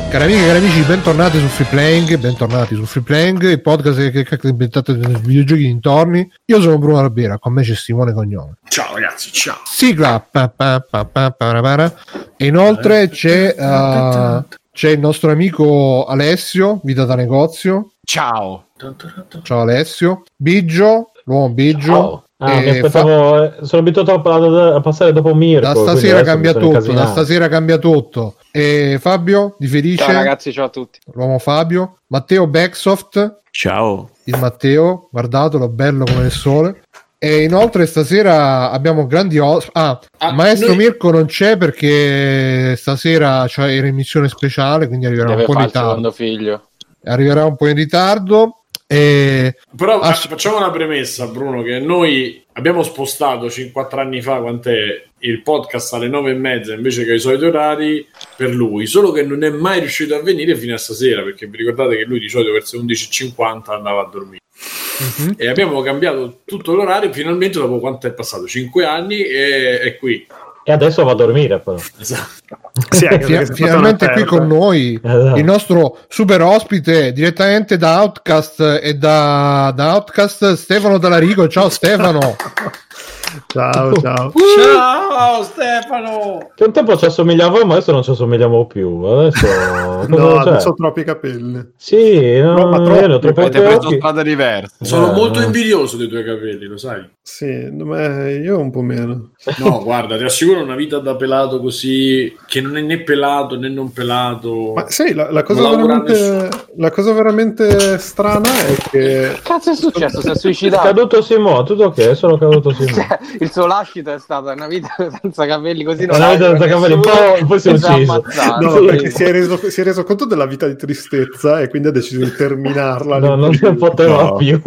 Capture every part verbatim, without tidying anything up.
Cari amiche e cari amici, bentornati su Free Playing, bentornati su Free Playing, il podcast che è inventato dei videogiochi dintorni. Io sono Bruno Arbera, con me c'è Simone Cognome. Ciao ragazzi, ciao. Sigla. Pa, pa, pa, pa, pa, pa. E inoltre c'è, uh, c'è il nostro amico Alessio, Vita da Negozio. Ciao. Ciao Alessio. Biggio, l'uomo Biggio. Ciao. Ah, mi aspettavo, fa... sono abituato a, a passare dopo Mirko. Da stasera cambia tutto, da stasera cambia tutto. E Fabio di Felice. Ciao ragazzi, ciao a tutti. L'uomo Fabio. Matteo Backsoft. Ciao. Il Matteo, guardatelo, bello come il sole. E inoltre stasera abbiamo grandi ospiti. Ah, ah, maestro noi... Mirko non c'è perché stasera cioè, era in missione speciale, quindi arriverà Deve un po' in ritardo. Secondo figlio. Arriverà un po' in ritardo. E... Però ah, facciamo una premessa, Bruno, che noi abbiamo spostato quattro anni fa, quant'è, il podcast alle nove e mezza invece che ai soliti orari per lui, solo che non è mai riuscito a venire fino a stasera, perché vi ricordate che lui di solito verso le undici e cinquanta andava a dormire. Uh-huh. E abbiamo cambiato tutto l'orario finalmente dopo quanto è passato? cinque anni e è qui. E adesso va a dormire però. Esatto. Sì, Fin- finalmente qui con noi esatto. Il nostro super ospite direttamente da Outcast e da, da Outcast Stefano Dallarico. Ciao Stefano. Ciao ciao. Uh! Ciao Stefano. Che un tempo ci assomigliavamo, adesso non ci assomigliamo più. Adesso no, adesso ho troppi capelli. Sì, no, no, ma troppo. Troppo avete preso strade diverse. Sono eh, molto invidioso dei tuoi capelli, lo sai? Sì, ma io un po' meno. No, guarda, ti assicuro una vita da pelato così, che non è né pelato né non pelato. Ma sì, la, la, cosa, veramente, la cosa veramente strana è che... Che cazzo è successo? Si è suicidato? È caduto Simone, tutto ok, è solo caduto Simone. Il suo lascito è stata una vita senza capelli, così non una vita senza capelli, poi, poi si è ucciso. No, sì. Perché si è, reso, si è reso conto della vita di tristezza e quindi ha deciso di terminarla. No, non ne poteva no. più.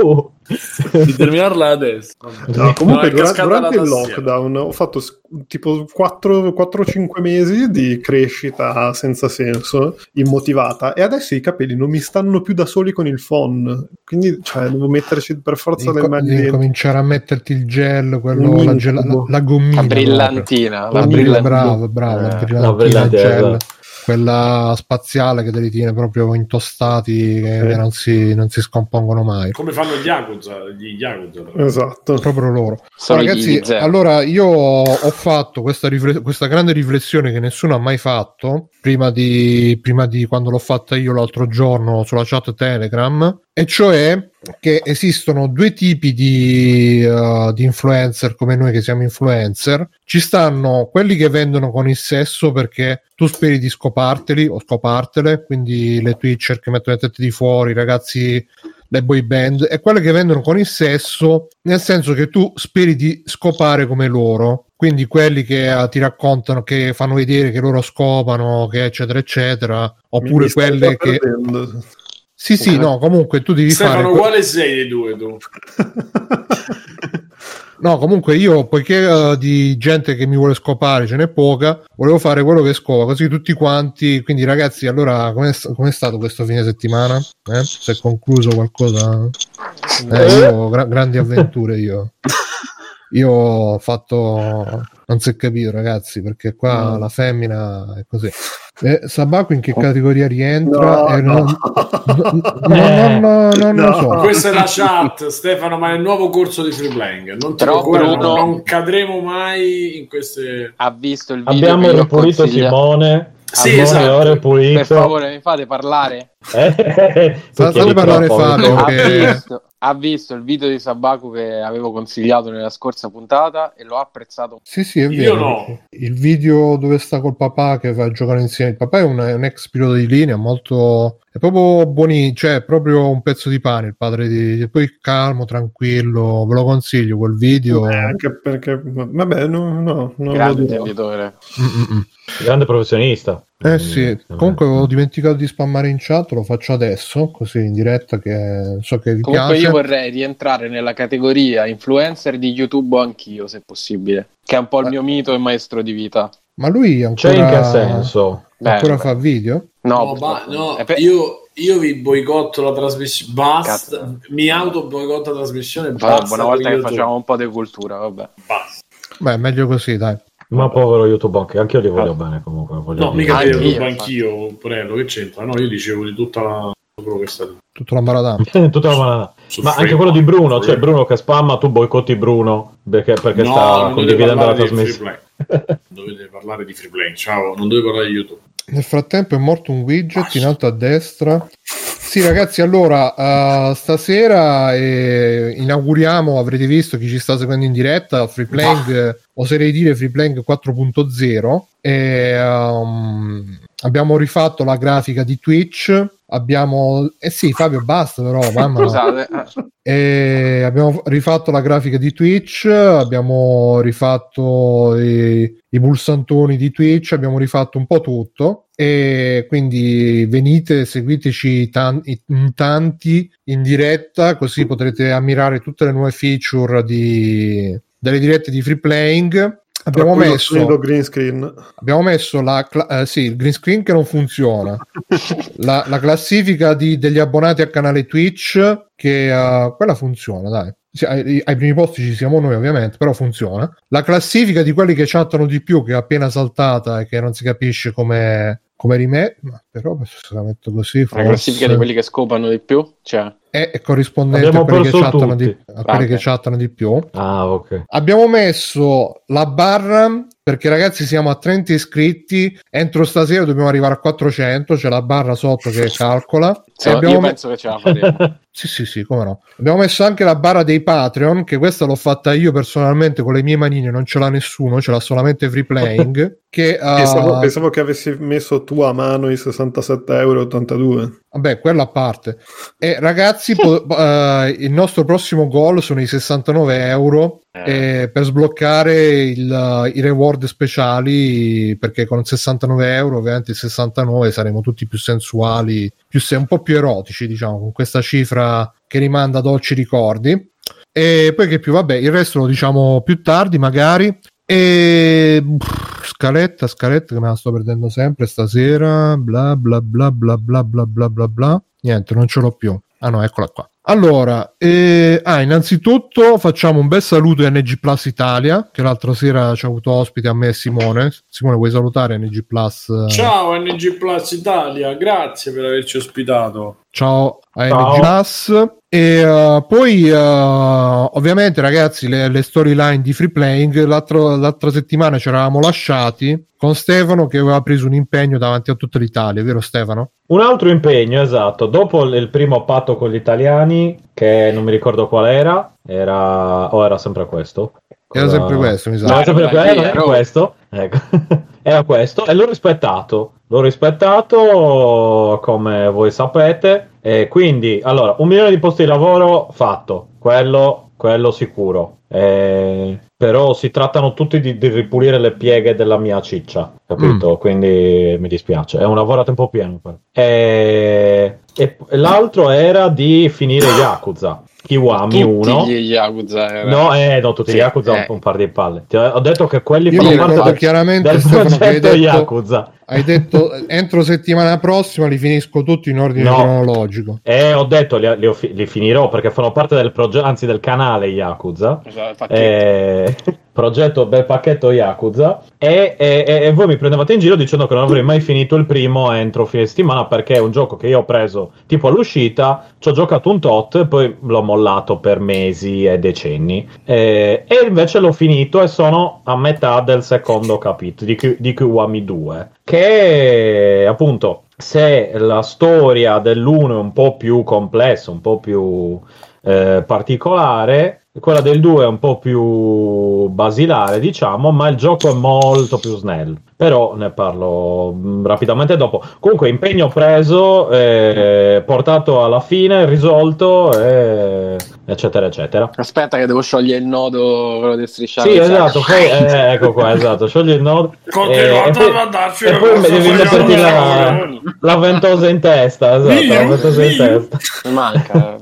Di terminarla adesso. No, comunque no, durante, durante il lockdown ho fatto tipo quattro cinque mesi di crescita senza senso, immotivata, e adesso i capelli non mi stanno più da soli con il phon, quindi cioè devo metterci per forza di le mani. Devi cominciare a metterti il gel, quello, la, gel, la, la gommina, la brillantina, la brillantina, bravo, bravo, eh, la brillantina, la gel. Quella spaziale che te li tiene proprio intostati, che sì. non, si, non si scompongono mai. Come fanno gli Yakuza, gli Yakuza. Esatto. Proprio loro. Sono ragazzi, allora io ho fatto questa, rifle- questa grande riflessione che nessuno ha mai fatto prima di, prima di quando l'ho fatta io l'altro giorno sulla chat Telegram, e cioè che esistono due tipi di, uh, di influencer come noi che siamo influencer. Ci stanno quelli che vendono con il sesso perché tu speri di scoparteli o scopartele, quindi le Twitcher che mettono le tette di fuori, i ragazzi, le boy band, e quelle che vendono con il sesso nel senso che tu speri di scopare come loro, quindi quelli che uh, ti raccontano, che fanno vedere che loro scopano, che eccetera eccetera, oppure quelle che perdendo. Sì, sì, no, comunque tu devi Stefano, fare... Stefano, quale sei dei due tu? No, comunque io, poiché uh, di gente che mi vuole scopare ce n'è poca, volevo fare quello che scopa, così tutti quanti. Quindi ragazzi, allora, com'è, com'è stato questo fine settimana? Eh? Si è concluso qualcosa? Eh, io, gra- grandi avventure io. Io ho fatto... Non si è capito, ragazzi, perché qua no. La femmina è così. Eh, Sabaku in che categoria rientra? No, eh, no. Non, no, no, no, non lo so. Questa è la chat, Stefano, ma è il nuovo corso di Free Playing. Non, ti Però, Bruno, Bruno, non cadremo mai in queste... Ha visto il video. Abbiamo ripulito Simone. Sì, esatto. Per favore, mi fate parlare? Eh, Fate parlare Fabio. Ha, che... visto, ha visto il video di Sabaku che avevo consigliato nella scorsa puntata e l'ho apprezzato. Sì, sì, è vero. Io no. Il video dove sta col papà che va a giocare insieme. Il papà è un, è un ex pilota di linea, molto... È proprio buoni, cioè è proprio un pezzo di pane il padre di... Poi calmo, tranquillo, ve lo consiglio quel video. Eh, anche perché... Vabbè, no, no. Non grande intenditore. Grande professionista. Eh sì, comunque avevo dimenticato di spammare in chat, lo faccio adesso, così in diretta, che so che vi comunque piace. Io vorrei rientrare nella categoria influencer di YouTube anch'io, se possibile, che è un po' il mio mito e maestro di vita. Ma lui ancora... C'è in che senso? Ancora beh, fa video? No, no, ba- no per... io, io vi boicotto la trasmissione, basta, Cazzo. Mi auto boicotto la trasmissione, basta. Una volta che facciamo un po' di cultura, vabbè. Basta. Beh, meglio così, dai. Ma povero YouTube, anche, anche io li voglio ah. bene comunque. No, dire. mica Ah, di YouTube io, anch'io, Porello, che c'entra? No, io dicevo di tutta la... quello che sta Tutta la maradama. Tutta la- su Ma Free anche quello di Bruno, Free. cioè Bruno che spamma, tu boicotti Bruno perché, perché No, sta non dovete condividendo la parlare di Free trasmissione. Play. Dovete parlare di Free Play. Ciao, non dovete parlare di YouTube. Nel frattempo è morto un widget in alto a destra. Sì, ragazzi, allora uh, stasera eh, inauguriamo, avrete visto chi ci sta seguendo in diretta, Freeplaying, eh, oserei dire Freeplaying quattro punto zero. E, um, abbiamo rifatto la grafica di Twitch. Abbiamo, eh sì, Fabio, basta, però, mamma. Scusate. E abbiamo rifatto la grafica di Twitch, abbiamo rifatto i, i pulsantoni di Twitch, abbiamo rifatto un po' tutto. E quindi venite, seguiteci tan- in tanti in diretta, così potrete ammirare tutte le nuove feature di, delle dirette di Free Playing. Abbiamo messo, green screen. abbiamo messo la cla- eh, sì, il green screen che non funziona, la, la classifica di, degli abbonati al canale Twitch, che uh, quella funziona, dai. Sì, ai, ai primi posti ci siamo noi, ovviamente, però funziona. La classifica di quelli che chattano di più, che è appena saltata e che non si capisce come come rimettere, ma però se la metto così, La classifica di quelli che scopano di più, cioè è, è corrispondente Abbiamo a quelli, che perso chattano, di, tutti. a quelli Ah, che ok. chattano di più. Ah, ok. Abbiamo messo la barra perché, ragazzi, siamo a trenta iscritti, entro stasera dobbiamo arrivare a quattrocento, c'è la barra sotto che calcola. Sì, E io abbiamo me- penso che ce la faremo. Sì, sì, sì, come no. Abbiamo messo anche la barra dei Patreon, che questa l'ho fatta io personalmente con le mie manine, non ce l'ha nessuno, ce l'ha solamente Free Playing. Che, uh, Pensavo, pensavo che avessi messo tu a mano i sessantasette euro e ottantadue. Vabbè, quello a parte. E ragazzi, po- uh, il nostro prossimo goal sono i sessantanove euro Eh. eh, per sbloccare il, uh, i reward speciali, perché con sessantanove euro, ovviamente il sessantanove saremo tutti più sensuali, più se- un po' più erotici, diciamo, con questa cifra che rimanda a dolci ricordi. E poi che più, vabbè, il resto lo diciamo più tardi magari. E pff, scaletta, scaletta che me la sto perdendo sempre stasera, bla bla bla bla bla bla bla bla bla. Niente, non ce l'ho più. Ah no, eccola qua. Allora, eh, ah, innanzitutto facciamo un bel saluto a N G Plus Italia, che l'altra sera ci ha avuto ospite a me e Simone. Simone, vuoi salutare N G Plus? Ciao N G Plus Italia, grazie per averci ospitato. Ciao a Ciao. N G Plus. E uh, poi uh, ovviamente, ragazzi, le, le storyline di Free Playing l'altro, l'altra settimana ci eravamo lasciati con Stefano che aveva preso un impegno davanti a tutta l'Italia, vero Stefano? Un altro impegno, esatto. Dopo il primo patto con gli italiani, che non mi ricordo qual era, era o era sempre questo? Era Cosa- sempre questo, mi sa. No, era sempre Dai, que- dai, era ero- questo. Ecco. Era questo e l'ho rispettato. L'ho rispettato come voi sapete. E quindi, allora, un milione di posti di lavoro fatto, quello, quello sicuro. Eh, però si trattano tutti di, di ripulire le pieghe della mia ciccia, capito? Quindi mi dispiace. È un lavoro a tempo pieno. quello. E, e l'altro era di finire Yakuza. Kiwami Tutti uno. gli Yakuza era. No, eh, no, tutti Sì, gli Yakuza eh. un par di palle. Ti ho ho detto che quelli Io fanno mi parte ricordo del, chiaramente, del Stefano, che hai progetto detto, Yakuza. hai detto entro settimana prossima li finisco tutti in ordine No. cronologico. E ho detto li, li, ho fi- li finirò perché fanno parte del progetto, anzi del canale Yakuza. Esatto, pacchetto. Eh, progetto bel pacchetto Yakuza. E, e, e- e voi mi prendevate in giro dicendo che non avrei mai finito il primo entro fine settimana perché è un gioco che io ho preso tipo all'uscita, ci ho giocato un tot e poi l'ho mollato per mesi e decenni. Eh, e invece l'ho finito e sono a metà del secondo capitolo di, Ki- di Kiwami due, che appunto, se la storia dell'uno è un po' più complessa, un po' più eh, particolare, quella del due è un po' più basilare, diciamo, ma il gioco è molto più snello. Però ne parlo mh, rapidamente dopo. Comunque, impegno preso, eh, portato alla fine, risolto, eh, eccetera, eccetera. Aspetta che devo sciogliere il nodo, quello di strisciare. Sì, il esatto, sacco. poi, eh, ecco qua, esatto, sciogli il nodo Continuate e poi, a darci e le poi cose devi sbagliate. metterti la, la ventosa in testa, esatto, Via, la ventosa in via. testa. Mi manca.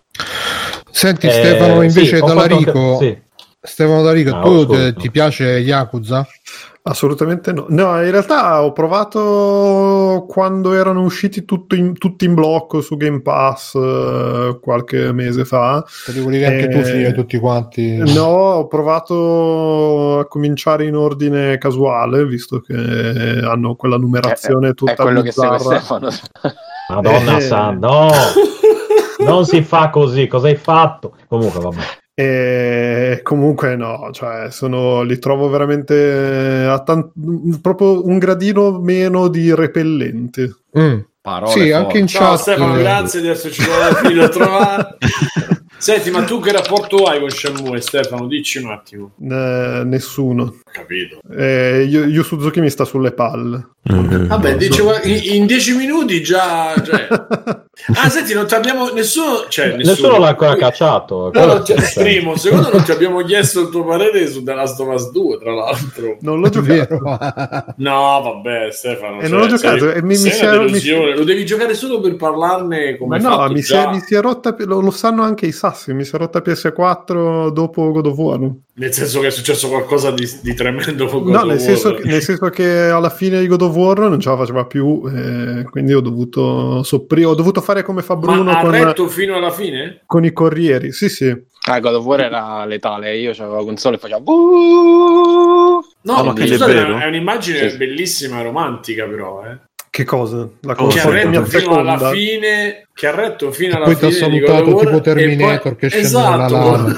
Senti Eh, Stefano, invece sì, ho da fatto Larico, anche- sì. Stefano D'Arico, Ah, tu scusa. te- ti piace Yakuza? Assolutamente no. No, in realtà ho provato quando erano usciti tutto in, tutti in blocco su Game Pass uh, qualche mese fa. Te li volevi anche tu finire tutti quanti? No, ho provato a cominciare in ordine casuale, visto che hanno quella numerazione è, tutta è quello bizzarra. Che segue Stefano. Madonna eh. santa, no! Non si fa così, cosa hai fatto? Comunque vabbè. E comunque no, cioè sono, li trovo veramente a tant- proprio un gradino meno di repellente. Mm. Parole sì, forti. Anche in Ciao chat. Stefano, grazie di esserci finito a trovare. Senti, ma tu che rapporto hai con Shenmue, Stefano? Dici un attimo. Eh, nessuno. Capito. Eh, Yu, Yu Suzuki mi sta sulle palle. Mm-hmm. Vabbè, dice, in, in dieci minuti già... Cioè... Ah, senti, non ti abbiamo... Nessuno... Cioè, nessuno, nessuno l'ha ancora cacciato. No, non ti... Primo, secondo non ti abbiamo chiesto il tuo parere su The Last of Us due, tra l'altro. Non l'ho giocato. No, vabbè, Stefano. E cioè, non l'ho giocato. Sei, e mi, sei mi una delusione. mi... Lo devi giocare solo per parlarne come Ma no, mi si, è, già... mi si è rotta... Lo, lo sanno anche i sassi. Mi si è rotta P S quattro dopo God of War. Nel senso che è successo qualcosa di, di tremendo con God no, of nel War. senso, nel senso che alla fine di God of War non ce la faceva più, eh, quindi ho dovuto sopprimere, ho dovuto fare come fa Bruno. Ma ha con, retto fino alla fine? Con i corrieri, sì sì. Ah, God of War era letale, io c'avevo la console e facevo buh! No, ma che è vero? è un'immagine sì. bellissima, romantica però, eh. Che cosa? La Che ha retto fino seconda. alla fine, che ha retto fino alla poi fine. Poi ti ha salutato tipo Terminator poi... che scende esatto.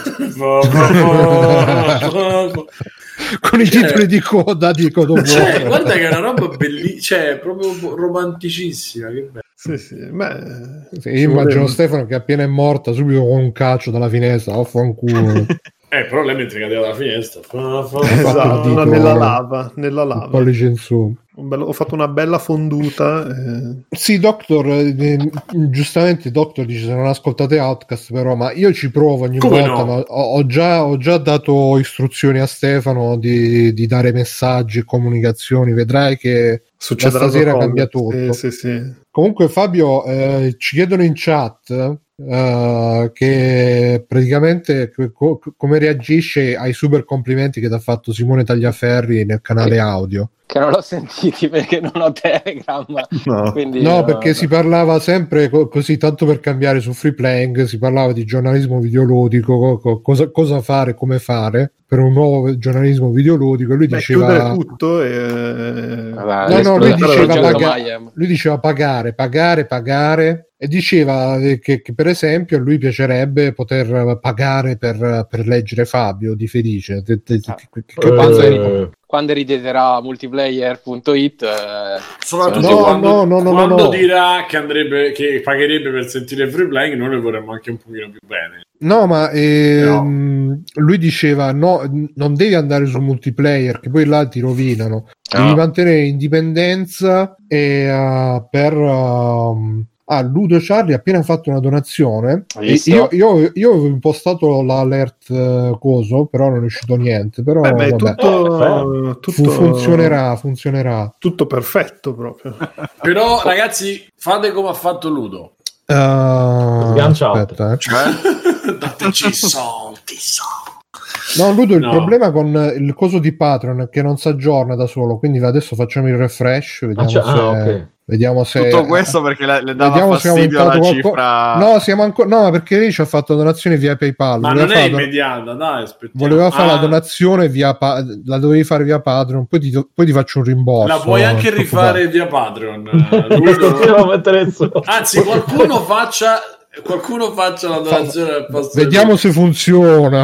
dalla lava. Con i cioè, titoli di coda di God of War. Cioè, guarda che è una roba bellissima, cioè proprio romanticissima, che bello. Sì, sì. Beh, sì, io immagino voleva. Stefano che appena è morta subito con un calcio dalla finestra, affanculo. Eh, però lei mentre cadeva dalla finestra fa, fa, esatto, fa, nella lava, nella lava. Pollice in su. Un bello, ho fatto una bella fonduta. Eh. Sì, Doctor, eh, giustamente Doctor dice se non ascoltate Outcast, però, ma io ci provo ogni Come volta. No? Ma ho, ho, già, ho già dato istruzioni a Stefano di, di dare messaggi e comunicazioni. Vedrai che succederà stasera cambia tutto. Sì, sì, sì. Comunque, Fabio, eh, ci chiedono in chat. Uh, che praticamente co- come reagisce ai super complimenti che ti ha fatto Simone Tagliaferri nel canale audio, che non l'ho sentiti perché non ho Telegram. No, quindi, no no perché no. si parlava sempre co- così, tanto per cambiare, su Free Playing si parlava di giornalismo videoludico, co- co- cosa, cosa fare, come fare per un nuovo giornalismo videoludico, e lui Beh, diceva tutto e... Vabbè, no, no, lui diceva, paga... lui diceva pagare, pagare, pagare, e diceva che, che per esempio a lui piacerebbe poter pagare per, per leggere Fabio di Felice. Che, che, che quando, eri, quando ridederà multiplayer punto it eh, soprattutto no, quando, no, no, no, quando no, no. dirà che andrebbe, che pagherebbe per sentire Free Playing, noi le vorremmo anche un pochino più bene. No, ma ehm, no. lui diceva no, non devi andare su multiplayer, che poi là ti rovinano. Ah. Devi mantenere indipendenza e uh, per uh, ah, Ludo Charlie ha appena fatto una donazione. E io, io, io avevo impostato l'alert uh, coso, però non è uscito niente. Però Beh, beh, vabbè. Tutto, tutto, Fu- funzionerà, funzionerà. Tutto perfetto proprio. Però ragazzi, fate come ha fatto Ludo. Uh, Sganciato. Aspetta, eh. Dateci soldi, soldi. No, Ludo, il No. problema con il coso di Patreon è che non si aggiorna da solo, quindi adesso facciamo il refresh, vediamo Ah, cioè, se... ah, okay. Vediamo se tutto questo perché le, le dava vediamo se fastidio la qualco... cifra. No, siamo ancora no, perché lei ci ha fatto donazione via PayPal. Ma voleva non è fare... immediata, dai, aspettiamo. Voleva fare ah, la donazione via pa... la dovevi fare via Patreon, poi ti, poi ti faccio un rimborso. la puoi anche non rifare via Patreon. Ludo. Anzi, qualcuno faccia qualcuno faccia la donazione al posto. Vediamo se funziona.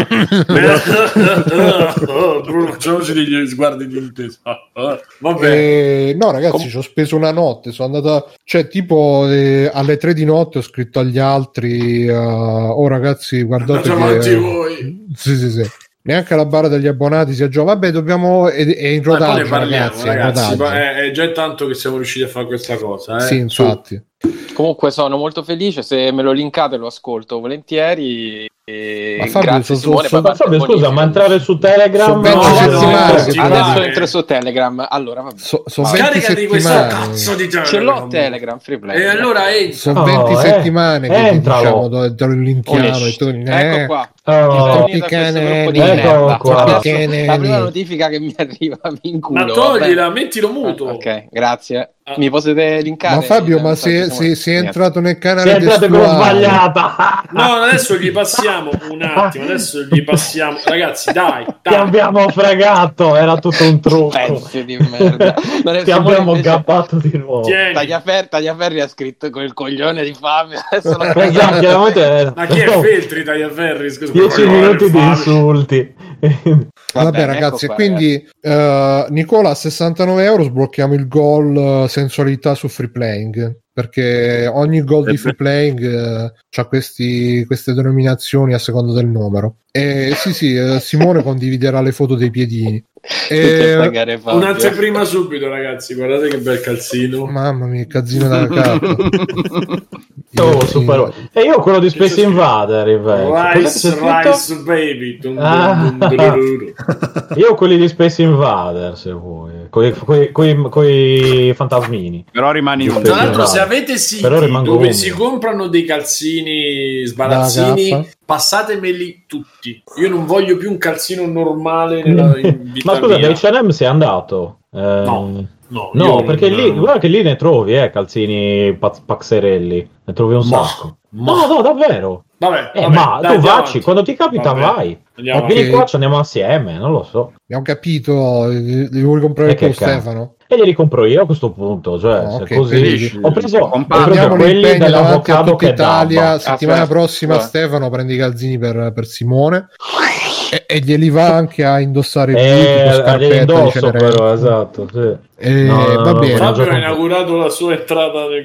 Oh, Bruno, facciamoci degli sguardi di intesa. Vabbè. Eh, no, ragazzi, Com- ci ho speso una notte. Sono andata, cioè, tipo eh, alle tre di notte ho scritto agli altri: uh, oh, ragazzi, guardate che voi. sì, sì, sì. Neanche la barra degli abbonati si aggiorna. Vabbè, dobbiamo. È, è in Ma poi rodaggio, ne parliamo, ragazzi. ragazzi. È, in rodaggio. È, è già tanto che siamo riusciti a fare questa cosa. Eh? Sì, infatti. Comunque sono molto felice, se me lo linkate lo ascolto volentieri. E Ma Fabio, grazie so, Simone. so, poi Fabio, scusa, ma entrare su Telegram so venti no, settimane no, che adesso vai. entro su Telegram. Allora, vabbè. So, so Scaricati questo settimane. cazzo di Telegram. Ce l'ho Telegram Free Play. E allora entra. Sono Oh, venti eh, settimane che ti entralo. diciamo dove te lo linkiamo e tu, eh, Ecco qua. Oh, ecco qua. La prima notifica che mi arriva in culo. Ma toglila, mettilo muto. Ah, ok, grazie. Ah. Mi potete linkare? Ma Fabio, ma se sei entrato nel canale, sei entrato con sbagliata. No, adesso gli passiamo un attimo. Adesso gli passiamo, ragazzi. Dai, dai. Ti abbiamo fregato. Era tutto un trucco. Pezzi di merda. Ti abbiamo gappato di nuovo. Tagliaferri, Tagliaferri ha scritto con il coglione di Fabio. Adesso lo esatto, ma chi è Feltri Tagliaferri? Scusa, dieci minuti di insulti. Vabbè, Vabbè ragazzi, ecco quindi uh, Nicola a sessantanove euro sblocchiamo il goal uh, sensualità su free playing, perché ogni goal di free playing uh, ha queste denominazioni a seconda del numero. E sì sì, uh, Simone condividerà le foto dei piedini. E... un'anteprima subito, ragazzi, guardate che bel calzino. Mamma mia, calzino da capo. Oh, super. E io quello di Space Invader Rice, Rice Baby. Ah. Io quelli di Space Invader, se vuoi, coi, coi, coi, coi fantasmini. Però rimani un. Tra l'altro, se avete siti dove un. si comprano dei calzini sbarazzini, passatemeli tutti. Io non voglio più un calzino normale nella in ma scusa, da H and M sei andato? Eh, no, no, no perché non... lì, guarda che lì ne trovi, eh, calzini paz- paxerelli, ne trovi un ma, sacco. Ma... No, no, davvero. Vabbè, eh, vabbè, ma dai, tu vacci, quando ti capita vabbè. vai. Andiamo vieni qua, ci andiamo assieme, non lo so. Abbiamo capito, li vuoi comprare tu, Stefano? E glieli compro io a questo punto, cioè, no, se okay, così felici. ho preso, ho preso quelli dell'avvocato che Italia, dabba. Settimana ah, prossima eh. Stefano prende i calzini per, per Simone e, e glieli va anche a indossare eh, il scarpetta indosso però, esatto, sì. E no, no, va no, bene. Fabio ha inaugurato la sua entrata nel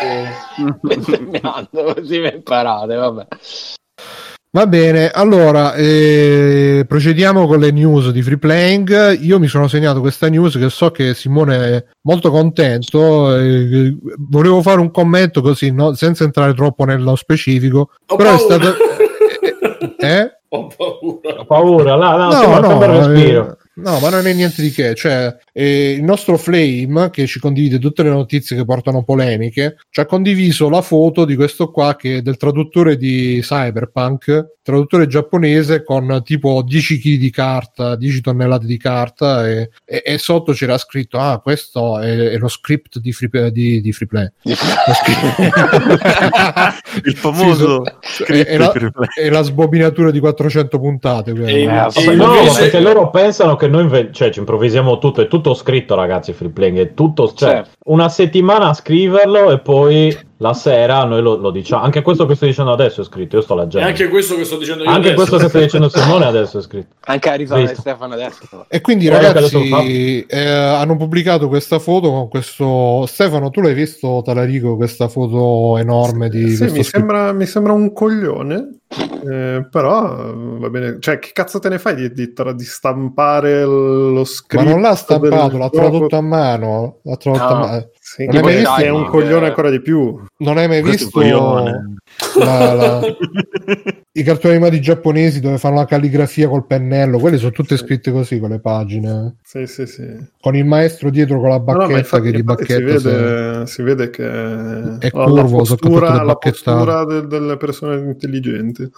gruppo. Così mi imparate, vabbè. Va bene, allora eh, procediamo con le news di Free Playing. Io mi sono segnato questa news che so che Simone è molto contento. Eh, volevo fare un commento così, no? Senza entrare troppo nello specifico. Ho però paura. è stato. Eh? eh? Ho paura. Ho paura, là, no, no, no, no respiro. Eh, no, ma non è niente di che. Cioè, eh, il nostro Flame, che ci condivide tutte le notizie che portano polemiche, ci ha condiviso la foto di questo qua che è del traduttore di Cyberpunk, traduttore giapponese, con tipo dieci chili di carta, dieci tonnellate di carta, e, e, e sotto c'era scritto: ah, questo è, è lo script di Free, di, di free Play. Il famoso sì, è, è, la, è la sbobinatura di quattrocento puntate. E, eh, e no, invece... perché loro pensano che noi inve- cioè, ci improvvisiamo tutto, è tutto scritto, ragazzi. Free Playing è tutto, cioè, certo. Una settimana a scriverlo e poi la sera noi lo, lo diciamo. Anche questo che sto dicendo adesso è scritto, io sto leggendo. E anche questo che sto dicendo io anche adesso. questo che sta dicendo Simone adesso è scritto. Anche a risata di Stefano adesso. E quindi Poi ragazzi eh, hanno pubblicato questa foto con questo. Stefano, tu l'hai visto, Talarico, questa foto enorme di sì, questo mi sembra, mi sembra un coglione. Eh, però va bene, cioè che cazzo te ne fai di, di, di stampare lo scritto? Ma non l'ha stampato, l'ha tradotto a mano, l'ha tradotto no. a mano. Sì, non hai mai visto? È un coglione ancora di più. Non hai mai visto la, la... i cartoni animati giapponesi dove fanno la calligrafia col pennello? Quelle sono tutte scritte così con le pagine. Sì, sì, sì. Con il maestro dietro con la bacchetta, no, no, infatti, che di bacchetta si vede, si vede che è curvo, la postura, la postura de, delle persone intelligenti.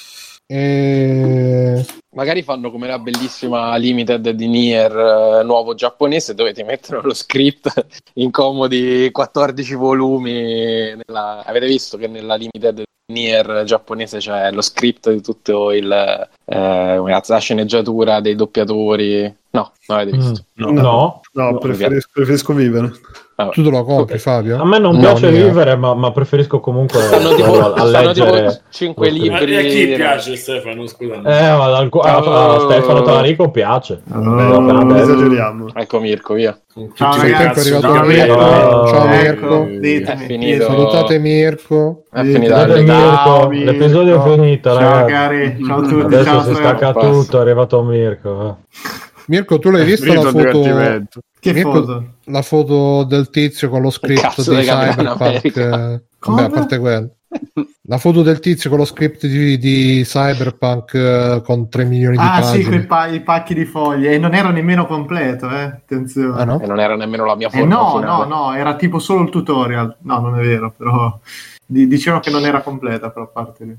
E... magari fanno come la bellissima Limited di Nier eh, nuovo giapponese, dove ti mettono lo script in comodi quattordici volumi nella... avete visto che nella Limited Nier giapponese c'è lo script di tutto il eh, la sceneggiatura dei doppiatori? No, non avete visto? Mm, no, no, no, no preferisco, preferisco vivere. Ah, tu te lo compri, Fabio? A me non no, piace niente. Vivere, ma, ma preferisco comunque stanno tipo, a, a leggere tipo cinque libri. Ma a chi piace Stefano? Scusa. Eh, ma al, a, a, a Stefano Talarico piace. Allora, no, non esageriamo. Ecco Mirko, via. Ciao ragazzi, è arrivato Mirko. Ciao, ciao Mirko. È finito. Salutate Mirko. È finito. Mirko. L'episodio è finito, ciao, ragazzi. Cari. Ciao a tutti. Adesso ciao, si stacca passo. tutto, è arrivato Mirko. Mirko, tu l'hai vista la foto? Che Mirko, foto? La foto del tizio con lo script di Cyberpunk. Eh, vabbè, a parte quello. La foto del tizio con lo script di, di Cyberpunk eh, con tre milioni di ah, pagine. Ah sì, quei pa- i pacchi di foglie. E non era nemmeno completo, eh. Attenzione. Ah, no? E non era nemmeno la mia eh, forma no, finale. no, no, era tipo solo il tutorial. No, non è vero, però... D- dicevano che non era completa, però a parte lì.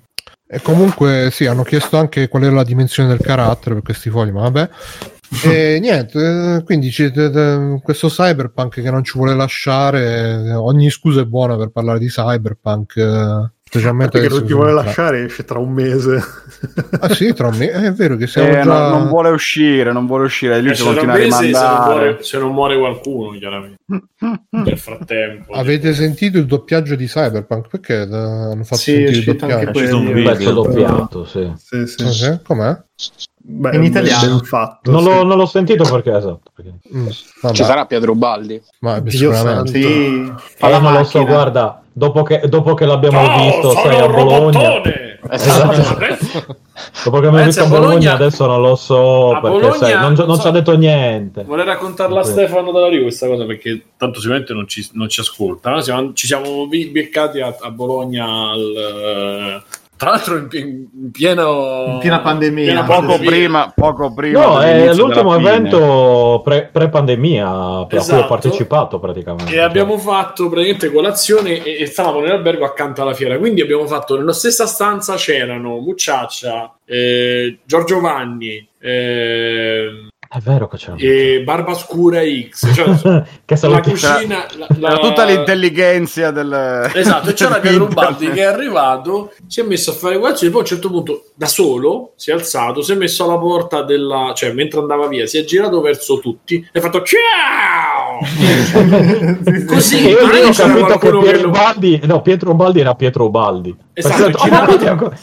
E comunque sì, hanno chiesto anche qual era la dimensione del carattere per questi fogli, ma vabbè. E niente, quindi c'è questo Cyberpunk che non ci vuole lasciare, ogni scusa è buona per parlare di Cyberpunk, specialmente perché non ti vuole lasciare, esce tra un mese. Ah sì, tra un mese, è vero che siamo eh, già... non, non vuole uscire, non vuole uscire, lì eh, si continua a rimandare. Se non, muore, se non muore qualcuno, chiaramente. Nel frattempo. Avete sentito il doppiaggio di Cyberpunk? Perché hanno fatto sì, sentire il doppiaggio? C'è un pezzo doppiato, sì. Sì, sì. Okay. Com'è? Beh, in italiano fatto, non, sì. l'ho, non l'ho sentito perché esatto perché... Mm, ci sarà Pietro Baldi, ma Dio santo. sì. eh, non lo so, guarda, dopo che, dopo che l'abbiamo oh, visto sai a Bologna esatto. dopo che abbiamo visto a Bologna, Bologna adesso non lo so a perché Bologna, sai, non, non, non so, ci ha detto niente. Vorrei raccontarla a sì. Stefano Dalla Rio questa cosa perché tanto sicuramente non ci, non ci ascolta, no? Siamo, ci siamo beccati a, a Bologna al... Tra l'altro in, in, pieno, in piena pandemia, piena poco, pandemia. Prima, poco prima no, è l'ultimo fine. evento pre, pre-pandemia a Esatto. cui ho partecipato praticamente. E cioè. abbiamo fatto praticamente colazione e, e stavamo nell'albergo accanto alla fiera, quindi abbiamo fatto nella stessa stanza c'erano Mucciaccia, eh, Giorgio Vanni, eh, è vero che c'è e Barbascura X, cioè, che la cucina la, la... Era tutta l'intelligenza del esatto, e c'era Pietro Baldi che è arrivato, si è messo a fare colazione, poi a un certo punto da solo si è alzato, si è messo alla porta della, cioè mentre andava via si è girato verso tutti e ha fatto ciao così. E io non ho capito che Pietro che lo... Baldi no, Pietro Baldi era Pietro Baldi, esatto, girava,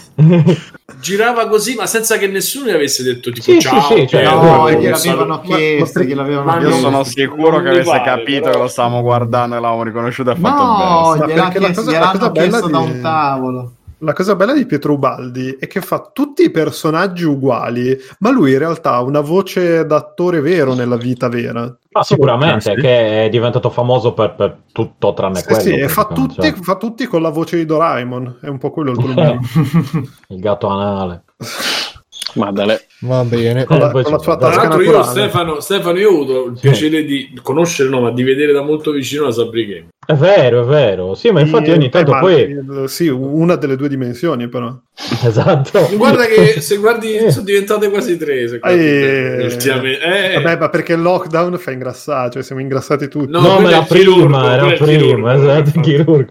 girava così ma senza che nessuno gli avesse detto tipo sì, ciao sì, sì, cioè, no, eh, gliel'avevano chiesto, ma, gliel'avevano ma io chiesto. sono sicuro che avesse pare, capito però... che lo stavamo guardando e l'avevamo riconosciuto e ha fatto no, bene. gliel'ha perché la chiesto, cosa, la gliel'hanno cosa bella chiesto di... da un tavolo. La cosa bella di Pietro Ubaldi è che fa tutti i personaggi uguali, ma lui in realtà ha una voce d'attore vero nella vita vera. ah, sicuramente sì. che è diventato famoso per, per tutto tranne sì, quello. Sì, e fa tutti, cioè. fa tutti con la voce di Doraemon, è un po' quello il problema. Il gatto anale. Madale. Va bene. Con la, Eh, con la sua Tra tasca l'altro io naturale. Stefano, Stefano io ho avuto il Sì. piacere di conoscere no, ma di vedere da molto vicino la Sabri Game. È vero, è vero. Sì, ma infatti ogni Eh, tanto ma- poi Sì, una delle due dimensioni però. esatto. Guarda che se guardi sono diventate quasi tre se guardi, Eh, ultimamente. Eh, Vabbè, ma perché il lockdown fa ingrassare, cioè siamo ingrassati tutti. No, No, ma quello era è il chirurgo, prima, era quello è il prima, chirurgo, esatto, infatti. il chirurgo.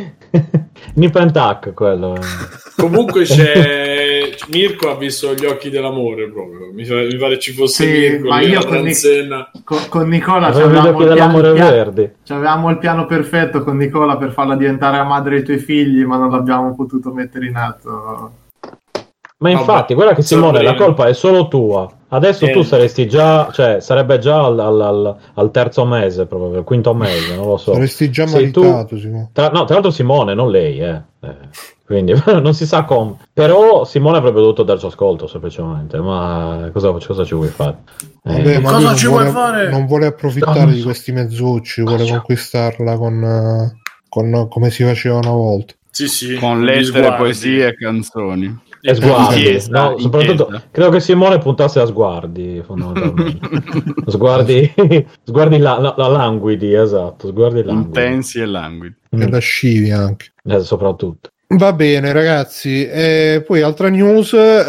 Nip and Tuck, quello. Comunque c'è Mirko ha visto Gli occhi dell'amore proprio. Mi, mi pare ci fosse Sì, Mirko ma lì io alla con, Nic- Ranzenna. con, con Nicola Avevo gli c'avevamo occhi il, piano, dell'amore il, piano, verdi. c'avevamo il piano perfetto con Nicola per farla diventare la madre dei tuoi figli, ma non l'abbiamo potuto mettere in atto. Ma infatti, Vabbè, guarda che Simone, Sabrina. la colpa è solo tua. Adesso Eh. tu saresti già, cioè sarebbe già al, al- al- al terzo mese, proprio al quinto mese, non lo so. Saresti già Sei tu- maritato, Simone. Tra, no, tra l'altro Simone, non lei, eh. Eh, quindi non si sa come. Però Simone avrebbe dovuto darci ascolto, semplicemente. Ma cosa, cosa ci vuoi fare? Eh, Vabbè, ma cosa lui non ci vuole, vuoi fare? non vuole approfittare Non di so. questi mezzucci, vuole conquistarla con, eh, con come si faceva una volta. Sì, sì, con gli lettere, sguardi. poesie e canzoni. e sguardi, Inchiesta, no, soprattutto inchiesta. credo che Simone puntasse a sguardi, fondamentalmente. sguardi, sguardi la, la, la languidi, esatto, sguardi languidi. Intensi e languidi. E lascivi anche. Eh, soprattutto. Va bene ragazzi, e poi altra news,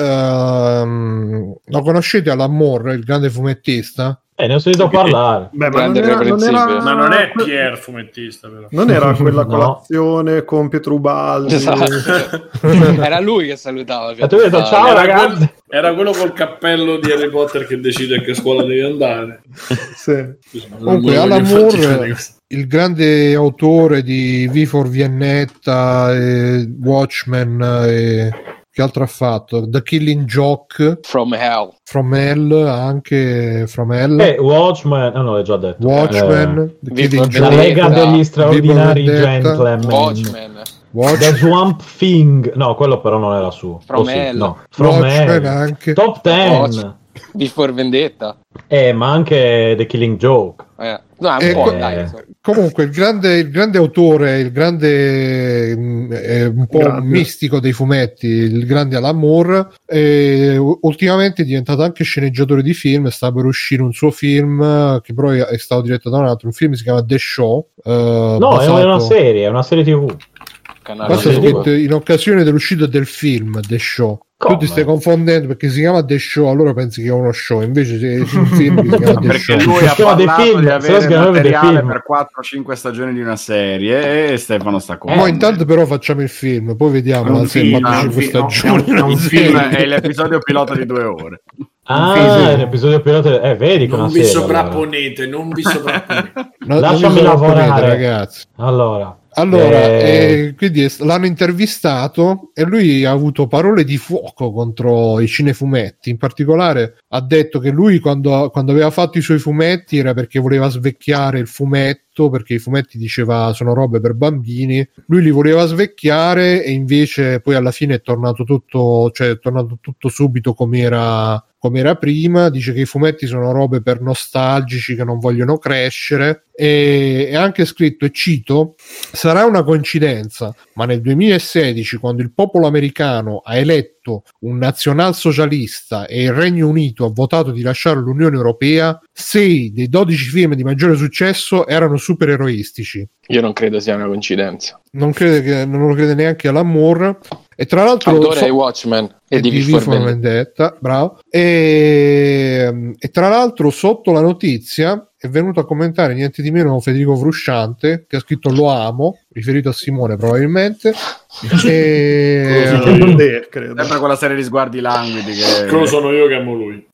ehm, lo conoscete Alan Moore, il grande fumettista? Eh, ne ho sentito parlare. Beh, ma non Grande era, non irreprensibile. era- Ma non è Pier fumettista, però. Non era quella No. colazione con Pietro Ubaldi. Esatto. Era lui che salutava. E tu hai detto, ciao, Era, ragazzi. quel- era quello col cappello di Harry Potter che decide a che scuola devi andare. Sì. Comunque Non Alan voglio farti Moore, fare così. il grande autore di V for Viennetta, e Watchmen, e che altro ha fatto? The Killing Joke, From Hell. From Hell, anche From Hell, Eh, Watchmen, ah no, l'hai già detto. Watchmen, The V Killing for La Joke, Lega Vendetta. degli straordinari V for Vendetta. gentleman. Watchmen. Watch- The Swamp Thing. No, quello però non era suo. From O sì? Hell. No. From Watchmen Hell. anche. Top Watch- ten. Before Vendetta. Eh, ma anche The Killing Joke. Eh. No, è un Eh, po', que- dai. insomma. Comunque il grande, il grande autore, il grande mh, è un po' Grande. mistico dei fumetti, il grande Alan Moore, e u- ultimamente è diventato anche sceneggiatore di film, sta per uscire un suo film eh, che però è, è stato diretto da un altro, un film che si chiama The Show. eh, No, basato- è una serie, è una serie tivù. Canale Questo è cinque. scritto in occasione dell'uscita del film The Show. Come? Tu ti stai confondendo perché si chiama The Show, allora pensi che è uno show, invece se è un film si chiama The Perché Show. lui ha Si chiama dei parlato film, di se no avere si chiamava dei materiale film. per quattro cinque stagioni di una serie e Stefano sta con Eh, Mo intanto però facciamo il film, poi vediamo È un la se film, quattro è un cinque film, stagioni. è un- è un la film. serie. è l'episodio pilota di due ore. Ah, film. l'episodio pilota. Eh, vedi che Non una vi serie, allora. sovrapponete, non vi sovrapponete. No, Lasciami non vi lavorare. sovrapponete, ragazzi. Allora, Allora, eh, eh, quindi è- l'hanno intervistato e lui ha avuto parole di fuoco contro i cinefumetti. In particolare ha detto che lui quando, quando aveva fatto i suoi fumetti era perché voleva svecchiare il fumetto, perché i fumetti diceva sono robe per bambini. Lui li voleva svecchiare e invece poi alla fine è tornato tutto, cioè è tornato tutto subito come era come era prima. Dice che i fumetti sono robe per nostalgici che non vogliono crescere e è anche scritto, e cito: sarà una coincidenza, ma nel duemilasedici, quando il popolo americano ha eletto un nazionalsocialista e il Regno Unito ha votato di lasciare l'Unione Europea, sei dei dodici film di maggiore successo erano supereroistici. Io non credo sia una coincidenza. Non crede che, non lo crede neanche Alan Moore. E tra l'altro Adora so- i Watchmen e di di V for V for Vendetta. Vendetta, bravo. E, e tra l'altro sotto la notizia è venuto a commentare niente di meno Federico Frusciante, che ha scritto "lo amo", riferito a Simone probabilmente. E, Sì, De, credo. Sempre quella serie di sguardi languidi che... Quello sono io che amo lui.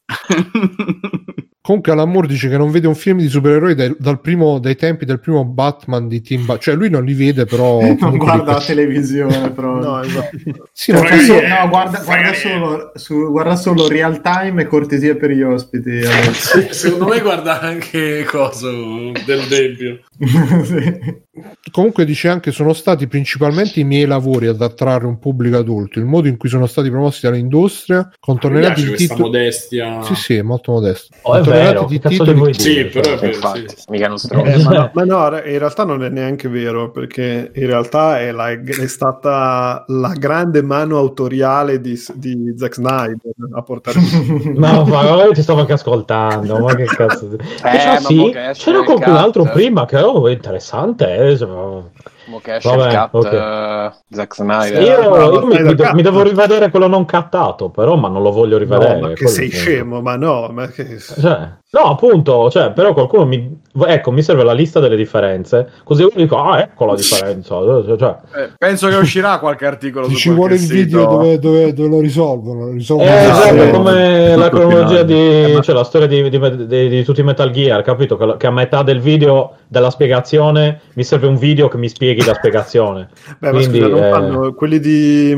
comunque Alan Moore dice che non vede un film di supereroi dai, dal primo, dai tempi del primo Batman di Tim Burton, cioè lui non li vede, però Non comunque guarda li- la televisione, però. No, esatto. sì, non Frega so- niente. No, guarda, guarda, solo, su, guarda solo real time e cortesia per gli ospiti. allora. Secondo me guarda anche coso del Tempio. Sì. Comunque dice anche: sono stati principalmente i miei lavori ad attrarre un pubblico adulto, il modo in cui sono stati promossi dall'industria, Mi contornerati piace di questa titoli. modestia. Sì, sì, è molto modesto. oh, è Contornerati vero, di che cazzo titoli- di vuoi Sì, dire? però è vero, Infatti, sì. mica uno Eh, stronzo. ma, no, ma no, in realtà non è neanche vero, perché in realtà è, la- è stata la grande mano autoriale di, di Zack Snyder a portare No, ma io ti stavo anche ascoltando, ma che cazzo di... Però ma sì, mo che esce c'era il qualcun cut. altro prima che oh, interessante, eh, cioè, Mo che esce Vabbè, il cut ok. eh, Zack Snyder. io, no, io mi, Snyder mi, Cut. mi devo rivedere quello non cattato, però, ma non lo voglio rivedere. No, ma che quello sei sì. scemo, ma no, ma che... Cioè, no, appunto, cioè, però qualcuno mi... Ecco, mi serve la lista delle differenze, così io dico, ah, ecco la differenza. Cioè, Eh, penso che uscirà qualche articolo su Ci vuole qualche il video sito. dove, dove, dove lo risolvono. Lo risolvono Eh, da esatto, solo. come la cronologia di, Eh, ma- cioè la storia di, di- di- di tutti i Metal Gear, capito? Che, che a metà del video della spiegazione mi serve un video che mi spieghi la spiegazione. Beh, Quindi, ma scusa, non eh, fanno quelli di,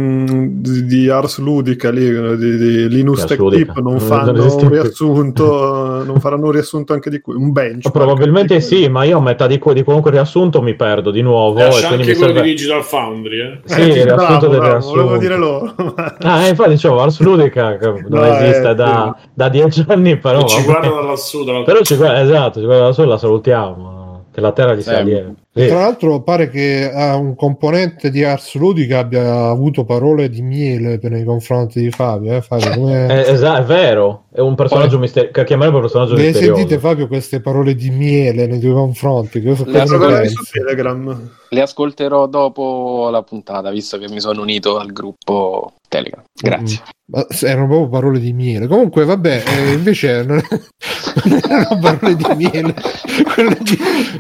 mm, di, di Ars Ludica lì, di, di Linus Ars Tech Ludica. Tip, non Non fanno esiste un più. riassunto, non faranno un riassunto anche di cui, un benchmark. Probabilmente di sì, ma io a metà di, que- di qualunque riassunto mi perdo di nuovo. E Lascia quindi anche mi quello serve... di Digital Foundry, eh. Sì, Eh, il riassunto bravo, del bravo, riassunto. volevo dire loro. Ah, infatti dicevo, Ars Ludica che non No, esiste eh, da, da dieci anni, però... E ci vabbè. guarda da lassù, da Però ci guarda, esatto, ci guarda da solo, la salutiamo. Che la terra gli sia Eh, lieve. Sì. Tra l'altro pare che a un componente di Ars Ludica abbia avuto parole di miele per nei confronti di Fabio. Eh, Fabio, come... Eh, esatto, è vero, è un personaggio misterioso, che chiamerebbe un personaggio Le hai misterioso. sentite, Fabio, queste parole di miele nei tuoi confronti? Cosa, Le cosa Trovate pensi? su Telegram. Le ascolterò dopo la puntata, visto che mi sono unito al gruppo Telegram. Grazie. Mm. Ma erano proprio parole di miele. Comunque, vabbè, eh, invece non, non erano parole di miele. Quelle di...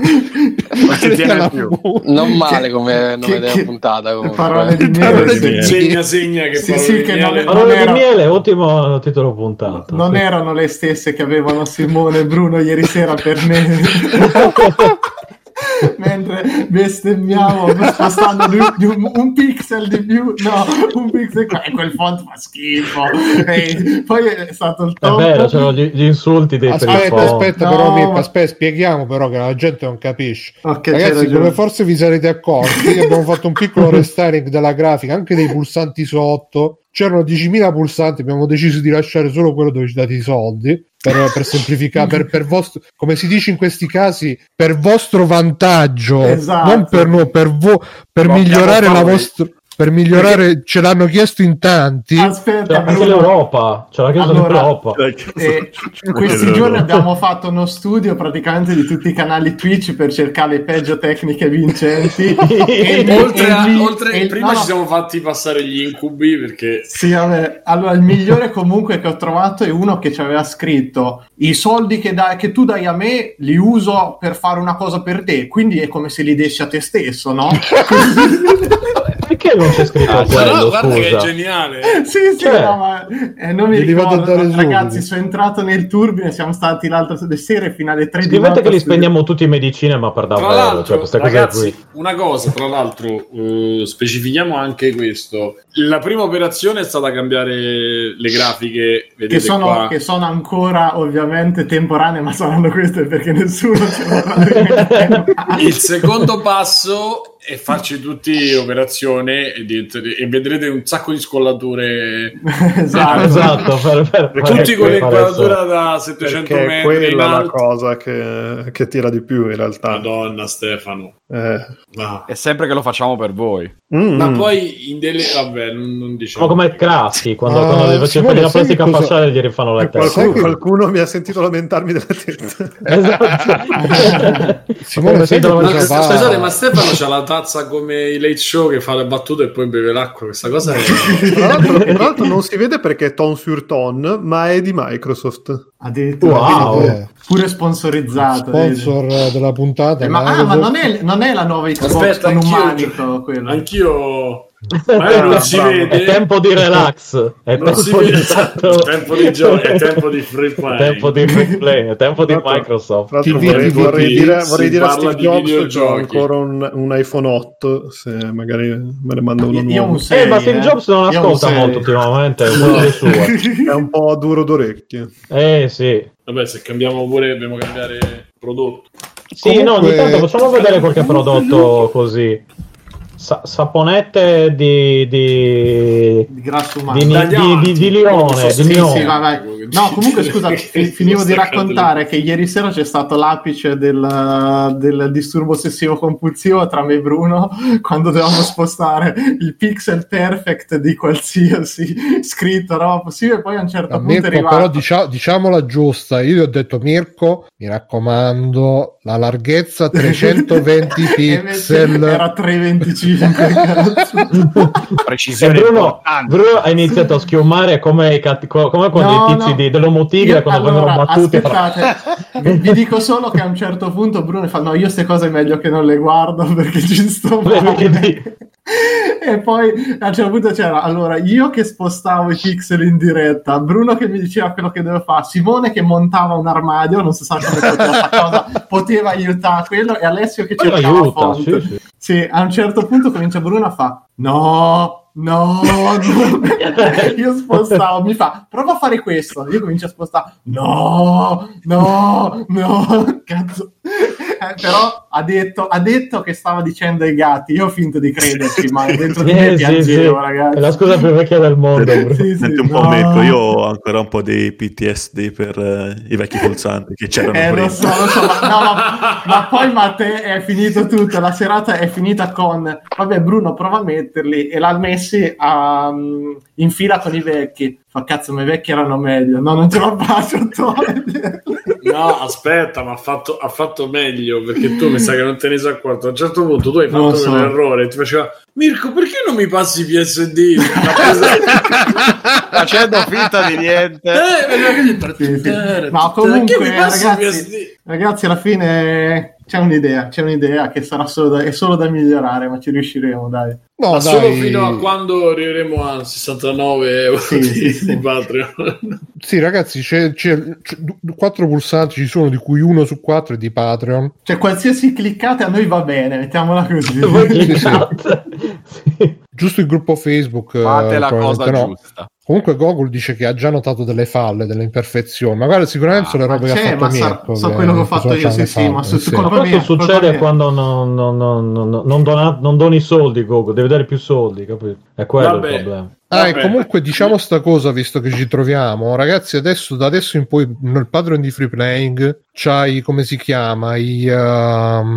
Non si tiene quelle più. della- Non male come nome che- della che- puntata. Comunque. Parole di Parole miele. di sì. Segna, segna che Sì, parole sì, di che miele. non è- Parole era- di miele, ottimo titolo puntata. Non sì. erano le stesse che avevano Simone e Bruno ieri sera per me. Mentre bestemmiamo spostando di un, di un- un pixel di più, no, un pixel qua, e quel font fa schifo. E poi è stato il È top. vero, c'erano gli, gli insulti dei Aspetta, perifoni. aspetta, No, però, mi- ma- aspetta, spieghiamo però che la gente non capisce. Ok, c'hai Ragazzi, ragione. come forse vi sarete accorti, abbiamo fatto un piccolo restyling della grafica, anche dei pulsanti sotto. C'erano diecimila pulsanti, abbiamo deciso di lasciare solo quello dove ci date i soldi per, per semplificare, per, per vostro, come si dice in questi casi, per vostro vantaggio, Esatto. non per noi, per, vo- per Lo migliorare abbiamo la favorito. vostra. per migliorare, ce l'hanno chiesto in tanti. Aspetta, Cioè, anche Bruno. l'Europa, ce l'ha chiesto Allora, l'Europa. Eh, in questi giorni abbiamo fatto uno studio praticamente di tutti i canali Twitch per cercare le peggio tecniche vincenti. e lì- oltre, e a, lì- oltre e- prima no, no. ci siamo fatti passare gli incubi perché Sì, vabbè. Allora, il migliore comunque che ho trovato è uno che ci aveva scritto: i soldi che, dai, che tu dai a me li uso per fare una cosa per te, quindi è come se li dessi a te stesso, no? Perché non c'è scritto ah, quello, no, guarda che è scusa? geniale. sì, sì, Cioè, no, ma eh, non mi gli devo ricordo, andare ragazzi, subito. sono entrato nel turbine, siamo stati l'altra sera e fino alle tre di Scrivete notte che li a studiare. spendiamo tutti in medicina, ma per Tra davvero, l'altro, cioè, queste cose ragazzi, qui. una cosa, tra l'altro, eh, specifichiamo anche questo. La prima operazione è stata cambiare le grafiche, vedete Che sono, qua. che sono ancora ovviamente temporanee, ma saranno queste perché nessuno ce lo fa. Il secondo passo è farci tutti operazione e, diventare- e vedrete un sacco di scollature. Esatto. Esatto, per, per, per, Tutti con per fare l'inquadratura da settecento Perché è metri in quella la alto. cosa che, che tira di più in realtà. Madonna Stefano. Eh. Ma, È sempre che lo facciamo per voi. Mm, ma mm. poi in delle... Vabbè, non, non diciamo. Ma come Crafty, quando, Ah, quando gli Simone, fai la sai plastica cosa- facciale gli rifanno le teste. Qualcuno, Sai che- qualcuno mi ha sentito lamentarmi della testa. Esatto. Simone, Come sai se cosa Ma, dovesse- va? scusate, ma Stefano c'ha la tazza come i late show che fa le battute e poi beve l'acqua. Questa cosa è... Tra l'altro, tra l'altro non si vede perché è ton sur ton, ma è di Microsoft. Addirittura Wow. quindi Eh, pure sponsorizzato. sponsor eh, della puntata. Eh, ma, ah, ma non, è, non è la nuova Xbox Aspetta, con un anch'io- manico quella. Anch'io... Ma non si bravo. vede. È tempo di relax, è Non si tempo vede. di Esatto, è tempo di gioco, è tempo di free play. è tempo di free play, è tempo di Tra l'altro- Microsoft. Tra l'altro Ti vorrei, vedi, vorrei ti- dire, si vorrei dire a parla Steve di Jobs che ho videogiochi. ancora un, un iPhone otto, se magari me ne manda uno Io- io nuovo. un sei, Eh, ma Steve eh. Jobs non Io ascolta un sei. molto ultimamente, è colpa sua. È un po' duro d'orecchie. Eh sì. Vabbè, se cambiamo pure, dobbiamo cambiare prodotto. Sì, no, ogni Comunque- tanto facciamo vedere qualche prodotto così. Sa- saponette di di Di grasso umano. di, Dagli di, avanti. di, di Lione, di Sì, Lione. sì, vai, vai. No, comunque scusa, fi- finivo di raccontare che ieri sera c'è stato l'apice del, del disturbo ossessivo compulsivo tra me e Bruno quando dovevamo spostare il pixel perfect di qualsiasi scritto, roba possibile, poi a un certo A punto è Mirko, arrivato. però dicia- diciamola giusta, io gli ho detto Mirko, mi raccomando, la larghezza trecentoventi E invece pixel. era trecentoventicinque, cazzo. E Precisione Bruno, importante. Bruno ha iniziato a schiumare come, i cat- co- come quando No, i tizi no. di, dell'Homo Tigre Io- quando allora, vengono battuti. aspettate, vi, vi dico solo che a un certo punto Bruno fa: no, io queste cose è meglio che non le guardo perché ci sto male. Vedi? E poi a un certo punto c'era allora io che spostavo i pixel in diretta, Bruno che mi diceva quello che doveva fare, Simone che montava un armadio, non si sa come poteva fare cosa, poteva aiutare quello, e Alessio che Quello cercava aiuta, font. sì, sì. Sì, a un certo punto comincia Bruno a fa no, no, no. Io spostavo, mi fa prova a fare questo, io comincio a spostare no, no, no, cazzo. Eh, però ha detto, ha detto che stava dicendo ai gatti, io ho finto di crederci, ma dentro di me Eh, sì, piangevo, sì. ragazzi. È la scusa più vecchia del mondo, Bruno. Sì, sì, Senti un po' no. Mirko, io ho ancora un po' di P T S D per eh, i vecchi pulsanti che c'erano Eh, prima. lo so, lo so, ma, no, ma, ma poi Matteo è finito tutto, la serata è finita con vabbè Bruno prova a metterli, e l'ha messi a, in fila con i vecchi, fa cazzo ma i vecchi erano meglio, no non ce la faccio toglierli. No, aspetta, ma ha fatto, ha fatto meglio perché tu mi sa che non te ne sei accorto. A un certo punto tu hai Non fatto lo so. quell'errore e ti faceva Mirko, perché non mi passi P S D? Facendo finta di niente. Eh, Sì, sì. No, No, comunque, mi passi ragazzi, P S D? ragazzi, alla fine c'è un'idea, c'è un'idea che sarà solo da, è solo da migliorare, ma ci riusciremo, dai. No, Ma solo dai. fino a quando arriveremo a sessantanove euro Sì, di, sì, sì. di Patreon. Sì, ragazzi, c'è, c'è, c'è d- quattro pulsanti, ci sono, di cui uno su quattro è di Patreon. Cioè, qualsiasi cliccate a noi va bene, mettiamola così. Voi Sì, sì. cliccate. Sì. Giusto il gruppo Facebook. eh, Fate la cosa probabilmente no. giusta. Comunque Google dice che ha già notato delle falle, delle imperfezioni. Ma guarda, sicuramente Ah, sono le Ma robe che ha c'è, fatto ma sa- Mirko. so quello che ho fatto sono io, già sì, le sì, falle, ma su- sì. colpa Questo mia, colpa succede mia. quando non, non, non, non, non dona- non doni soldi, Gogo, devi dare più soldi, capito? È quello Vabbè. il problema. Ah, e Vabbè. comunque diciamo sta cosa, visto che ci troviamo, ragazzi, adesso da adesso in poi nel Patreon di Free Playing c'hai, come si chiama, i, ehm,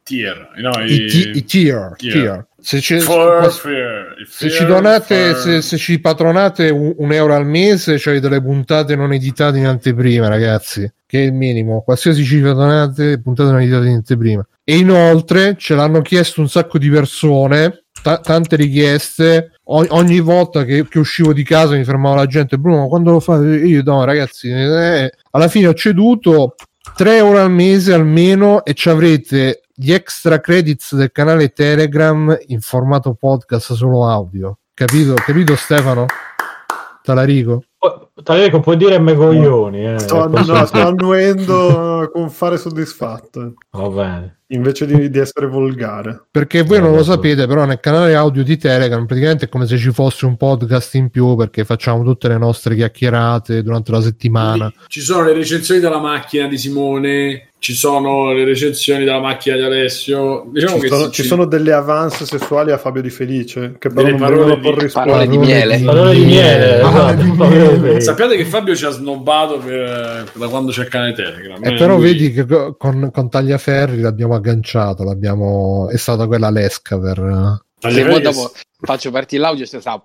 tier, no, i, i, ti- i tier, tier. tier. Se, ci, For se, fear, se fear, ci donate, fear. se, se ci patronate un, un euro al mese, cioè delle puntate non editate in anteprima, ragazzi, che è il minimo. Qualsiasi cifra donate, puntate non editate in anteprima. E inoltre ce l'hanno chiesto un sacco di persone, t- tante richieste. O- ogni volta che, che uscivo di casa mi fermava la gente: Bruno, ma quando lo fate? Io no, ragazzi, eh. Alla fine ho ceduto tre euro al mese almeno e ci avrete gli extra credits del canale Telegram in formato podcast solo audio. Capito? Capito Stefano? Talarico? Talarico, puoi dire megoglioni. Eh, sto, no, sto annuendo con fare soddisfatto. Va bene. Invece di, di essere volgare. Perché voi non lo sapete, però nel canale audio di Telegram praticamente è come se ci fosse un podcast in più, perché facciamo tutte le nostre chiacchierate durante la settimana. Ci sono le recensioni della macchina di Simone, ci sono le recensioni della macchina di Alessio. Diciamo ci, che sono, ci... ci sono delle avance sessuali a Fabio Di Felice che però Delle non parole vengono di- corrispondere. Parole di miele. Parole di miele, Parole di esatto. miele. Sappiate che Fabio ci ha snobbato per, da quando c'è il canale Telegram. E Eh, però lui- vedi che co- con, con Tagliaferri l'abbiamo agganciato, l'abbiamo... è stata quella l'esca per... Taglia Se poi fuori che- dopo faccio partire l'audio, se sa.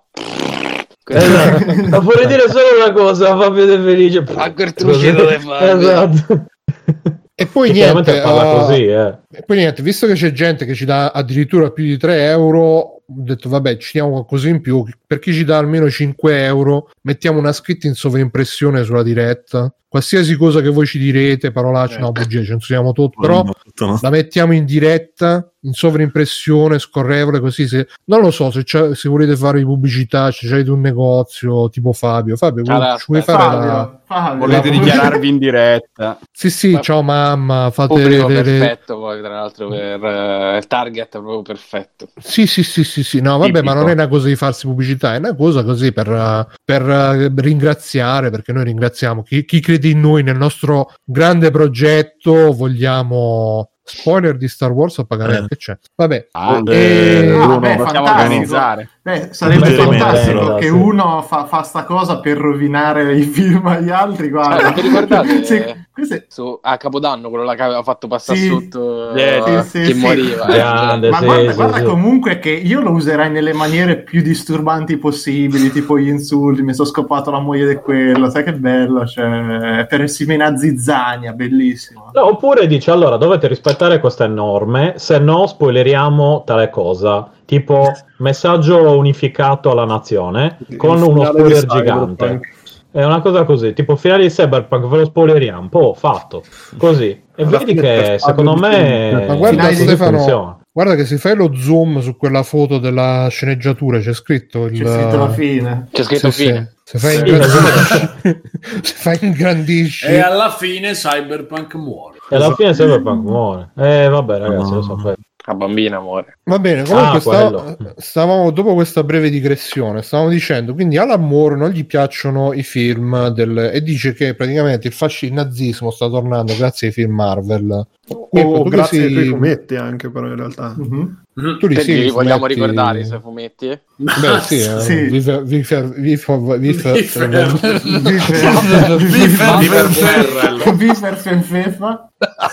Esatto. Ma vorrei dire solo una cosa, Fabio De Felice. A Gertrude deve fare. Esatto. E poi Che chiaramente niente, parla uh, così, eh. e poi niente, visto che c'è gente che ci dà addirittura più di tre euro, ho detto vabbè, ci diamo qualcosa in più. Per chi ci dà almeno cinque euro mettiamo una scritta in sovraimpressione sulla diretta, qualsiasi cosa che voi ci direte, parolacce, no, bugie, censuriamo tutto, però No, tutto no. la mettiamo in diretta, in sovraimpressione, scorrevole, così. Se non lo so, se, c'è- se volete fare di pubblicità, se c'è un negozio tipo Fabio, Fabio, vuoi- Allora, ci vuoi fare Fabio, la... Fabio. Volete La- dichiararvi in diretta? Sì, sì, Ma- ciao mamma, fate Pubblico le- le- perfetto, poi tra l'altro per eh, il target è proprio perfetto. Sì, sì, sì, sì, sì. No, vabbè, Tipico. ma non è una cosa di farsi pubblicità, è una cosa così per, uh, per uh, ringraziare, perché noi ringraziamo chi, chi crede in noi, nel nostro grande progetto. Vogliamo spoiler di Star Wars a pagare, Eh. che c'è? Vabbè, Anche Eh, Bruno, ah, beh, possiamo fantastico. organizzare. Beh, sarebbe Leggermente, fantastico però, che sì. uno fa, fa sta cosa per rovinare i film agli altri. Guarda, Ah, vi ricordate? Sì, queste- Su, a Capodanno, quello là che aveva fatto passare Sì. sotto Yeah, eh, sì, chi sì, moriva. sì. eh, Grande, Ma sì, guarda, sì, guarda sì. comunque che io lo userai nelle maniere più disturbanti possibili, tipo gli insulti, mi sono scopato la moglie di quello, sai che bello, cioè, per Simena Zizzania, bellissimo. No, oppure dice allora dovete rispettare queste norme, se no spoileriamo tale cosa, tipo messaggio unificato alla nazione con Il uno finale spoiler di Cyberpunk. gigante. È una cosa così, tipo finale di Cyberpunk ve lo spoileriamo, poi fatto, così. E Alla vedi fine che per secondo Fabio Di me Felice. Ma guarda, così Stefano, funziona. guarda che se fai lo zoom su quella foto della sceneggiatura c'è scritto il... C'è scritto la fine. C'è scritto Sì, fine. sì. Se fai Sì, ingrandisci, se fai ingrandisci, E alla fine Cyberpunk muore. E alla fine Cyberpunk muore. Eh vabbè ragazzi, lo sapevo. La bambina muore. va bene. Comunque Ah, stavo- quello. stavamo dopo questa breve digressione, stavamo dicendo, quindi Alan Moore non gli piacciono i film del, e dice che praticamente il fascismo, il nazismo sta tornando grazie ai film Marvel. O Mirko, tu che grazie ai sei- tuoi fumetti anche, però in realtà. Mhm. tu li Perché segui li i vogliamo fumetti? ricordare i suoi fumetti? Beh, sì, eh, Sì. vi fer- vi fer- vi fer- vi fer- Vifer. Vifer Vifer Ferrell. Vifer Fenfefa.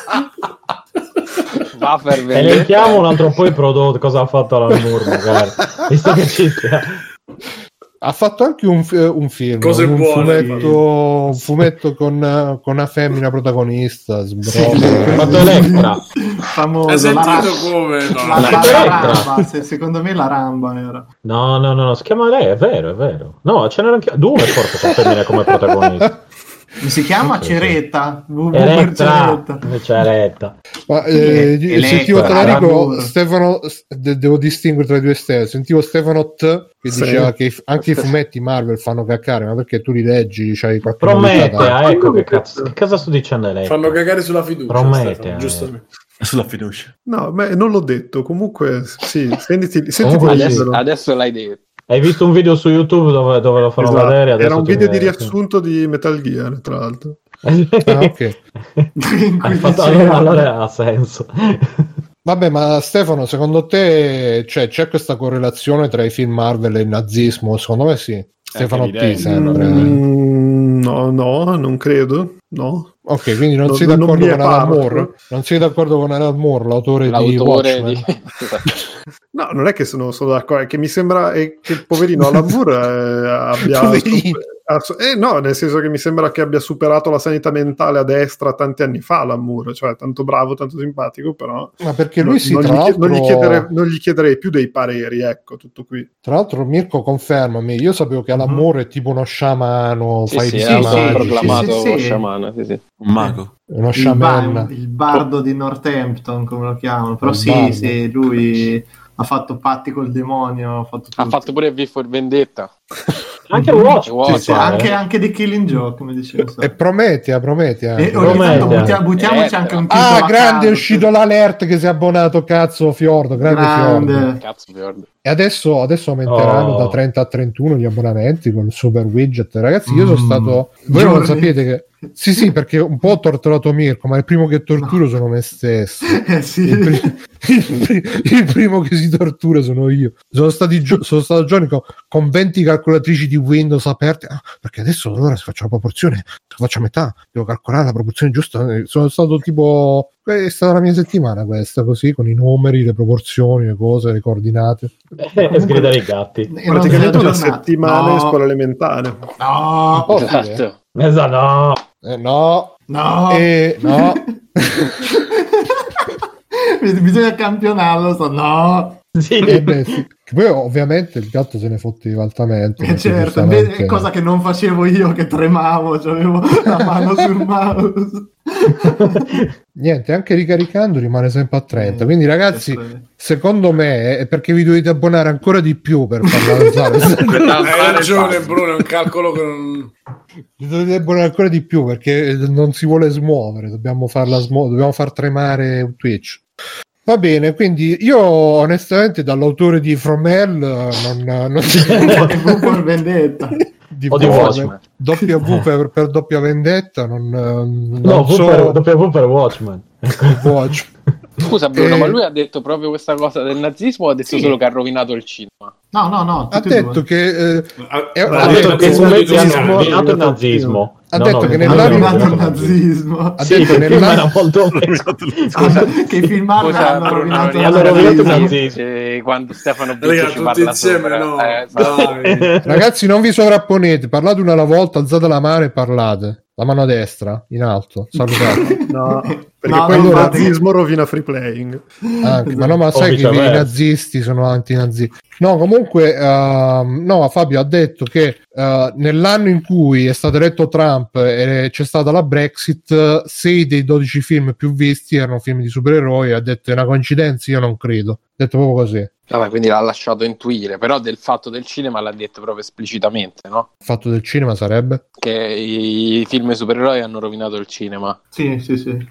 Va per Elenchiamo un altro po' i prodotti, cosa ha fatto Alan Moore magari. Visto che ci sia. ha fatto anche un, fi- un film, Cose un buone, fumetto, un fumetto con, eh, con una femmina protagonista. Sì. Ha fatto Electra. Famoso. Hai sentito la, come? la, No, la, la, Electra. Ramba, se- secondo me la Ramba era. No, no, no, no, si chiama lei, è vero, è vero. No, ce n'erano anche due forse con femmine come protagonista. Mi si chiama Sì, sì. Ceretta. V- V per Elettra, Ceretta. invece Electra. Ma, eh, Sì, Electra, sentivo Talarico, Arabur. Stefano, de- devo distinguere tra i due stelle. Sentivo Stefano T che Sì. diceva che i- anche i fumetti Marvel fanno caccare, ma perché tu li leggi, c'hai qualche Promette, novità? ah, ecco che cazzo. Che cosa sto dicendo Electra? fanno cagare sulla fiducia. Promette, Stefano, eh. giustamente. Sulla fiducia. No, ma non l'ho detto. Comunque, sì, sentiti, sentiti Comunque sì. Adesso, libero. adesso l'hai detto. Hai visto un video su YouTube dove, dove lo fanno Esatto. vedere? Adesso Era un tu video mi- di riassunto di Metal Gear, tra l'altro. Ah, ok. In cui Hai fatto- diceva- allora, allora ha senso. Vabbè, ma Stefano, secondo te cioè, c'è questa correlazione tra i film Marvel e il nazismo? Secondo me sì. Stefano T evidente. sempre. Mm, No, no, non credo. No. Ok, quindi non, non sei non d'accordo mi è con Alan parso. Moore? Non sei d'accordo con Alan Moore, l'autore, L'autore di Watchmen? di... No, non è che sono, sono d'accordo, è che mi sembra è che il poverino Alan Moore eh, abbia... Poverino. Eh no, nel senso che mi sembra che abbia superato la sanità mentale a destra tanti anni fa Alan Moore, cioè tanto bravo, tanto simpatico, però... Ma perché lui non, si non, tra gli, l'altro... non, gli chiedere, non gli chiederei più dei pareri, ecco, tutto qui. Tra l'altro Mirko confermami, io sapevo che Alan Mhm. Moore è tipo uno sciamano, Sì, fai sì, di è sì, magici. autoproclamato sì, sì, sì. sciamano, sì, sì. Un mago. Uno Il, sciaman. ba- il bardo di Northampton, come lo chiamano. Però Il sì, bardo. sì, lui ha fatto patti col demonio, ha fatto tutto. Ha fatto pure V for Vendetta. Anche Watch, Watch, Sì, sì, anche, anche The Killing Joke, come dicevo. E Prometea, Prometea. E anche. ogni tanto Prometea. buttia- buttiamoci Eh, anche un titolo Ah, a grande, è caso, uscito sì. l'alert che si è abbonato, cazzo, Fiordo, grande, Fiordo. Grande. Cazzo, Fiordo. E adesso, adesso aumenteranno Oh. da trenta a trentuno gli abbonamenti con il super widget. Ragazzi, io sono Mm. stato... Voi non Giorni. sapete che... Sì, sì, perché un po' ho torturato Mirko, ma il primo che torturo sono me stesso. Eh, sì. Il, pri- il pri- il primo che si tortura sono io. Sono, stati gio- sono stato giorni con, con venti calcolatrici di Windows aperte. Ah, perché adesso allora se faccio la proporzione, se faccio a metà, devo calcolare la proporzione giusta. Sono stato tipo... È stata la mia settimana questa, così, con i numeri, le proporzioni, le cose, le coordinate. e sgridare i gatti. Io non Praticamente sono una aggiornato. settimana No. in scuola elementare. No, Oh, sì, eh. Esatto. Esatto, no. Eh, no, no. eh, no. Bisogna campionarlo, so. No. Sì. Eh, beh, sì. Che poi ovviamente il gatto se ne fotte altamente. Eh, perché certo, giustamente- invece- cosa che non facevo io, che tremavo, avevo la mano sul mouse. Niente, anche ricaricando rimane sempre a trenta. Eh, Quindi ragazzi, sempre. secondo me è perché vi dovete abbonare ancora di più per farla alzare. Hai ragione, Bruno, è un calcolo che non... Vi dovete abbonare ancora di più perché non si vuole smuovere. Dobbiamo farla smuovere, dobbiamo far tremare Twitch. Va bene, quindi io onestamente dall'autore di From Hell non, non V for Vendetta. di O di Watchmen, Watchmen. W per, per doppia vendetta non, non No, V so per, W per Watchmen. Watch. Scusa Bruno, Eh, ma lui ha detto proprio questa cosa del nazismo o ha detto Sì. solo che ha rovinato il cinema? No, no, no. ha tutti e detto due. che eh, Ha, Eh, ha ha detto detto che che i sono fumetti di hanno Toscana. rovinato il nazismo. Ha No, detto no, che non nell'anno- hanno rovinato il rovinato nazismo. ha Sì, detto che che film era nell'anno molto Ah, che i film Marvel Scusa, hanno Bruno, rovinato il hanno rovinato il nazismo. nazismo. Eh, quando Stefano Biccio Raga, ci tutti parla insieme, sopra. no. Eh, esatto. Dai. ragazzi non vi sovrapponete, parlate una alla volta, alzate la mano e parlate, la mano a destra in alto, salutate. No, perché No, poi no, il infatti- nazismo rovina free playing. Anche, ma no, ma O sai che i viceversa. nazisti sono antinazisti. No, comunque, ehm, no, Fabio ha detto che eh, nell'anno in cui è stato eletto Trump e c'è stata la Brexit, sei dei dodici film più visti erano film di supereroi. Ha detto è una coincidenza, io non credo. Ha detto proprio così. Vabbè, quindi l'ha lasciato intuire, però del fatto del cinema l'ha detto proprio esplicitamente, no? Il fatto del cinema sarebbe. Che i film supereroi hanno rovinato il cinema. Sì, sì, sì.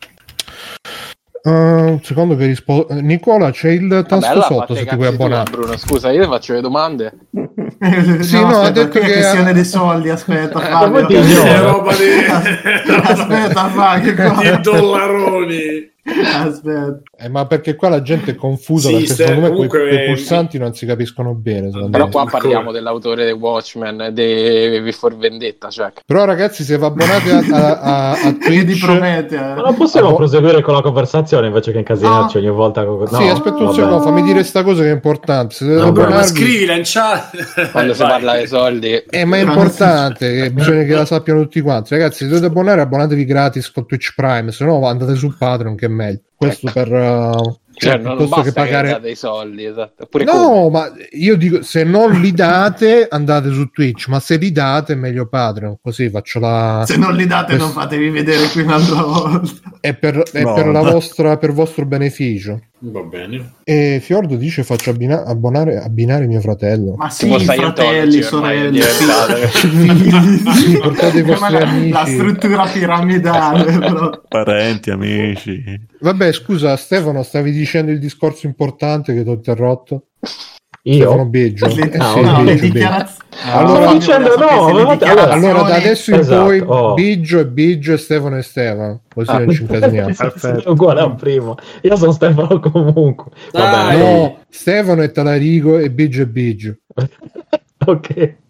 Uh, un secondo che rispondo. Nicola, c'è il tasto Vabbè, allora sotto fate se ti cazzi vuoi tua, abbonare. Bruno, scusa, io ti faccio le domande. Sì, no, ha aspetta, detto qui è che- questione dei soldi, aspetta, Eh, Fabio. ma ti È ignora. roba di... Aspetta, Fabio, qua. di dollaroni. Aspetta. Eh, ma perché qua la gente è confusa Sì, perché ste- secondo me quei, comunque, quei eh, pulsanti non si capiscono bene. secondo Però me. qua Ancora. parliamo dell'autore di Watchmen, di V for Vendetta, cioè. Però ragazzi, se vi abbonate a, a, a, a E di Twitch, Prometea. Ma non possiamo Ah, boh. proseguire con la conversazione invece che incasinarci ogni volta con... No, sì, aspetta un vabbè. secondo, fammi dire sta cosa che è importante. Se dovete No, Bruno, ma abbonarvi, scrivila in chat. Quando si Vai. parla dei soldi. eh, ma è importante, che bisogna che la sappiano tutti quanti. Ragazzi, se dovete abbonare, abbonatevi gratis con Twitch Prime, se no andate su Patreon che è meglio. Questo per uh, Cioè, cioè, non piuttosto basta che pagare. che date i soldi, esatto. Oppure come? No, ma io dico, se non li date andate su Twitch, ma se li date è meglio Patreon, così faccio la... Se non li date non fatevi vedere qui un'altra volta. è per, è No, per la no. vostra, per vostro beneficio. Va bene. E Fiordo dice faccio abbina- abbonare, abbinare mio fratello. Ma sì, Tipo fratelli, Scientology ormai è sorelle. diventato. Figli. Sì, portate i vostri Ma la, amici. la struttura piramidale. Però. Parenti, amici. Vabbè, scusa Stefano, stavi dicendo il discorso importante che ti ho interrotto? Stefano Io? Biggio. Le, Eh Ah, sì, no, ok. le Biggio, dichiarazioni. Allora- Stavo dicendo no, avevate- allora- Allora da adesso in Esatto, poi oh. Biggio e Biggio e Stefano e Stefano, così Ah. non ci incasiniamo. Perfetto. Uguale a un primo. Io sono Stefano comunque. Va Dai. bene. No, Stefano e Talarico e Biggio e Biggio. Ok.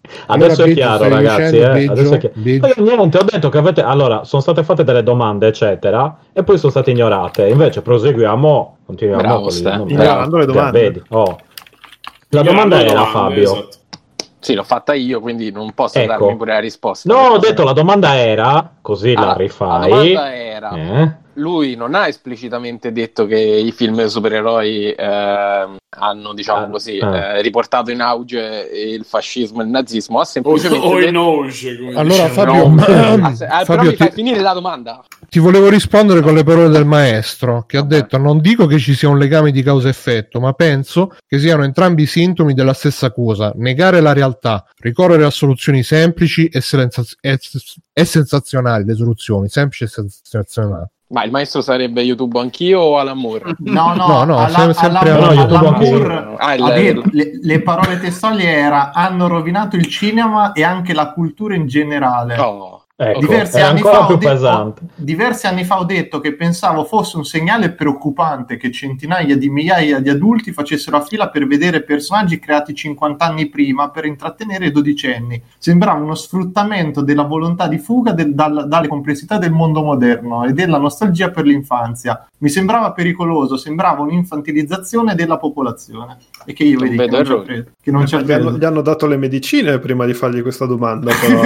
Adesso allora, è Biggio, chiaro, stai ragazzi. dicendo, Eh? Biggio, Adesso è chiaro. Biggio. Eh, niente, ho detto che avete. Allora, sono state fatte delle domande, eccetera, e poi sono state ignorate. Invece proseguiamo, continuiamo Bravo, con Ste. il Ignorando le domande. Vedi, oh. La Ignorando domanda le era, domande, Fabio. esatto. Sì, l'ho fatta io, quindi non posso Ecco. darmi pure la risposta. No, ho perché- detto la domanda era, così Ah, la la rifai. domanda era: Eh? lui non ha esplicitamente detto che i film supereroi ehm, hanno, diciamo Ah, così, ah. eh, riportato in auge il fascismo e il nazismo, ha O, semplicemente o in detto... auge, come Allora, diciamo. Fabio, No, ehm, ah, se- eh, però Fabio, mi fai ti- finire la domanda. Ti volevo rispondere con le parole del maestro, che Vabbè. ha detto: non dico che ci sia un legame di causa-effetto, ma penso che siano entrambi i sintomi della stessa cosa: negare la realtà, ricorrere a soluzioni semplici e, sensaz- e, e sensazionali. Le soluzioni semplici e sensazionali. Ma il maestro sarebbe YouTube anch'io o Alan Moore? No, no, No, no, alla, sem- sempre alla, no, alla YouTube anche io. Moore Ah, il- ha detto- le, le parole testuali era: hanno rovinato il cinema e anche la cultura in generale. Oh, Ecco, Diversi è anni, ancora fa ho più de- pesante. ho- diversi anni fa ho detto che pensavo fosse un segnale preoccupante che centinaia di migliaia di adulti facessero a fila per vedere personaggi creati cinquanta anni prima per intrattenere i dodicenni. Sembrava uno sfruttamento della volontà di fuga del- dal- dalle complessità del mondo moderno e della nostalgia per l'infanzia. Mi sembrava pericoloso, sembrava un'infantilizzazione della popolazione. E che io Non vedi vedo che non ci errori. credo. Che non ci Gli hanno, credo. gli hanno dato le medicine prima di fargli questa domanda, però.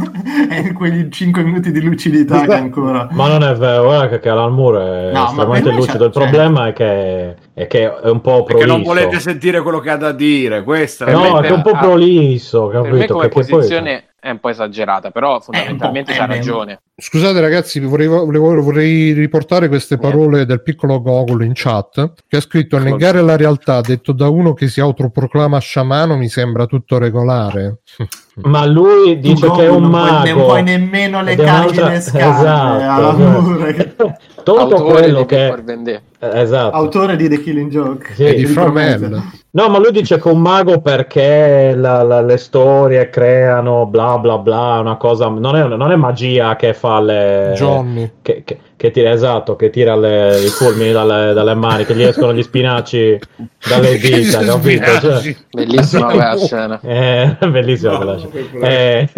E quegli cinque minuti di lucidità che ancora... Ma non è vero, guarda che, che Alan Moore è No, ma estremamente per me lucido. c'è- Il problema è, che, è che è un po' Perché prolisso. non volete sentire quello che ha da dire, questa è la Per me No, è che è un po' ah, prolisso, Per me capito? come Che- che poi- posizione è un po' esagerata, però fondamentalmente eh, c'ha beh. ragione. Scusate ragazzi, vorrei, volevo- vorrei riportare queste parole del piccolo Gogol in chat, che ha scritto: negare la realtà detto da uno che si autoproclama sciamano mi sembra tutto regolare. Ma lui Tu, dice Goku, che è un non puoi- mago. non puoi nemmeno ed è leccargli un'altra- le scarpe Esatto, alla esatto. Moore. Tutto Autore quello di che Before Vendetta. Eh, esatto. Autore di The Killing Joke. Sì. E di Di From Prometheus. Hell. No, ma lui dice che un mago perché la- la- le storie creano bla bla bla, una cosa, non è, non è magia che fa le Johnny. che, che, che tira, esatto, che tira le, i fulmini dalle, dalle mani, che gli escono gli spinaci dalle dita, capito? Cioè, Bellissima quella scena. è bellissima quella scena. Eh,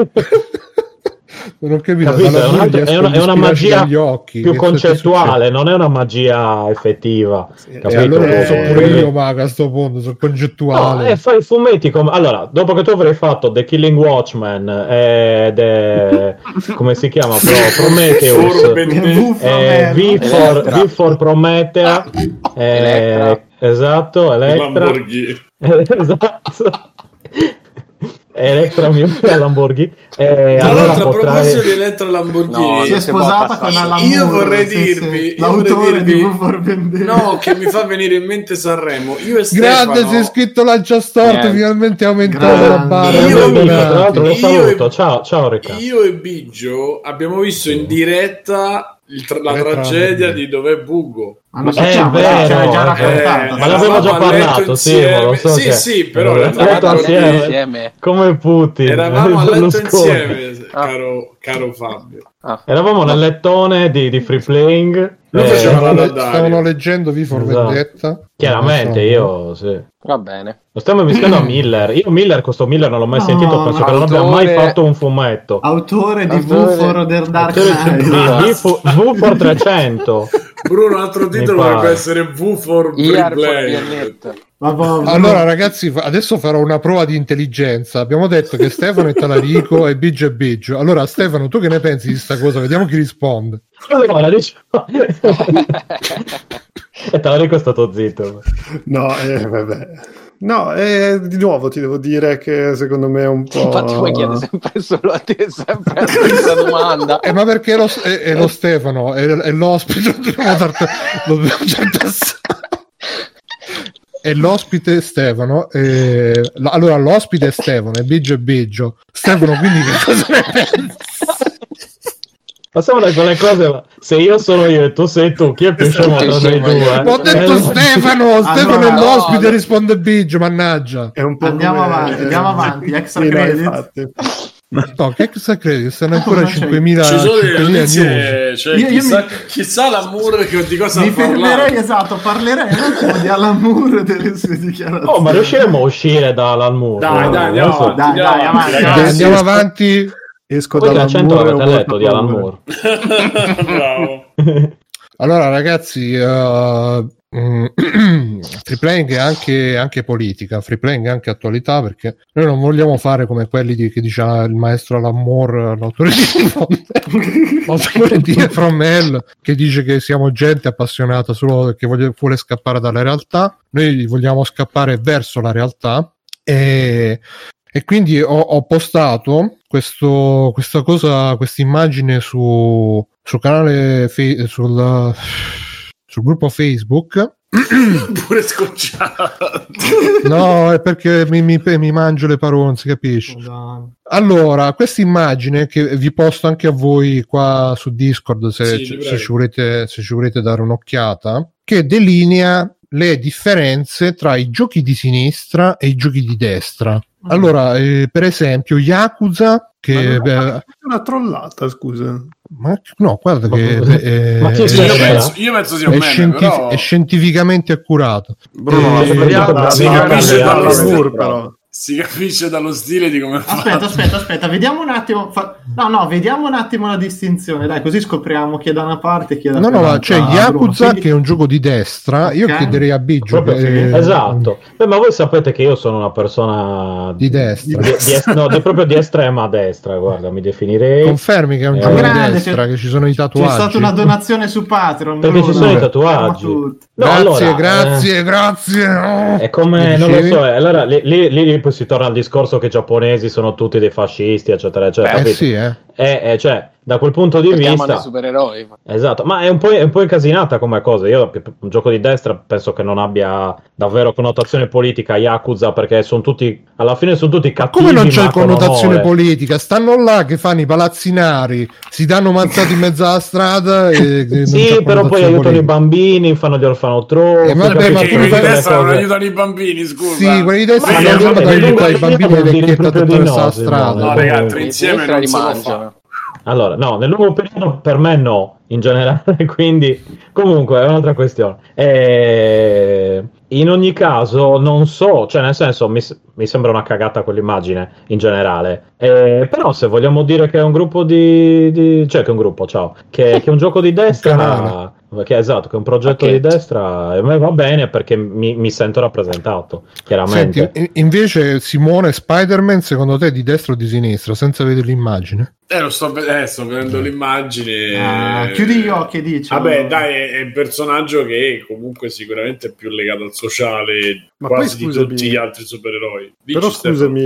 Non ho capito, capito? dalla È, un Moore altro- gli è escono una, gli è una spinaci magia dagli occhi. più Che cosa ti concettuale, non è una magia effettiva. succede? Capito? E allora lo so Eh, pure io, maga, a sto punto, sono No, concettuale. e fai i fumetti come... Allora, dopo che tu avrai fatto The Killing Watchmen e The... come si chiama? Pro... Prometheus, For Vendetta. V for eh, V Mel. for, Electra. V for Promethea, eh, Electra. esatto, Electra, Lamborghini. esatto. Electra mio Lamborghini. Eh, Tra allora l'altro, a potrai... proposito di Elettra Lamborghini, No, Si è si può sposata passare. con Alan io Moore, vorrei sì, sì. dirvi, io l'autore vorrei di dirvi- V for Vendetta. no, che mi fa venire in mente Sanremo. Io e Grande, Stefano, si è scritto Lancia Storto, Niente. finalmente è aumentato Grande. la barra. Io- Io, Abbonati. tra l'altro lo Io- saluto, ciao, ciao Riccardo. io e Biggio abbiamo visto in diretta il tra- la Elettra tragedia Lamborghini. di Dov'è Bugo. Ma lo Eh, sappiamo, è vero, ce l'hai già è vero. raccontata. Ma l'avevo già Eravamo a letto parlato, sì, insieme. ma lo so Sì, che- sì, però Eh, l'avevamo letto detto assieme. Insieme. Come Putin. Eravamo a letto Berlusconi. insieme, Ah. caro, caro Fabio. Ah. Eravamo nel lettone di, di Free Playing. Lui eh, faceva Stavano, la le- Dario. stavano leggendo V for Esatto. Vendetta. Chiaramente, io sì. Va bene. Lo stiamo mischiando a Miller. Io Miller, questo Miller non l'ho mai No, sentito, penso no. che non abbia mai Autore- fatto un fumetto. Autore di Autore- V for the Dark Autore Knight. di V for- V for trecento. Bruno, un altro titolo pare. dovrebbe essere V for I R for Replay. Viennetta. Ma boh, Allora ragazzi, fa- adesso farò una prova di intelligenza. Abbiamo detto che Stefano è Talarico e Biggio è Biggio. Allora Stefano, tu che ne pensi di sta cosa? Vediamo chi risponde. Allora, diciamo... e Talarico è stato zitto. No, eh, vabbè. No, eh, di nuovo ti devo dire che secondo me è un po'... Infatti poi chiede sempre solo a te, sempre la stessa domanda. Eh, ma perché è lo, è, è lo Stefano, è, è l'ospite, dobbiamo tart- dobbiamo tartassare. È l'ospite Stefano. eh, l- allora l'ospite è Stefano e Biggio è Biggio. Stefano, quindi che cosa ne pensi? Passiamo da quelle cose, ma se io sono io e tu sei tu, chi è più scemo tra noi Scemo io. due? Ma ho detto Eh, Stefano, Stefano Allora, è l'ospite, no, risponde Biggio, mannaggia. È un po' Andiamo come- avanti, andiamo avanti, extra Sì, no, credit. infatti. No, che cosa credi? Stanno ancora No, cinquemila Ci sono delle cinquemila notizie, news. cioè, Io- io chissà, mi- chissà l'Amour che di cosa Mi ha parlato. fermerei, esatto, parlerei un attimo di Alan Moore e delle sue dichiarazioni. Oh, ma riusciremo a uscire da Alan Moore? Dai, dai, andiamo Adesso- avanti, Dai, andiamo dai, avanti, avanti, ragazzi. Andiamo avanti. Esco Voi che dalla accento mura e avete ho letto di Alan paura. Moore? Bravo. Allora, ragazzi, uh, mm, free playing è anche, anche politica, free playing è anche attualità, perché noi non vogliamo fare come quelli di, che diceva il maestro Alan Moore, l'autore di, l'autore di From Hell, che dice che siamo gente appassionata solo perché vuole, vuole scappare dalla realtà. Noi vogliamo scappare verso la realtà e, e quindi ho, ho postato questo, questa cosa, questa immagine su sul canale fe- sul, sul gruppo Facebook. Pure scocciato. No, è perché mi, mi, mi mangio le parole, non si capisce. Madonna. Allora, questa immagine che vi posto anche a voi qua su Discord se, Sì, se, ti se prego. ci volete, se ci volete dare un'occhiata, che delinea le differenze tra i giochi di sinistra e i giochi di destra. Allora, eh, per esempio, Yakuza, che Ma beh, non è una trollata, scusa. ma no, guarda che eh, Ma chi eh, si Io Eh, penso, io penso sia un è, meme, scientif- però è scientificamente accurato. Bruno, Eh, la Guarda, si ma capisce Alan dallo Moore, stile, però. si capisce dallo stile di come fa. Aspetta, aspetta, aspetta, vediamo un attimo. fa- No, no, vediamo un attimo la distinzione, dai, così scopriamo chi è da una parte e chi è da No, no, ma c'è Bruno. Yakuza Quindi- che è un gioco di destra. Io Ok. chiederei a Biggio Proprio- che- Esatto. Beh, ma voi sapete che io sono una persona di destra. di, di est- no, di proprio di estrema destra, guarda, mi definirei. Confermi che è un Eh, gioco di grande, destra, c'è- che ci sono i C'è tatuaggi. stata una donazione su Patreon. Perché ci Bruno. sono i Beh, tatuaggi. Fermo tutto. No, grazie, allora, grazie, grazie. eh, È come, Che non lo dicevi? so, eh, allora lì, lì, lì poi si torna al discorso che i giapponesi sono tutti dei fascisti, eccetera, eccetera. Eh capito? sì, eh. Eh, eh, cioè, da quel punto di Perché amano vista, i supereroi. esatto, ma è un po', è un po' incasinata come cosa. Io un gioco di destra penso che non abbia davvero connotazione politica, Yakuza, perché sono tutti, alla fine sono tutti cattivi. Come non c'è ma con connotazione onore. politica? Stanno là che fanno i palazzinari, si danno mazzati in mezzo alla strada. E, e non Sì, c'è però poi connotazione aiutano i politica. bambini, fanno gli orfanotrofi. Eh, ma- capisci? beh, ma Perché tu quelli fai di le destra non cose. aiutano i bambini, scusa. Sì, quelli di destra Ma non io- aiutano io- aiutare i io- bambini io- perché io- attraverso la io- strada. No, Eh, ragazzi, Quelli di insieme destra non se lo rimangiano. fa. Allora, no, nel nuovo periodo per me no, in generale, quindi comunque è un'altra questione. Eh, in ogni caso, non so, cioè nel senso mi, mi sembra una cagata quell'immagine in generale. Eh, però se vogliamo dire che è un gruppo di, di- cioè che è un gruppo, ciao, che, che è un gioco di destra, canale. che, esatto, che è un progetto di Pacchetto. destra, a me va bene perché mi, mi sento rappresentato, chiaramente. Senti, i- invece Simone, Spider-Man secondo te è di destra o di sinistra? Senza vedere l'immagine. Eh, lo sto, ve- eh, sto vedendo l'immagine. Ah, chiudi gli occhi e dici. Vabbè, dai, è, è un personaggio che comunque sicuramente è più legato al sociale Ma quasi poi, di scusami, tutti gli altri supereroi. Dici, Però Stefano. scusami,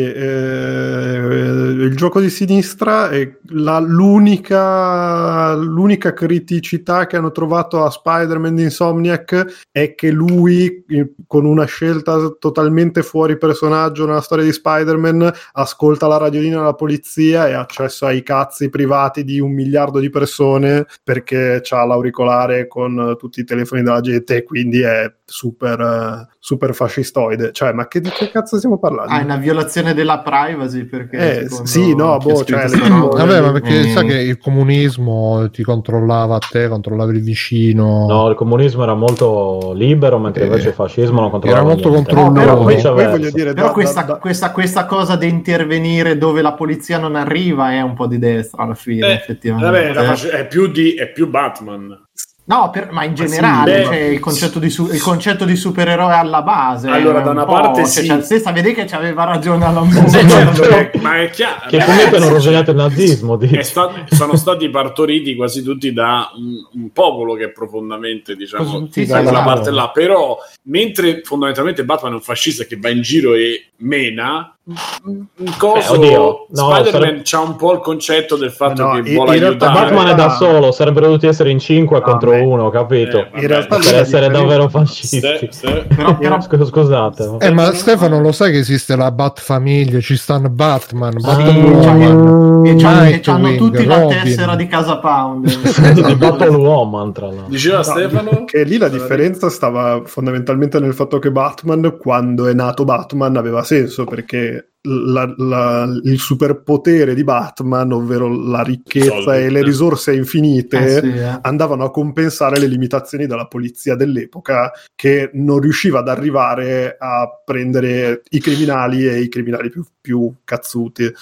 eh, il gioco di sinistra è la- l'unica, l'unica criticità che hanno trovato a Spider-Man di Insomniac è che lui, eh, con una scelta totalmente fuori personaggio nella storia di Spider-Man, ascolta la radiolina della polizia e ha accesso ai cazzi privati di un miliardo di persone perché c'ha l'auricolare con tutti i telefoni della gente e quindi è super, eh, super fascistoide. Cioè, ma che, di che cazzo stiamo parlando? Ah, è una violazione della privacy perché Eh, secondo sì, no, chi ha boh, scritto cioè, sta le- roba- Vabbè, ma perché Mm. sa che il comunismo ti controllava a te, controllava il vicino. No, il comunismo era molto libero, mentre Eh, invece il fascismo non controllava era molto niente. controlloso. No, però poi, Viceversa. poi voglio dire, Però da- questa, da- da- questa, questa cosa di intervenire dove la polizia non arriva è un po' di destra alla fine, Eh, effettivamente. vabbè, la face- è, più di, è più Batman. No, per- ma in sì, generale beh, cioè, il, concetto di su- il concetto di supereroe alla base. Allora, è da un una po'- parte cioè, sì. cioè, stessa, vedi che c'aveva ragione Alan Sì, Moore. certo, che- ma è chiaro. Che beh, comunque hanno sì, rovinato il nazismo, dici. è sta- sono stati partoriti quasi tutti da un, un popolo che è profondamente, diciamo, Così tutti da da quella là. parte là. Però, mentre fondamentalmente Batman è un fascista che va in giro e mena, un coso, Eh, oddio, no, Spider-Man sarebbe- c'ha un po' il concetto del fatto No, che in- vuole in realtà aiutare. Batman è da realtà- solo, sarebbero dovuti essere in cinque Ah, contro beh. uno, capito? Eh, in realtà per la essere differenza- davvero fascisti. Ste- ste- Però, però- Scu- Scusate. Eh, ma Stefano lo sai che esiste la Bat Famiglia, ci stanno Batman, Sì, Batwoman, e c'hanno, e Nightwing, c'hanno tutti la Robin. tessera di Casa Pound. Di Batwoman, tra l'altro. Diceva No, Stefano? che lì la differenza stava fondamentalmente nel fatto che Batman, quando è nato Batman, aveva senso perché la, la, il superpotere di Batman, ovvero la ricchezza Soldi. e le risorse infinite, eh sì, eh. andavano a compensare le limitazioni della polizia dell'epoca, che non riusciva ad arrivare a prendere i criminali e i criminali più, più cazzuti.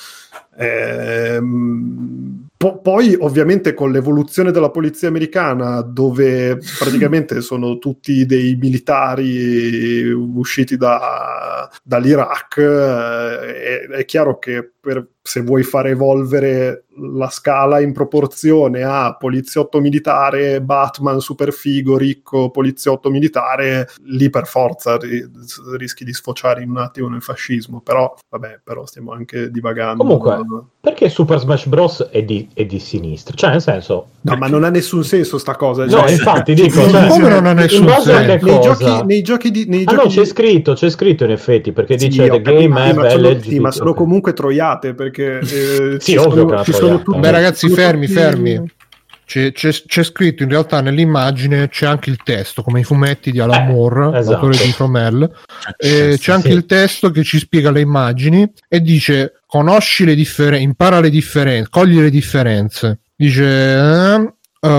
Ehm, po- poi ovviamente con l'evoluzione della polizia americana, dove praticamente sono tutti dei militari usciti da, dall'Iraq, eh, è, è chiaro che per, se vuoi far evolvere la scala in proporzione a poliziotto militare, Batman super figo, ricco, poliziotto militare, lì per forza ri- rischi di sfociare in un attimo nel fascismo, però vabbè, però stiamo anche divagando. Comunque, perché Super Smash Bros è di, è di sinistra? Cioè, nel senso... No, ma non ha nessun senso sta cosa. No, cioè, infatti dico... Cioè, come non ha nessun senso? Nei giochi, nei giochi di... Nei ah giochi no, c'è di... scritto, c'è scritto in effetti, perché sì, dice The capito, Game sì, ma have sono, L G B T. sì, ma sono okay. comunque troiate, perché... Eh, sì, ci ovvio sono, che ci sono tutti... Beh ragazzi, sono fermi, tutti... fermi. C'è, c'è, c'è scritto in realtà nell'immagine, c'è anche il testo, come i fumetti di Alan eh, Moore, esatto. l'autore di Fromel, eh, c'è anche sì. il testo che ci spiega le immagini e dice: conosci le differenze, impara le differenze, cogli le differenze. Dice eh, uh,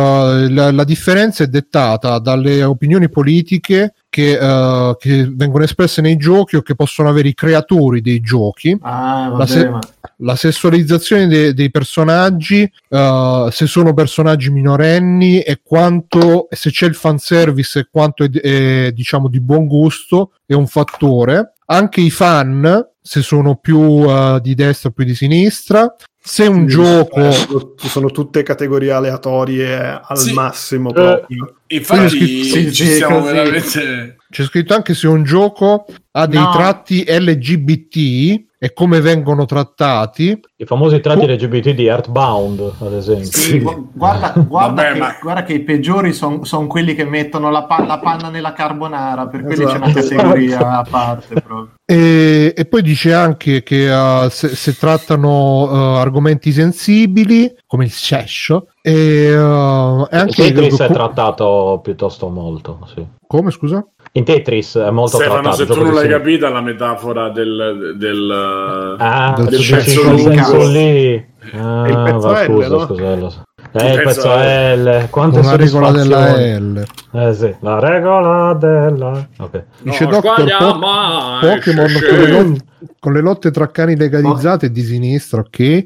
la, la differenza è dettata dalle opinioni politiche che, uh, che vengono espresse nei giochi o che possono avere i creatori dei giochi. Ah, vabbè, la, se- ma... la sessualizzazione de- dei personaggi, uh, se sono personaggi minorenni, e quanto, se c'è il fanservice e quanto è, è diciamo di buon gusto, è un fattore. Anche i fan, se sono più uh, di destra o più di sinistra. Se un sì, gioco... Ci sono tutte categorie aleatorie al sì. massimo eh, proprio. Infatti scritto, sì, ci sì, siamo così. veramente... C'è scritto anche se un gioco ha dei No. tratti L G B T e come vengono trattati. I famosi tratti L G B T di Earthbound, ad esempio. Sì, gu- guarda, guarda, Vabbè, che, ma- guarda che i peggiori sono son quelli che mettono la, pa- la panna nella carbonara, per quelli c'è una Esatto. categoria a parte proprio. E, e poi dice anche che uh, se, se trattano uh, argomenti sensibili come il sesso, e, uh, e anche Tetris co- è trattato piuttosto molto, sì. come scusa? In Tetris è molto Stefano, trattato. se tu gioco non di l'hai sim- capita la metafora del, del, Ah, del del senso senso, lungo. senso lì. Ah, il pezzo va, L, scusa, no? scusa. Il Eh, il pezzo pezzo L. Quante Una regola della soddisfazioni. L. Eh sì, la regola della... Ok. Dice No, Doctor sbaglia po- mai, Pokémon sì, con, le sì. lot- con le lotte tra cani legalizzate è di sinistra, ok? E,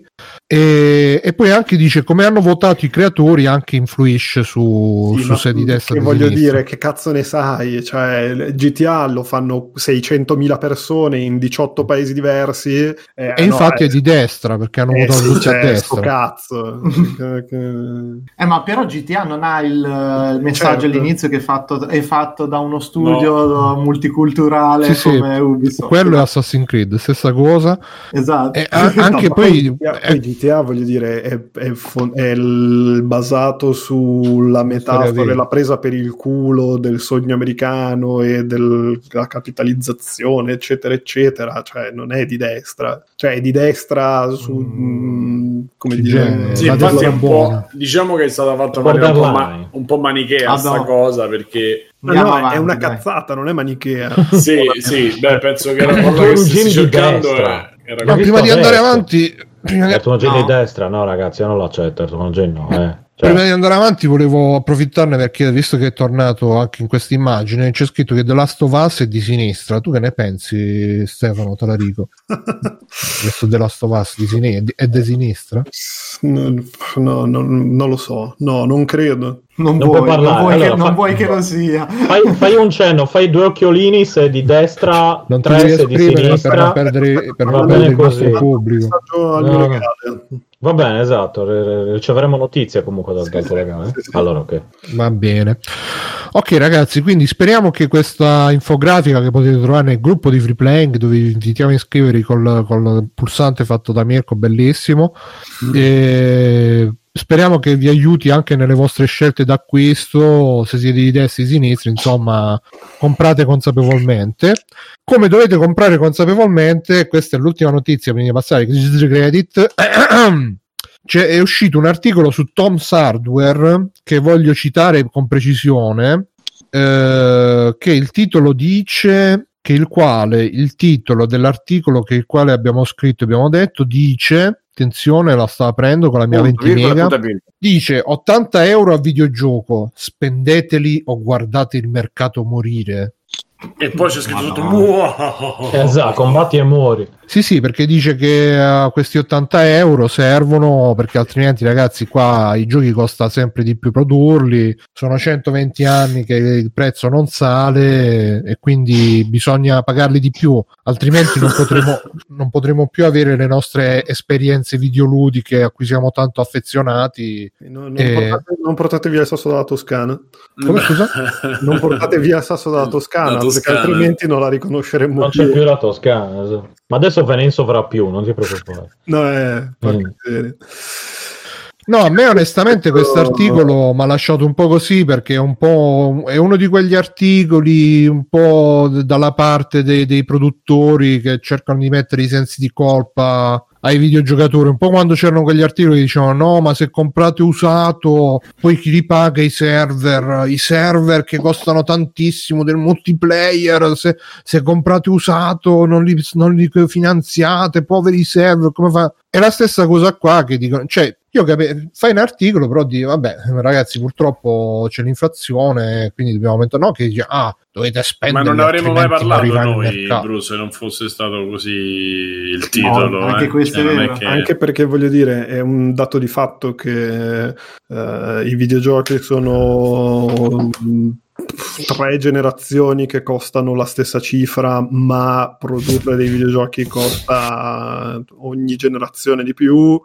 e poi anche dice come hanno votato i creatori anche influisce su, Sì, su ma se di destra che o di voglio sinistra. dire, che cazzo ne sai? Cioè, G T A lo fanno seicentomila persone in diciotto paesi diversi. Eh, E no, infatti eh, è di destra perché hanno eh, votato sì, tutti cioè, a sto destra. cazzo. Che- che- Eh, ma però G T A non ha il, il messaggio Certo. all'inizio che è fatto, è fatto da uno studio multiculturale Sì, sì, come Ubisoft. quello è Assassin's Creed, stessa cosa. Esatto. E a- anche No, ma poi, G T A, eh, poi G T A, voglio dire, è, è fon- è il- basato sulla metafora, vera. la presa per il culo del sogno americano e del- della capitalizzazione, eccetera, eccetera. Cioè, non è di destra, cioè è di destra su Mm. mh, come Sì, dire, genere. Sì, La infatti destra è un buona. po', diciamo che è stata fatta in maniera un po', ma- un po' manichea Ah, sta no. cosa, perché Ma Andiamo no, avanti, è una dai. cazzata, non è manichea. sì, sì, beh, penso che la È cosa un che stessi gin di cercando destra. è, era no, L'ho prima visto di andare adesso. avanti, prima di, Ertuno Gin No. di destra? No, ragazzi, io non lo accetto. Ertuno Gin no, eh. Cioè, prima di andare avanti volevo approfittarne perché visto che è tornato anche in questa immagine c'è scritto che The Last of Us è di sinistra. Tu che ne pensi, Stefano Talarico? Questo The Last of Us di sin- è di sinistra? No, no, no, non lo so, no, non credo. Non, Non vuoi, puoi parlare. non, vuoi, Allora, che, non fa- vuoi che lo sia. fai, fai un cenno, fai due occhiolini se di destra, Non ti tre devi se di esprimere per non sinistra. perdere, per Va non bene perdere il così. nostro pubblico. Messaggio al No, mio no. legale. Va bene, esatto, re- re- riceveremo notizie comunque dal, Sì, dal sì, tuo legame. sì, sì. Allora, ok. Va bene. Ok ragazzi, quindi speriamo che questa infografica che potete trovare nel gruppo di Free Playing, dove vi invitiamo a iscrivervi col, col pulsante fatto da Mirko, bellissimo, e speriamo che vi aiuti anche nelle vostre scelte d'acquisto, se siete di destra o di sinistra, insomma comprate consapevolmente. Come dovete comprare consapevolmente, questa è l'ultima notizia prima di passare ai credit. C'è, è uscito un articolo su Tom's Hardware che voglio citare con precisione, eh, che il titolo dice che il quale il titolo dell'articolo che il quale abbiamo scritto e abbiamo detto dice, attenzione, la sto aprendo con la mia Punto, venti virgola, mega, punta, dice ottanta euro a videogioco, spendeteli o guardate il mercato morire. E poi c'è scritto sotto no. Esatto, combatti e muori. Sì, sì, perché dice che uh, questi ottanta euro servono perché altrimenti, ragazzi, qua i giochi costa sempre di più produrli, sono centoventi anni che il prezzo non sale e quindi bisogna pagarli di più, altrimenti non potremo, non potremo più avere le nostre esperienze videoludiche a cui siamo tanto affezionati. Non, non, e... portate, non portate via il sasso dalla Toscana. Come, scusa? Non portate via il sasso dalla Toscana, La Toscana. perché altrimenti non la riconosceremmo Non più. c'è più la Toscana, esatto. Ma adesso ve ne insovrà più, non ti preoccupare. No, eh, Mm. No, a me onestamente questo articolo mi ha lasciato un po' così, perché è un po' è uno di quegli articoli un po' d- dalla parte dei, dei produttori che cercano di mettere i sensi di colpa ai videogiocatori, un po' quando c'erano quegli articoli che dicevano no, ma se comprate usato poi chi li paga? I server, i server che costano tantissimo del multiplayer, se, se comprate usato non li, non li finanziate, poveri server, come fa? È la stessa cosa qua che dicono, cioè io capi- fai un articolo però di vabbè ragazzi purtroppo c'è l'inflazione quindi dobbiamo aumentare, no che dice ah dovete spendere, ma non avremmo mai parlato noi, mercato. Bruce, se non fosse stato così il titolo. No, anche eh. questo Cioè, è non vero. che... Anche perché voglio dire è un dato di fatto che eh, i videogiochi sono mh, tre generazioni che costano la stessa cifra, ma produrre dei videogiochi costa ogni generazione di più.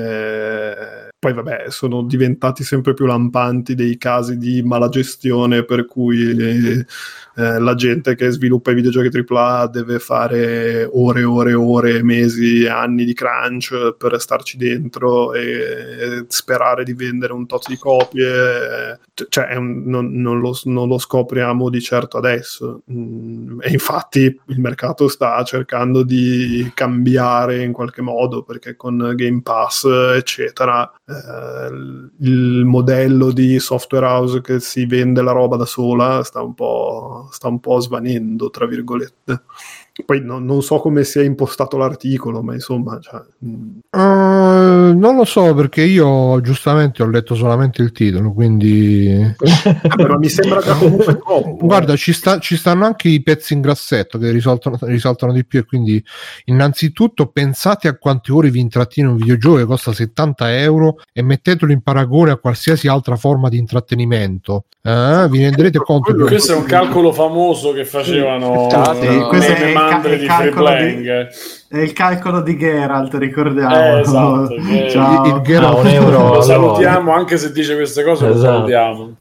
Eh, poi vabbè, sono diventati sempre più lampanti dei casi di malagestione per cui eh, la gente che sviluppa i videogiochi tripla A deve fare ore e ore e ore, mesi, anni di crunch per starci dentro e, e sperare di vendere un tot di copie. Cioè è un, non, non, lo, non lo scopriamo di certo adesso, mm, e infatti il mercato sta cercando di cambiare in qualche modo, perché con Game Pass eccetera eh, il modello di software house che si vende la roba da sola sta un po', sta un po' svanendo tra virgolette. Poi no, non so come sia impostato l'articolo, ma insomma cioè, mh. Uh, non lo so perché io giustamente ho letto solamente il titolo, quindi Però mi sembra già comunque troppo. Guarda, ci, sta, ci stanno anche i pezzi in grassetto che risaltano, risaltano di più, e quindi innanzitutto pensate a quante ore vi intrattiene un videogioco che costa settanta euro e mettetelo in paragone a qualsiasi altra forma di intrattenimento. Eh, vi renderete conto che questo è un calcolo famoso che facevano Sì, uh, questo nelle è il, mandre ca- il di calcolo di, Freeplaying. è il calcolo di Geralt, ricordiamo. Eh, esatto, che- Ciao. il, il Geralt- Ah, un euro Lo allora. salutiamo, anche se dice queste cose lo Esatto. salutiamo.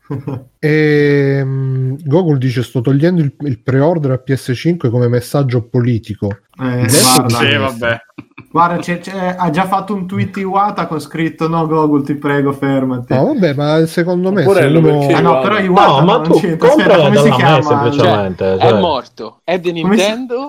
E, um, Google dice sto togliendo il, il pre-order a P S cinque come messaggio politico. Eh, Adesso guarda, Sì, vabbè. guarda c'è, c'è- ha già fatto un tweet Iwata con scritto no Google ti prego fermati. No, vabbè, ma secondo me Oppure se lo uno... perché- Ah no, però Iwata No, ma non tu c'entra. Aspetta, comprala come si dalla me chiama? semplicemente. È cioè. morto, è di Come si- Nintendo.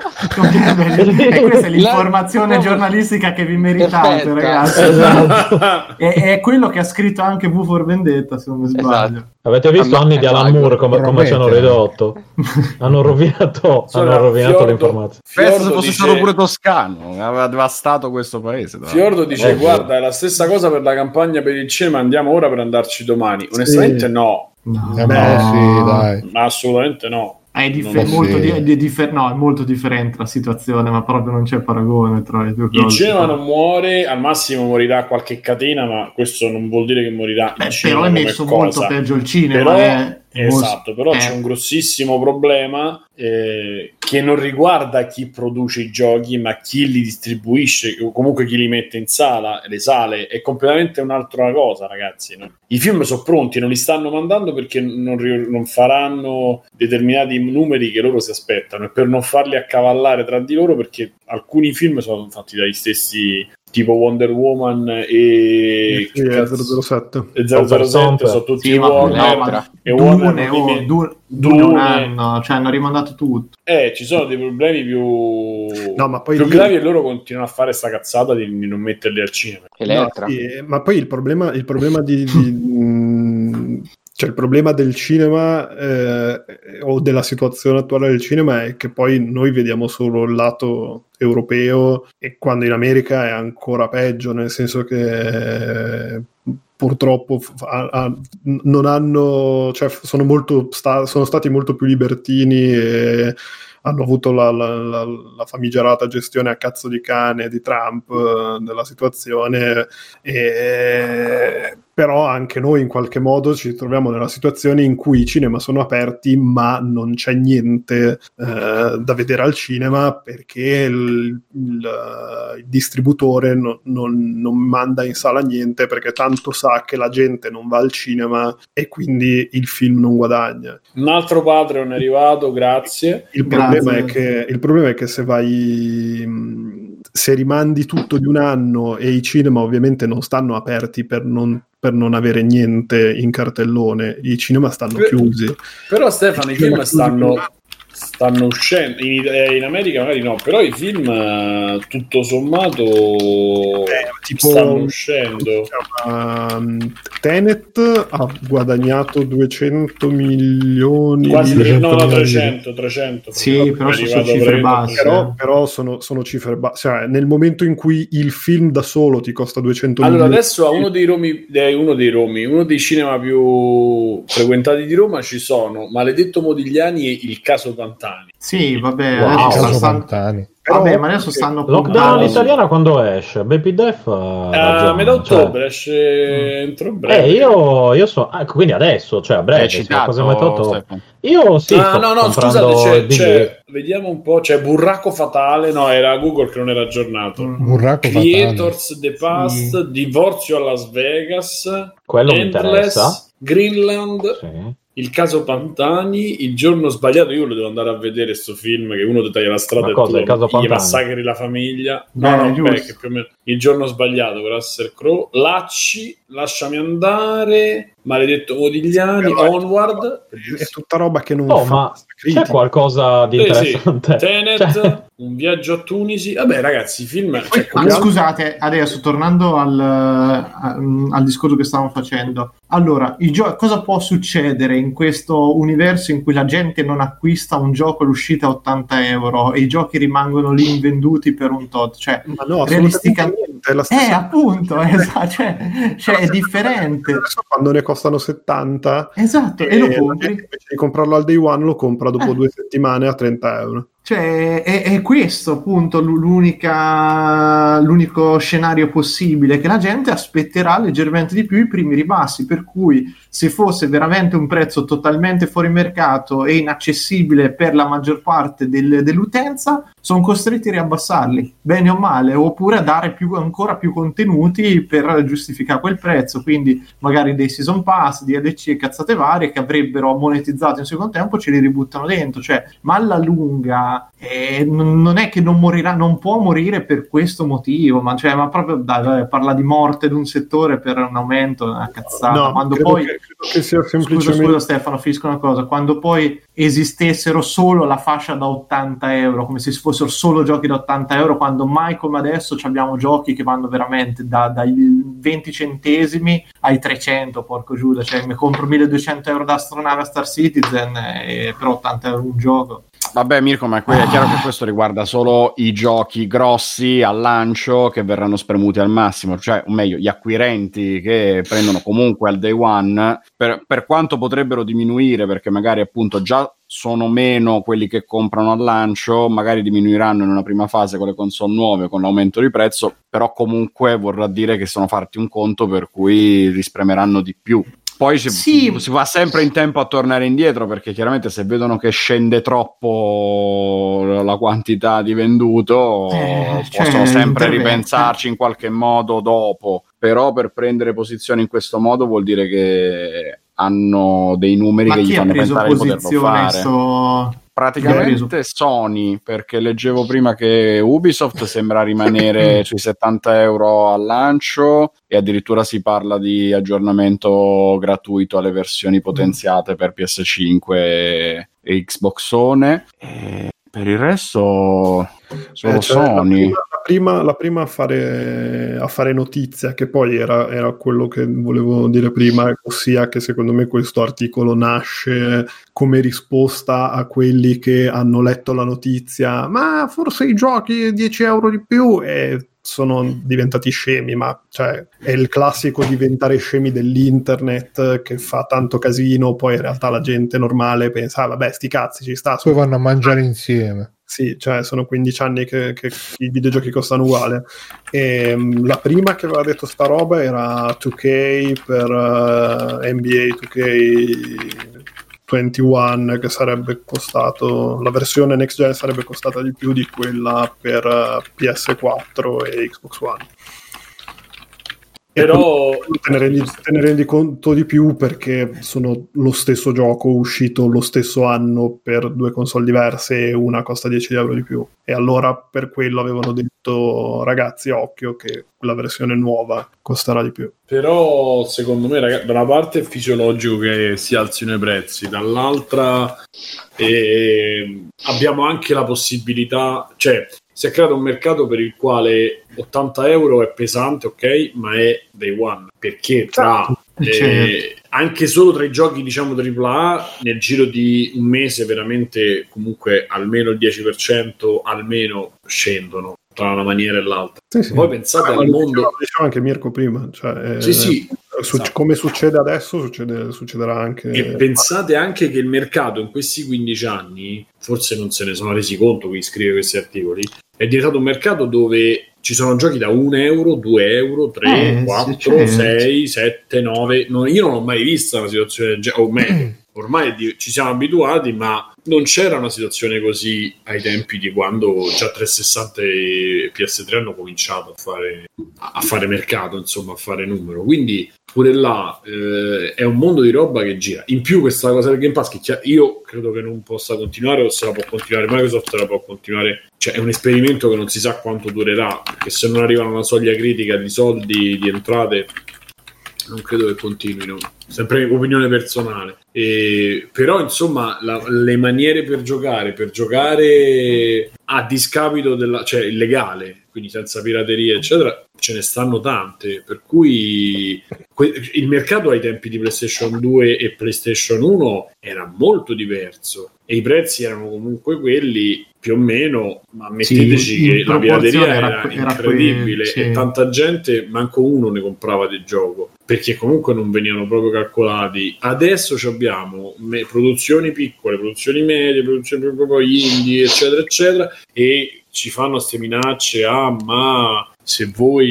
E questa è l'informazione La- giornalistica che vi meritate, Perfetta. ragazzi. Esatto. E è quello che ha scritto anche V for Vendetta, se non mi sbaglio. Esatto. Avete visto Ah, no, anni di è Alan vago. Moore come, come ci hanno Promette. ridotto? Hanno rovinato, Sono hanno rovinato Fiordo- l'informazione. Penso se Fiordo fosse dice- stato pure toscano, aveva devastato questo paese. tra l'altro. Fiordo dice Eh, guarda è la stessa cosa per la campagna per il cinema, andiamo ora per andarci domani. Onestamente Sì. no, No, Eh, beh, sì, dai. ma assolutamente no. È, dif- Non lo molto so. di- di- differ- no, è molto differente la situazione, ma proprio non c'è paragone tra le due Il cose. cinema non muore, al massimo morirà qualche catena, ma questo non vuol dire che morirà il Eh, cinema però è come messo cosa. molto peggio il cinema. Però, eh. esatto, però Eh. c'è un grossissimo problema eh, che non riguarda chi produce i giochi, ma chi li distribuisce, o comunque chi li mette in sala, le sale, è completamente un'altra cosa, ragazzi. No? I film sono pronti, non li stanno mandando perché non, ri- non faranno determinati numeri che loro si aspettano, e per non farli accavallare tra di loro, perché alcuni film sono fatti dagli stessi, tipo Wonder Woman e Sì, è zero zero sette. e zero zero sette sono tutti Sì, ma, Warner, no, ma e Warner Dune, non li oh, met- Du- Dune un Dune. anno, cioè hanno rimandato tutto. eh, ci sono dei problemi più, No, ma poi più lì- gravi, e loro continuano a fare sta cazzata di, di non metterli al cinema. Elettra. No, sì, ma poi il problema, il problema di, di, mh, Cioè il problema del cinema eh, o della situazione attuale del cinema è che poi noi vediamo solo il lato europeo, e quando in America è ancora peggio, nel senso che eh, purtroppo a, a, non hanno, cioè sono molto sta, sono stati molto più libertini e hanno avuto la, la, la, la famigerata gestione a cazzo di cane di Trump eh, della situazione, e però anche noi in qualche modo ci troviamo nella situazione in cui i cinema sono aperti ma non c'è niente eh, da vedere al cinema, perché il, il, il distributore no, non, non manda in sala niente, perché tanto sa che la gente non va al cinema e quindi il film non guadagna. Un altro Patreon è arrivato, grazie. Il problema, grazie. È che, il problema è che se vai se rimandi tutto di un anno, e i cinema ovviamente non stanno aperti per non per non avere niente in cartellone, i cinema stanno per, chiusi. Però Stefano, i film stanno, stanno uscendo, in, in America magari no, però i film tutto sommato eh, tipo, stanno uscendo. Um, Tenet ha guadagnato duecento milioni, quasi tre, no, no, trecento, trecento. Sì, però sono cifre basse. Però, però sono, sono cifre basse. Cioè, nel momento in cui il film da solo ti costa duecento allora, milioni. Adesso a uno dei Romi, uno dei Romi, uno dei cinema più frequentati di Roma ci sono Maledetto Modigliani e Il Caso Pantani. Sì, vabbè, wow, adesso Caso stanno... Pantani. Però, vabbè, ma adesso stanno Lockdown all'italiana quando esce? Baby Def a uh, metà ottobre, cioè... esce entro breve. Eh, io, io so, ah, quindi adesso, cioè a breve, citato, cosa metà ottobre. Io sì, ah, no, no, scusate, c'è, c'è, c'è, vediamo un po', c'è Burraco Fatale, no, era Google che non era aggiornato. Burraco Creators Fatale. The Past, sì. Divorzio a Las Vegas, quello Endless, mi interessa. Greenland. Sì. Il Caso Pantani, Il giorno sbagliato, io lo devo andare a vedere sto film che uno ti taglia la strada ma cosa, e tu gli massacri la famiglia. Beh, no, no, beh, che più o meno Il giorno sbagliato per Russell Crowe, Lacci, Lasciami andare, Maledetto Modigliani, Onward. È tutta roba che non oh, fa. Ma c'è qualcosa di eh, interessante? Sì. Tenet, cioè... Un viaggio a Tunisi. Vabbè, ragazzi, i film. Cioè, ma scusate, adesso tornando al, al discorso che stavamo facendo. Allora, il gio- cosa può succedere in questo universo in cui la gente non acquista un gioco all'uscita a ottanta euro e i giochi rimangono lì invenduti per un tot? Cioè, ma no, realisticamente è la stessa. Eh, appunto, esatto, cioè, cioè è differente. Quando ne costano settanta, esatto, e, e lo compri. Invece di comprarlo al day one, lo compra dopo eh. due settimane a trenta euro. Cioè, è, è questo appunto l'unica, l'unico scenario possibile, che la gente aspetterà leggermente di più i primi ribassi, per cui se fosse veramente un prezzo totalmente fuori mercato e inaccessibile per la maggior parte del, dell'utenza, sono costretti a riabbassarli, bene o male, oppure a dare più, ancora più contenuti per giustificare quel prezzo, quindi magari dei season pass, D L C e cazzate varie che avrebbero monetizzato in secondo tempo, ce li ributtano dentro, cioè, ma alla lunga eh, non è che non morirà, non può morire per questo motivo, ma, cioè, ma proprio dai, dai, parla di morte di un settore per un aumento, una cazzata. No, quando credo poi che, credo che sia semplicemente... scusa, scusa Stefano, finisco una cosa, quando poi esistessero solo la fascia da ottanta euro, come se fossero solo giochi da ottanta euro, quando mai come adesso abbiamo giochi che vanno veramente da, dai venti centesimi ai trecento, porco Giuda, cioè mi compro milleduecento euro da astronave a Star Citizen e per ottanta euro un gioco. Vabbè Mirko, ma è chiaro che questo riguarda solo i giochi grossi al lancio che verranno spremuti al massimo, cioè, o meglio, gli acquirenti che prendono comunque al day one, per, per quanto potrebbero diminuire, perché magari appunto già sono meno quelli che comprano al lancio, magari diminuiranno in una prima fase con le console nuove, con l'aumento di prezzo, però comunque vorrà dire che sono farti un conto per cui rispremeranno di più. Poi si, sì. si va sempre in tempo a tornare indietro, perché chiaramente se vedono che scende troppo la quantità di venduto eh, possono cioè, sempre ripensarci in qualche modo dopo, però per prendere posizione in questo modo vuol dire che hanno dei numeri ma che gli fanno pensare di poterlo fare. Sto... Praticamente Sony, perché leggevo prima che Ubisoft sembra rimanere sui settanta euro al lancio e addirittura si parla di aggiornamento gratuito alle versioni potenziate per P S cinque e Xbox One. E per il resto solo eh, cioè, Sony. La prima, la prima, la prima a, fare, a fare notizia, che poi era, era quello che volevo dire prima, ossia che secondo me questo articolo nasce come risposta a quelli che hanno letto la notizia, ma forse i giochi dieci euro di più, e sono diventati scemi, ma cioè, è il classico diventare scemi dell'internet che fa tanto casino, poi in realtà la gente normale pensa, ah, vabbè, sti cazzi, ci sta. Poi vanno a mangiare insieme. Sì, cioè sono quindici anni che, che i videogiochi costano uguale. E, um, la prima che aveva detto sta roba era due K per uh, N B A due K ventuno, che sarebbe costato, la versione next gen sarebbe costata di più di quella per uh, P S quattro e Xbox One. Però te ne, rendi, te ne rendi conto di più perché sono lo stesso gioco uscito lo stesso anno per due console diverse e una costa dieci euro di più, e allora per quello avevano detto ragazzi occhio che la versione nuova costerà di più. Però secondo me ragazzi, da una parte è fisiologico che si alzino i prezzi, dall'altra eh, abbiamo anche la possibilità, cioè si è creato un mercato per il quale ottanta euro è pesante, ok, ma è day one, perché tra eh, anche solo tra i giochi diciamo tripla A nel giro di un mese veramente comunque almeno il dieci per cento almeno scendono tra una maniera e l'altra. Sì, sì. Poi pensate ah, al mondo, diceva, diceva anche Mirko prima, cioè, sì, eh, sì, su, esatto. Come succede adesso succede, succederà anche, e pensate anche che il mercato in questi quindici anni, forse non se ne sono resi conto chi scrive questi articoli, è diventato un mercato dove ci sono giochi da un euro, due euro, tre, eh, quattro, sei, sette, nove. No, io non ho mai visto una situazione del genere, o meglio, ormai di, ci siamo abituati, ma non c'era una situazione così ai tempi di quando già trecentosessanta e P S tre hanno cominciato a fare, a fare mercato, insomma, a fare numero. Quindi pure là eh, è un mondo di roba che gira. In più questa cosa del Game Pass, che io credo che non possa continuare, o se la può continuare Microsoft, se la può continuare, cioè è un esperimento che non si sa quanto durerà, perché se non arrivano a una soglia critica di soldi, di entrate, non credo che continuino. Sempre opinione personale. E, però insomma la, le maniere per giocare per giocare a discapito della, cioè illegale, quindi senza pirateria eccetera, ce ne stanno tante, per cui que- il mercato ai tempi di PlayStation due e PlayStation uno era molto diverso e i prezzi erano comunque quelli più o meno, ma metteteci sì, che la pirateria era, era, era incredibile que- sì. e tanta gente manco uno ne comprava del gioco perché comunque non venivano proprio calcolati. Adesso abbiamo me- produzioni piccole, produzioni medie, produzioni proprio indie eccetera eccetera, e ci fanno queste minacce ah ma se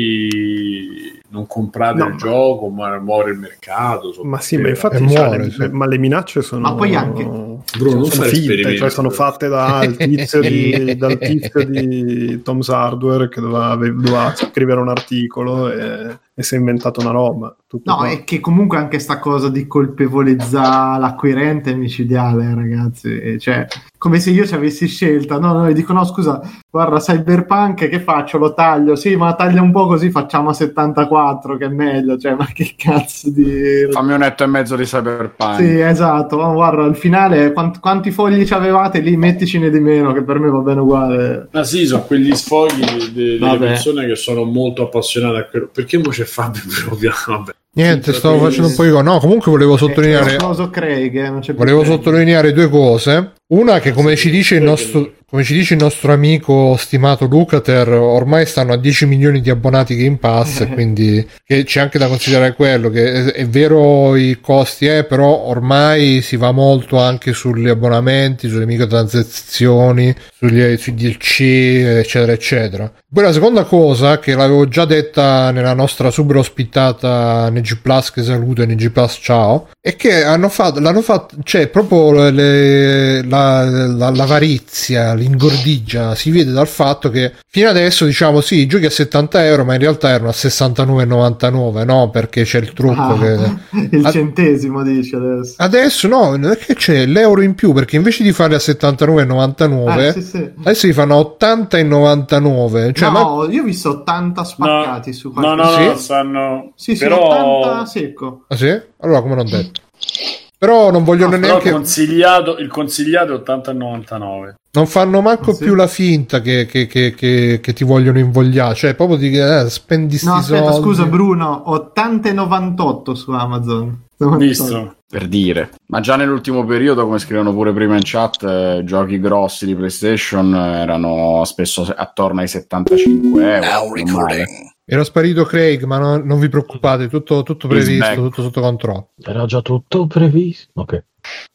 voi non comprate no, il ma... gioco ma muore il mercato, ma sì, ma infatti muore, cioè, le, sì. le, ma le minacce sono ma poi anche Bruno, non sono fare finte, cioè sono fatte dal tizio, di, dal tizio di Tom's Hardware che doveva, doveva scrivere un articolo e, e si è inventato una roba. Tutto no, qua. è che comunque anche sta cosa di colpevolizzare l'acquirente è micidiale, ragazzi. E cioè, come se io ci avessi scelta. No, no, dico no, scusa, guarda, Cyberpunk, che faccio? Lo taglio? Sì, ma taglia un po' così facciamo a settantaquattro, che è meglio. Cioè, ma che cazzo di... Fammi un etto e mezzo di Cyberpunk. Sì, esatto. Ma guarda, al finale, quant- quanti fogli ci avevate lì? Metticene di meno, che per me va bene uguale. Ah sì, sono quegli sfoghi de- de- delle Vabbè. persone che sono molto appassionate a quello. Perché mo c'è Fabio proprio? Vabbè. Niente, stavo facendo un po' di cose. No, comunque volevo sottolineare. Eh, Craig, eh, non c'è più Volevo Craig. sottolineare due cose. Una che come ci dice il nostro come ci dice il nostro amico stimato Lucater, ormai stanno a dieci milioni di abbonati Game Pass, quindi che c'è anche da considerare quello che è, è vero i costi, eh, però ormai si va molto anche sugli abbonamenti, sulle microtransazioni, sugli, sui D L C, eccetera eccetera. Poi la seconda cosa, che l'avevo già detta nella nostra super ospitata N G Plus, che saluto, N G Plus ciao, è che hanno fatto, l'hanno fatto, cioè proprio le, la, la, l'avarizia, l'ingordigia si vede dal fatto che fino adesso diciamo sì, giochi a settanta euro, ma in realtà erano a sessantanove e novantanove, no? Perché c'è il trucco Ah, che... il Ad- centesimo dice adesso. Adesso no, non è che c'è l'euro in più, perché invece di farli a settantanove e novantanove, Ah, sì, sì. adesso li fanno a ottanta e novantanove. Cioè, no, ma... io ho visto ottanta spaccati No, su no, qualche... no, Sì? no, stanno... Sì, sì, però... ottanta secco. Ah sì? Allora come non detto. Però non voglio No, però neanche... consigliato, il consigliato è ottanta e novantanove. Non fanno manco Sì. più la finta che, che, che, che, che ti vogliono invogliare, cioè proprio di eh, spendi sti No, aspetta, soldi. scusa Bruno, ottanta e novantotto su Amazon. Visto? Per dire, ma già nell'ultimo periodo, come scrivono pure prima in chat, eh, giochi grossi di PlayStation erano spesso attorno ai settantacinque euro. non male. Era sparito Craig, ma non, non vi preoccupate, tutto, tutto He's previsto, back. tutto sotto controllo. Era già tutto previsto. Ok.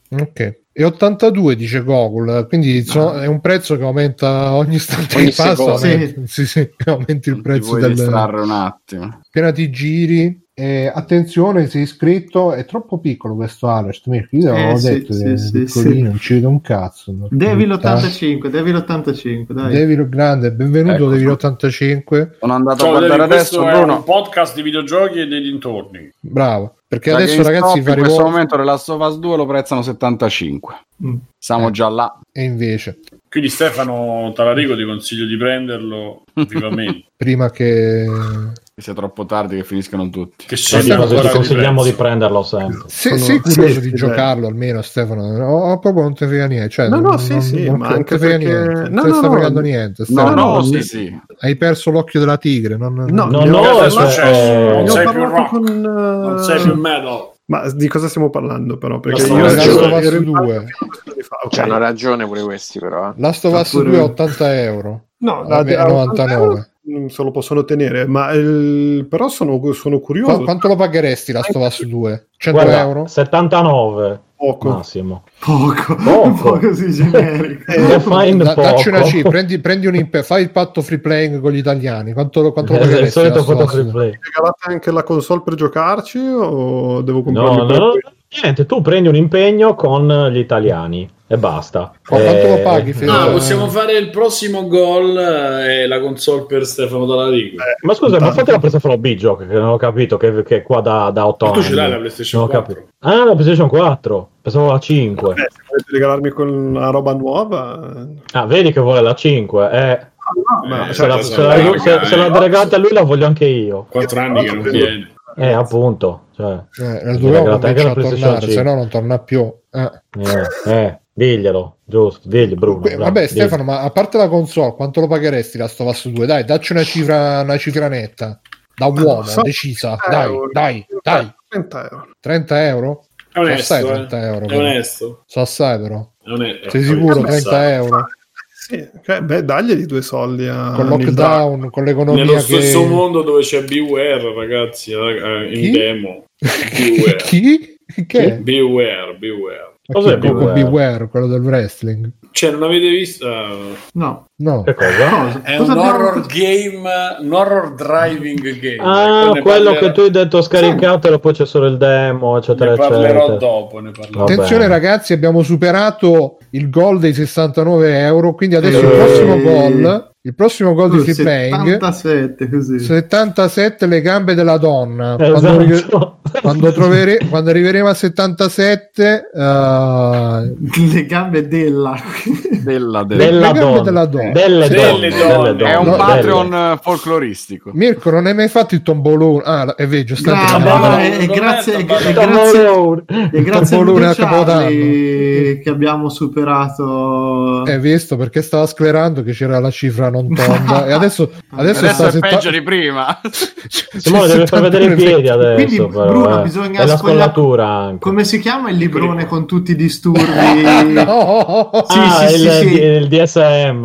Ok. E ottantadue dice Google, quindi so- è un prezzo che aumenta ogni istante Ogni che passa, secondo. aumenta- sì, sì, aumenti il Non ti prezzo vuoi del distrarre un attimo. appena ti giri. Eh, attenzione, sei iscritto, è troppo piccolo questo alert, Mirko, io Eh, avevo sì, detto sì, che è sì, piccolino, sì. non ci vedo un cazzo. Devil ottantacinque, Devil ottantacinque, dai. Devil grande, benvenuto Ecco. Devil ottantacinque. Sono andato Ciao, a guardare David, adesso, questo è Bruno. un podcast di videogiochi e dei dintorni. Bravo, perché Da adesso GameStop ragazzi in questo faremo momento The Last of Us due lo prezzano settantacinque. Mm. Siamo Eh. già là. e invece Quindi Stefano Talarico ti consiglio di prenderlo vivamente. prima che Che sia troppo tardi che finiscano tutti. Che E sono Stefano, di cose guarda ti di consigliamo di prezzo. prenderlo sempre. se, Sono- sei curioso sì, di sì, giocarlo almeno Stefano, no, proprio non te frega niente, cioè, No, no, non, sì, non- sì, non- ma non anche te frega perché- niente, non no, te no, sta no, fregando no. niente, No, Stefano. no, no, sì, no. sì. Hai perso l'occhio della tigre, non, No, No, ne ho no, Cosa è parlato- successo? eh, Non ne ho sei più parlato rock, con, eh, non sei più metal. Ma di cosa stiamo parlando però? Perché Last io of Us ero- due. ero in Last of Us palco due. fino a due giorni fa, ok. C'hanno ragione pure questi, però. eh. Last of Us Oppure- due a ottanta euro. No, a da, a novantanove. non se lo possono tenere, ma il- però sono, sono curioso. Qu- quanto lo pagheresti Last of Us due? cento Guarda, euro? settantanove Poco. massimo. Poco, Poco. un po' così generico. Define Da- dacci una poco. cifra, prendi, prendi un impe- fai il patto free playing con gli italiani. Quanto, quanto lo È il pagheresti solito Last of foto Us free due? play. Regalate anche la console per giocarci o devo comprarmi No, no, quella no, poi? niente, tu prendi un impegno con gli italiani e basta. Ma quanto Eh, lo paghi, Fede? Ah, Eh, possiamo fare il prossimo gol e la console per Stefano Talarico. Ma scusa, ma fate la PlayStation B, gioco, che non ho capito, che, che è qua da, da otto Ma tu anni. ce l'hai la PlayStation Non ho quattro? capito. Ah, la PlayStation quattro, pensavo la cinque. Eh, se volete regalarmi con una roba nuova, Ah, vedi che vuole la cinque, eh. no, ma Eh, Se la, la se so, la, raga, se, se la eh. regalate a lui la voglio anche io. Quattro anni che non viene. Eh, appunto. Cioè, Eh, lo Mi dobbiamo regalate anche convincere la a PlayStation tornare, cinque. se no non torna più. Eh. eh, eh, diglielo, giusto, digli Bruno. Beh, bravo, Vabbè, digli. Stefano, ma a parte la console, quanto lo pagheresti Last of Us due? Dai, dacci una cifra, una cifra netta. Da uomo, so, decisa. trenta Dai, euro. dai, dai. trenta euro. trenta euro? È onesto, Assai eh. trenta euro, È però. onesto. So assai però. È onesto. Sei Eh, sicuro? poi- trenta euro? Sì, cioè, beh, dagli due soldi a Con Neil Druckmann. lockdown, con l'economia Nello che... stesso mondo dove c'è Beware, ragazzi, eh, in Chi? demo. Beware. Chi? Che? Beware, Beware. Cos'è Chi? Coco Beware? Beware, quello del wrestling. Cioè, non avete visto? No. No. Che cosa? Cosa? È Cosa un abbiamo- horror game, un horror driving game. Ah, Ne quello parlerò- che tu hai detto scaricatelo, poi c'è solo il demo, eccetera, Ne parlerò eccetera. dopo, ne parlerò. Vabbè. Attenzione ragazzi, abbiamo superato il goal dei sessantanove euro, quindi adesso Eh. il prossimo goal, il prossimo goal di free playing, settantasette, così. settantasette le gambe della donna. Esatto. Quando, arri- quando, trovere- quando arriveremo a settantasette, eh, Le gambe della. Della, Le- della. Della gambe donna. della donna. Delle, Delle donne, donne. delle donne. È un No, Patreon eh, folcloristico. Mirko, non hai mai fatto il tombolone? Ah, è vero, giustamente. Bravo, no, no, e, e no, grazie, no, e, no, e no, grazie, Tomorrow. e grazie a Tombolone Luca a Capodanno. Charlie che abbiamo superato. Hai visto perché stava sclerando che c'era la cifra non tonda e adesso, adesso, Adesso sta è setta- peggio di prima. Simone deve far vedere i piedi adesso. Quindi, però, Bruno, eh. bisogna E la sfoglia- scollatura anche. Come si chiama il librone con tutti i disturbi? No! Sì, ah, sì, il, sì, sì. il D S M,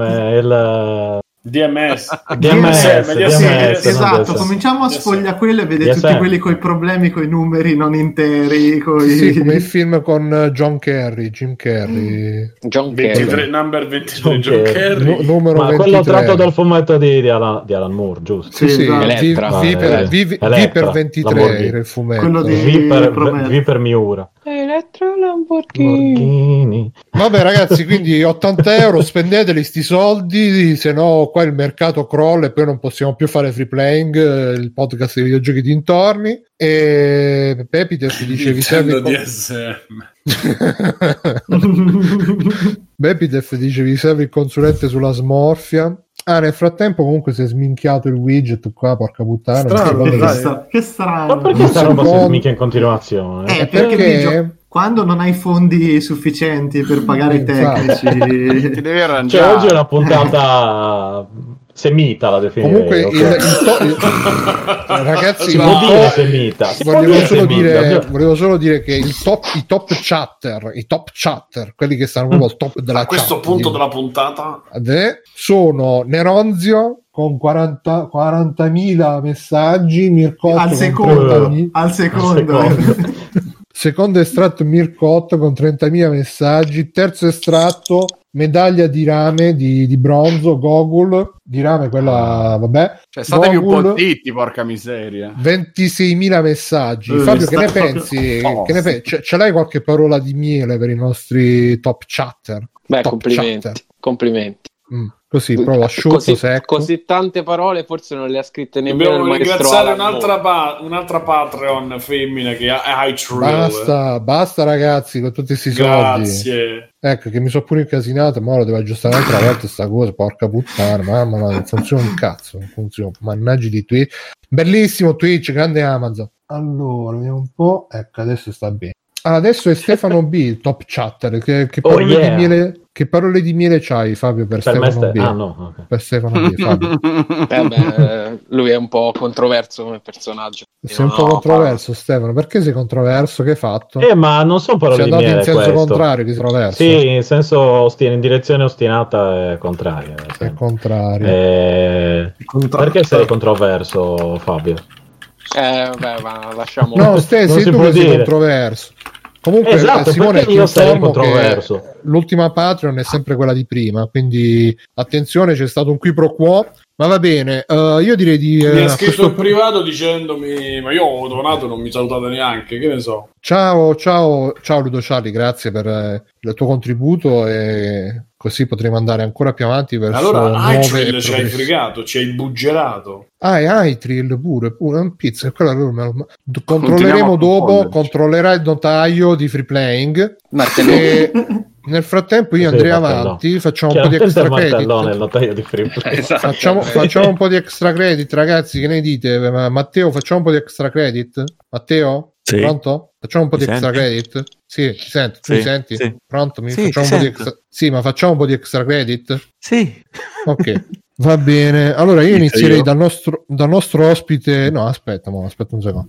il D M S. D M S, D M S, Sì, D M S, non esatto, D S M. cominciamo a Yes, sfogliare quello e vedete Yes, tutti sir. quelli con i problemi con i numeri non interi. Coi... Sì, come il film con John Carrey, Jim Carrey, John Kerry. ventitré, number ventitré, John John Kerry. Kerry. Nu- numero Ma quello ventitré. tratto dal fumetto di, di, Alan, di Alan Moore, giusto? Sì, sì, esatto. V, Elettra. V per, Eh, V- V Elettra, per ventitré Lamborghini. era il fumetto. Quello di- V per, Prometto. V per Miura. Elettra Lamborghini. Lamborghini. Vabbè ragazzi, quindi ottanta euro, spendeteli sti soldi, se no qua il mercato crolla e poi non possiamo più fare free playing, eh, il podcast dei videogiochi dintorni. E Pepite ti dice vi serve Nintendo il D S M. con- Bepitef dice vi serve il consulente sulla smorfia. Ah, nel frattempo comunque si è sminchiato il widget qua, porca puttana. Strano, non so dai. cosa- Che, sta- che strano. Ma perché Un sta roba si secondo. sminchia in continuazione? Eh, Eh, perché perché il gio- quando non hai fondi sufficienti per pagare i tecnici. Ti devi arrangiare. Cioè, oggi è una puntata semita, la definirei. Comunque, okay. il, il to- il... ragazzi, si il può to- dire semita. Si può volevo, dire solo semita. dire, volevo solo dire che il top, i top chatter, i top chatter, quelli che stanno proprio al top della A questo chat, punto di- della puntata sono Neronzio con quaranta, quarantamila messaggi, Mircotto Al con secondo, trentamila al secondo. Al secondo. secondo estratto Mircotto con trentamila messaggi, terzo estratto medaglia di rame di, di bronzo, Gogol di rame, quella vabbè, Cioè, statevi un Gogol, po' zitti, porca miseria. ventiseimila messaggi. Eh, Fabio, che sta ne proprio pensi? tosto. Che ne pe- ce, ce l'hai qualche parola di miele per i nostri top chatter? Beh, Top complimenti, chatter. complimenti. Mm, così, proprio asciutto, Così, secco. così tante parole forse non le ha scritte nemmeno il dobbiamo maestro ringraziare Alan un'altra, Moore. pa- un'altra Patreon femmina che è iTrill. Basta, basta ragazzi con tutti questi soldi. Grazie. Ecco che mi sono pure incasinato, ma lo devo aggiustare un'altra volta sta cosa, porca puttana, mamma mia, non funziona un cazzo, non funziona, mannaggi di Twitch. Bellissimo Twitch, grande Amazon. Allora, vediamo un po', ecco adesso sta bene. Ah, adesso è Stefano B, il top chatter, che, che, Oh, parole yeah. di miele, che parole di miele c'hai Fabio per, Per me Stefano ste- B? ah, no, ok. Per Stefano B, Fabio. Eh beh, eh, lui è un po' controverso come personaggio. Sei un No, po' no, controverso Stefano, perché sei controverso? Che hai fatto? Eh, ma non sono parole Sei di andato miele in senso questo. contrario, che sei controverso? Sì, in senso ostin- in direzione ostinata e contraria. È sempre. contrario. Eh, Contrario. perché sei controverso, Fabio? Eh, beh, ma lasciamo... No, Ste, Non sei si tu può che sei dire. controverso. Comunque, Esatto, eh, Simone, perché ti io sarei informo che controverso? l'ultima Patreon è sempre quella di prima, quindi attenzione, c'è stato un qui pro quo, ma va bene. Uh, io direi di Mi eh, ha a scritto questo in privato dicendomi ma io ho donato, non mi salutate neanche, che ne so. Ciao, ciao, ciao Ludo Cialli, grazie per eh, il tuo contributo e così potremo andare ancora più avanti verso Allora nuove iTrill e ci hai progress- fregato, ci hai buggerato. Ah, e iTrill pure, pure un pizza, quello allora me lo- controlleremo Continuiamo a dopo, confonderci. controllerà il notaio di Free Playing Martellone. e nel frattempo io Sì, andrei Martellone. avanti, facciamo un po' di Chiaramente extra il martellone, il credit. notaio di free play. Esatto. Facciamo, facciamo un po' di extra credit, ragazzi. Che ne dite? Ma- Matteo, facciamo un po' di extra credit? Matteo? Sì. Pronto? Facciamo un po' Mi di extra senti? credit? Sì, ti sento. Tu Sì, mi senti? sì. Pronto? Mi Sì, facciamo ti un po' di sento. extra... Sì, ma facciamo un po' di extra credit? Sì. Ok. Va bene, allora io Inizio inizierei io? dal nostro, dal nostro ospite. No, aspetta, mo, aspetta un secondo.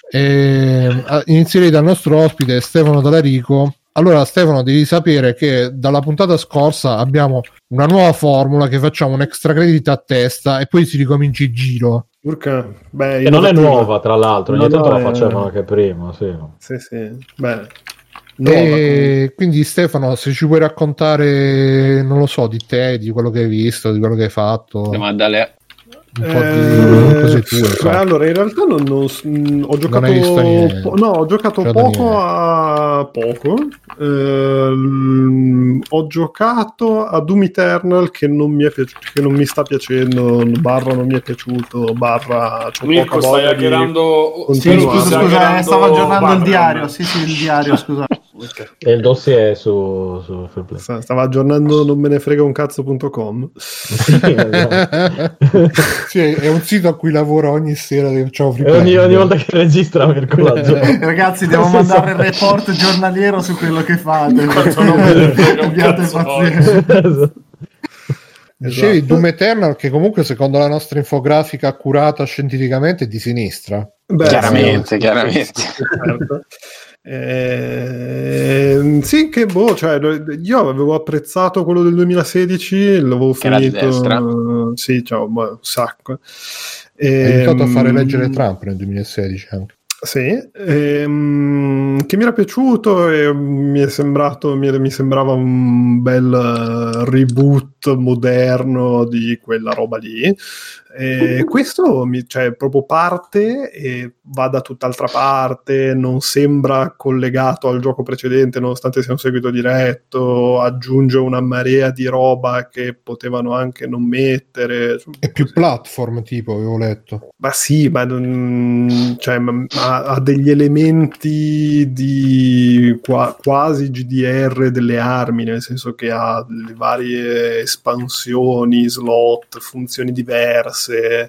Ehm, ah, inizierei dal nostro ospite Stefano Dallarico. Allora, Stefano, devi sapere che dalla puntata scorsa abbiamo una nuova formula che facciamo un extra credit a testa e poi si ricomincia il giro. Urca, beh, Che non è innovativa. nuova, tra l'altro, ogni No, tanto no, la è- facevano anche prima, sì. Sì, sì. Beh, nuova. E quindi, Stefano, se ci puoi raccontare, non lo so, di te, di quello che hai visto, di quello che hai fatto, Ma dalle... un po' Eh, di cose tue. beh, insomma. allora, in realtà non, non s- mh, ho giocato hai visto niente. po- no, ho giocato Cioè, poco Daniele. a poco. Ehm, ho giocato a Doom Eternal che non mi è piaciuto, che non mi sta piacendo, barra non mi è piaciuto, barra c'ho Mirko, poca stai voglia di hackerando. Sì, Continua. scusa, stai scusa, eh, hackerando stavo aggiornando il Patreon. diario. Sì, sì, il diario, scusa. Ok. E il dossier è su, su free play. Sta- Stava aggiornando non me ne frega un cazzo punto com. Sì, esatto. Sì, è un sito a cui lavoro ogni sera che facciamo free E ogni, play. ogni volta che registra Mirko la gioca. Ragazzi, devo Sì, mandare il sì. report giornaliero su quello che fate. Quanto non me ne frega un Abbiate cazzo pazienza. Esatto. Dicevi Esatto. Doom Eternal, che comunque secondo la nostra infografica accurata scientificamente è di sinistra. Beh, Chiaramente, sì, chiaramente. certo. Eh, sì, che boh, cioè, io avevo apprezzato quello del duemilasedici, l'avevo Che era di finito. destra? Sì, ciao, ma un sacco. È aiutato a fare Ehm, eleggere Trump nel duemilasedici anche. Sì, ehm, che mi era piaciuto e mi è sembrato, mi, mi sembrava un bel eh, reboot moderno di quella roba lì. E questo mi, cioè, proprio parte e va da tutt'altra parte, non sembra collegato al gioco precedente nonostante sia un seguito diretto, aggiunge una marea di roba che potevano anche non mettere. È più platform, tipo, avevo letto. Ma sì, ma non- cioè, ma- ha, ha degli elementi di qua- quasi G D R delle armi, nel senso che ha le varie espansioni, slot, funzioni diverse, diverse,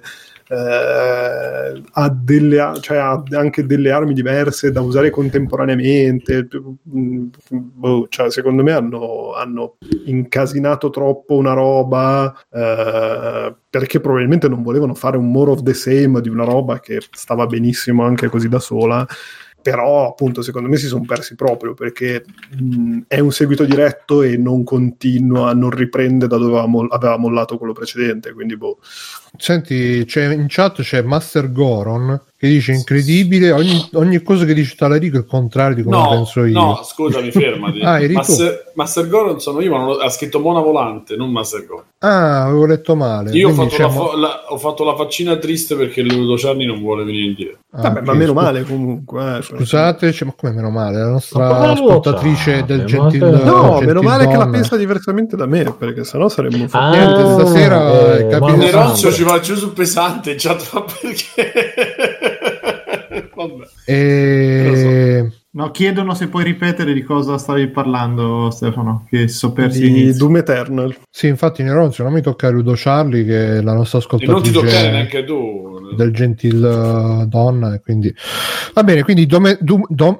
eh, ha, delle, cioè ha anche delle armi diverse da usare contemporaneamente. Boh, cioè, secondo me hanno, hanno incasinato troppo una roba, eh, perché probabilmente non volevano fare un more of the same di una roba che stava benissimo anche così da sola. Però appunto secondo me si sono persi proprio perché mh, è un seguito diretto e non continua, non riprende da dove aveva, moll- aveva mollato quello precedente, quindi boh. Senti, c'è in chat c'è Master Goron che dice incredibile, ogni, ogni cosa che dice Talarico è il contrario di come no, penso io. No, scusami, fermati. ah, eri Master, Master Goron sono io, ma non ho, ha scritto Mona Volante, non Master Goron. Ah, avevo letto male. Io ho fatto la, mo- la, ho fatto la faccina triste perché Luciani non vuole venire in diretta. Ah, Vabbè, okay, ma meno scu- male comunque. Eh, Scusate, cioè, ma come meno male? La nostra ascoltatrice del gentil No, gentil meno male donna. Che la pensa diversamente da me, perché sennò saremmo ah, niente, stasera eh, capito. Neronzio ci va giù sul pesante in chat, ma perché? Vabbè. E... No, chiedono se puoi ripetere di cosa stavi parlando, Stefano, che so persi di Doom Eternal. Sì, infatti Neronzio non mi tocca Ludo Charlie, che è la nostra ascoltatrice, e non ti toccare neanche tu del gentil uh, donna, e quindi va bene, quindi Dome, Doom, Dom...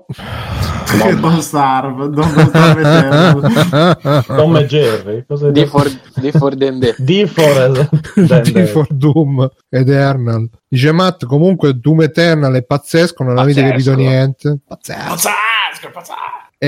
Don't Starve, Don't Starve Tom e Jerry, cosa D for D for D D for D for Doom Eternal. Dice Matt, comunque Doom Eternal è pazzesco, non avete capito niente. Pazzesco, pazzesco, pazzesco.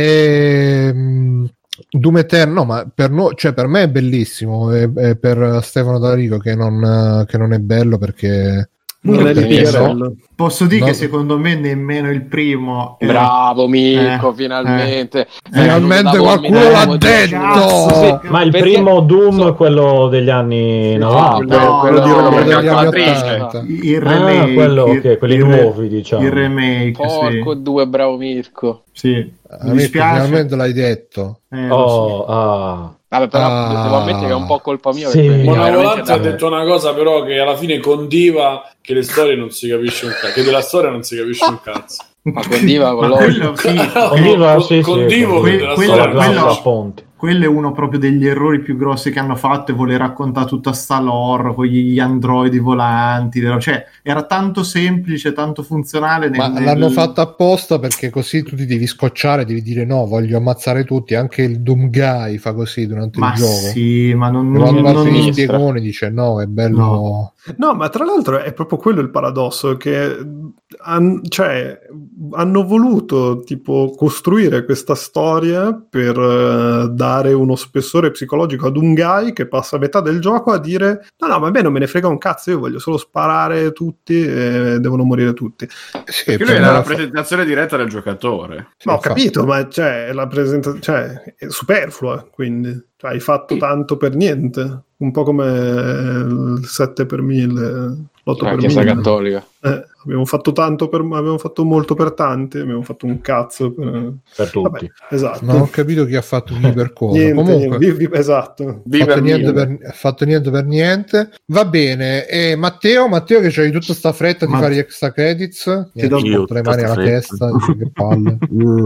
E, Doom Eternal, no, ma per noi, cioè per me è bellissimo, e, e per Stefano D'Arico che non, che non è bello perché non è il posso dire no. che secondo me nemmeno il primo eh, bravo Mirko, eh, finalmente eh, finalmente qualcuno l'ha detto cazzo, sì, ma il perché? Primo Doom so, quello degli anni novanta no, quello, no, quello no, degli anni ottanta il remake ah, quello, okay, quelli il, nuovi diciamo il remake porco sì. due bravo Mirko sì mi dispiace finalmente l'hai detto eh, oh, ah. Vabbè, però ah, devo ammettere che è un po' colpa mia. Sì. Mona Volante ha detto una cosa, però, che alla fine condiva che le storie non si capisce un cazzo. Che della storia non si capisce un cazzo. Ma condiva con quello sì, condiva, sì, condivo sì, che que- della quello, storia quello, quello è uno proprio degli errori più grossi che hanno fatto, è voler raccontare tutta sta lore con gli androidi volanti, cioè era tanto semplice, tanto funzionale nel, ma nel... l'hanno fatto apposta perché così tu ti devi scocciare, devi dire no, voglio ammazzare tutti. Anche il Doom Guy fa così durante ma il gioco, sì, ma non, e quando non, va a non finire spiegone dice no, è bello no. No, ma tra l'altro è proprio quello il paradosso, che han, cioè, hanno voluto tipo costruire questa storia per uh, dare uno spessore psicologico ad un guy che passa metà del gioco a dire no no vabbè non me ne frega un cazzo, io voglio solo sparare tutti e devono morire tutti. Sì, perché lui era la presentazione diretta del giocatore. No, ho capito, ma cioè, la presentazione cioè, è superflua, quindi cioè, hai fatto sì. tanto per niente, un po' come il sette per mille, l'otto la per Chiesa mille. Cattolica. Eh, abbiamo fatto tanto per, abbiamo fatto molto per tanti, abbiamo fatto un cazzo per, per tutti. Vabbè, esatto. Non ho capito chi ha fatto chi per cosa. niente, comunque niente, vi, vi, esatto. Fatto niente, per, fatto niente per niente. Va bene. E Matteo, Matteo che c'hai tutta sta fretta di Ma... fare gli extra credits, ti do le mani alla testa, che palle.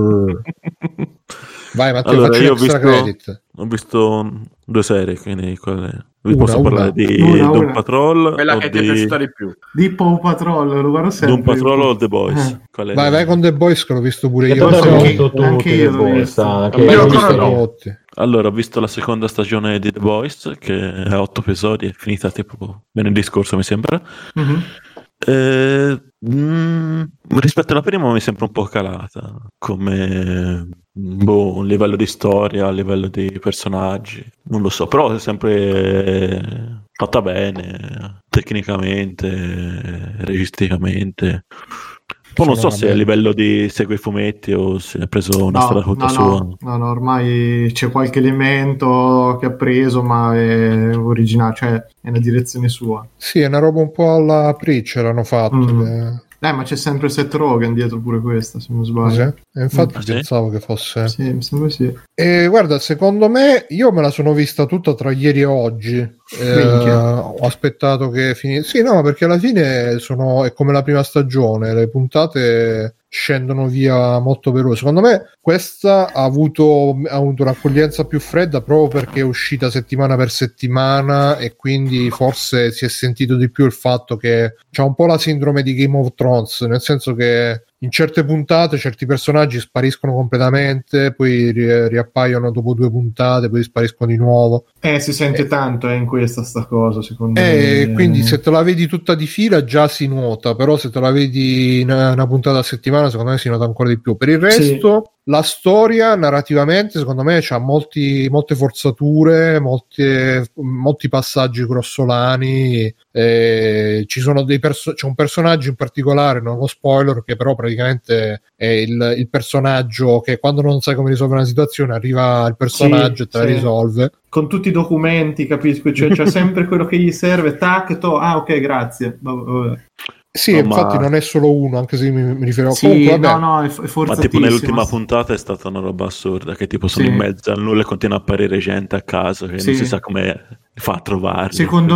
Vai Matteo, allora, facci io extra ho visto, credit. Ho visto due serie, quindi quelle... vi una, posso una. parlare di una, Doom una. Patrol, quella che di... ti è piaciuta di più. Di Paw Patrol, lo guardo sempre. Doom Patrol o The Boys? Eh. Qual è? Vai, vai con The Boys che l'ho visto pure che io. Anche, visto tutti, anche io The l'ho Boys, visto. anche io l'ho visto no. Allora, ho visto la seconda stagione di The Boys, che è a otto episodi, è finita tipo venerdì scorso, mi sembra. Mm-hmm. Eh, mh, rispetto alla prima mi sembra un po' calata come boh, un livello di storia, a livello di personaggi, non lo so, però è sempre fatta bene tecnicamente, registicamente. Poi non so se a livello di segue i fumetti o se ha preso una no, strada tutta no, sua. No, no, no, ormai c'è qualche elemento che ha preso, ma è originale, cioè è una direzione sua. Sì, è una roba un po' alla Preacher hanno fatto. Mm. Che... Eh, ma c'è sempre Seth Rogen dietro pure questa, se non sbaglio. Sì? E infatti mm. pensavo sì? che fosse... Sì, mi sembra sì. E guarda, secondo me, io me la sono vista tutta tra ieri e oggi. Eh, ho aspettato che finisse. Sì, no, perché alla fine sono... è come la prima stagione, le puntate scendono via molto veloce. Secondo me questa ha avuto, ha avuto un'accoglienza più fredda proprio perché è uscita settimana per settimana e quindi forse si è sentito di più il fatto che c'è un po' la sindrome di Game of Thrones, nel senso che in certe puntate certi personaggi spariscono completamente, poi ri- riappaiono dopo due puntate, poi spariscono di nuovo. Eh, si sente eh. tanto eh, in questa sta cosa, secondo eh, me. Quindi se te la vedi tutta di fila già si nota, però se te la vedi in una puntata a settimana secondo me si nota ancora di più. Per il resto... Sì. La storia narrativamente secondo me c'ha molti, molte forzature, molte, molti passaggi grossolani, eh, ci sono dei perso- c'è un personaggio in particolare, non lo spoiler, che però praticamente è il, il personaggio che quando non sai come risolvere una situazione arriva il personaggio sì, e te sì. la risolve. Con tutti i documenti, capisco, cioè c'è sempre quello che gli serve, tac, to, ah ok, grazie. Vabbè. Sì, no, infatti ma... non è solo uno, anche se mi, mi riferivo sì, comunque, vabbè. no, no, è, è ma tipo nell'ultima puntata è stata una roba assurda, che tipo sono sì. in mezzo al nulla e continua a apparire gente a caso che sì. non si sa come fa a trovarli. Secondo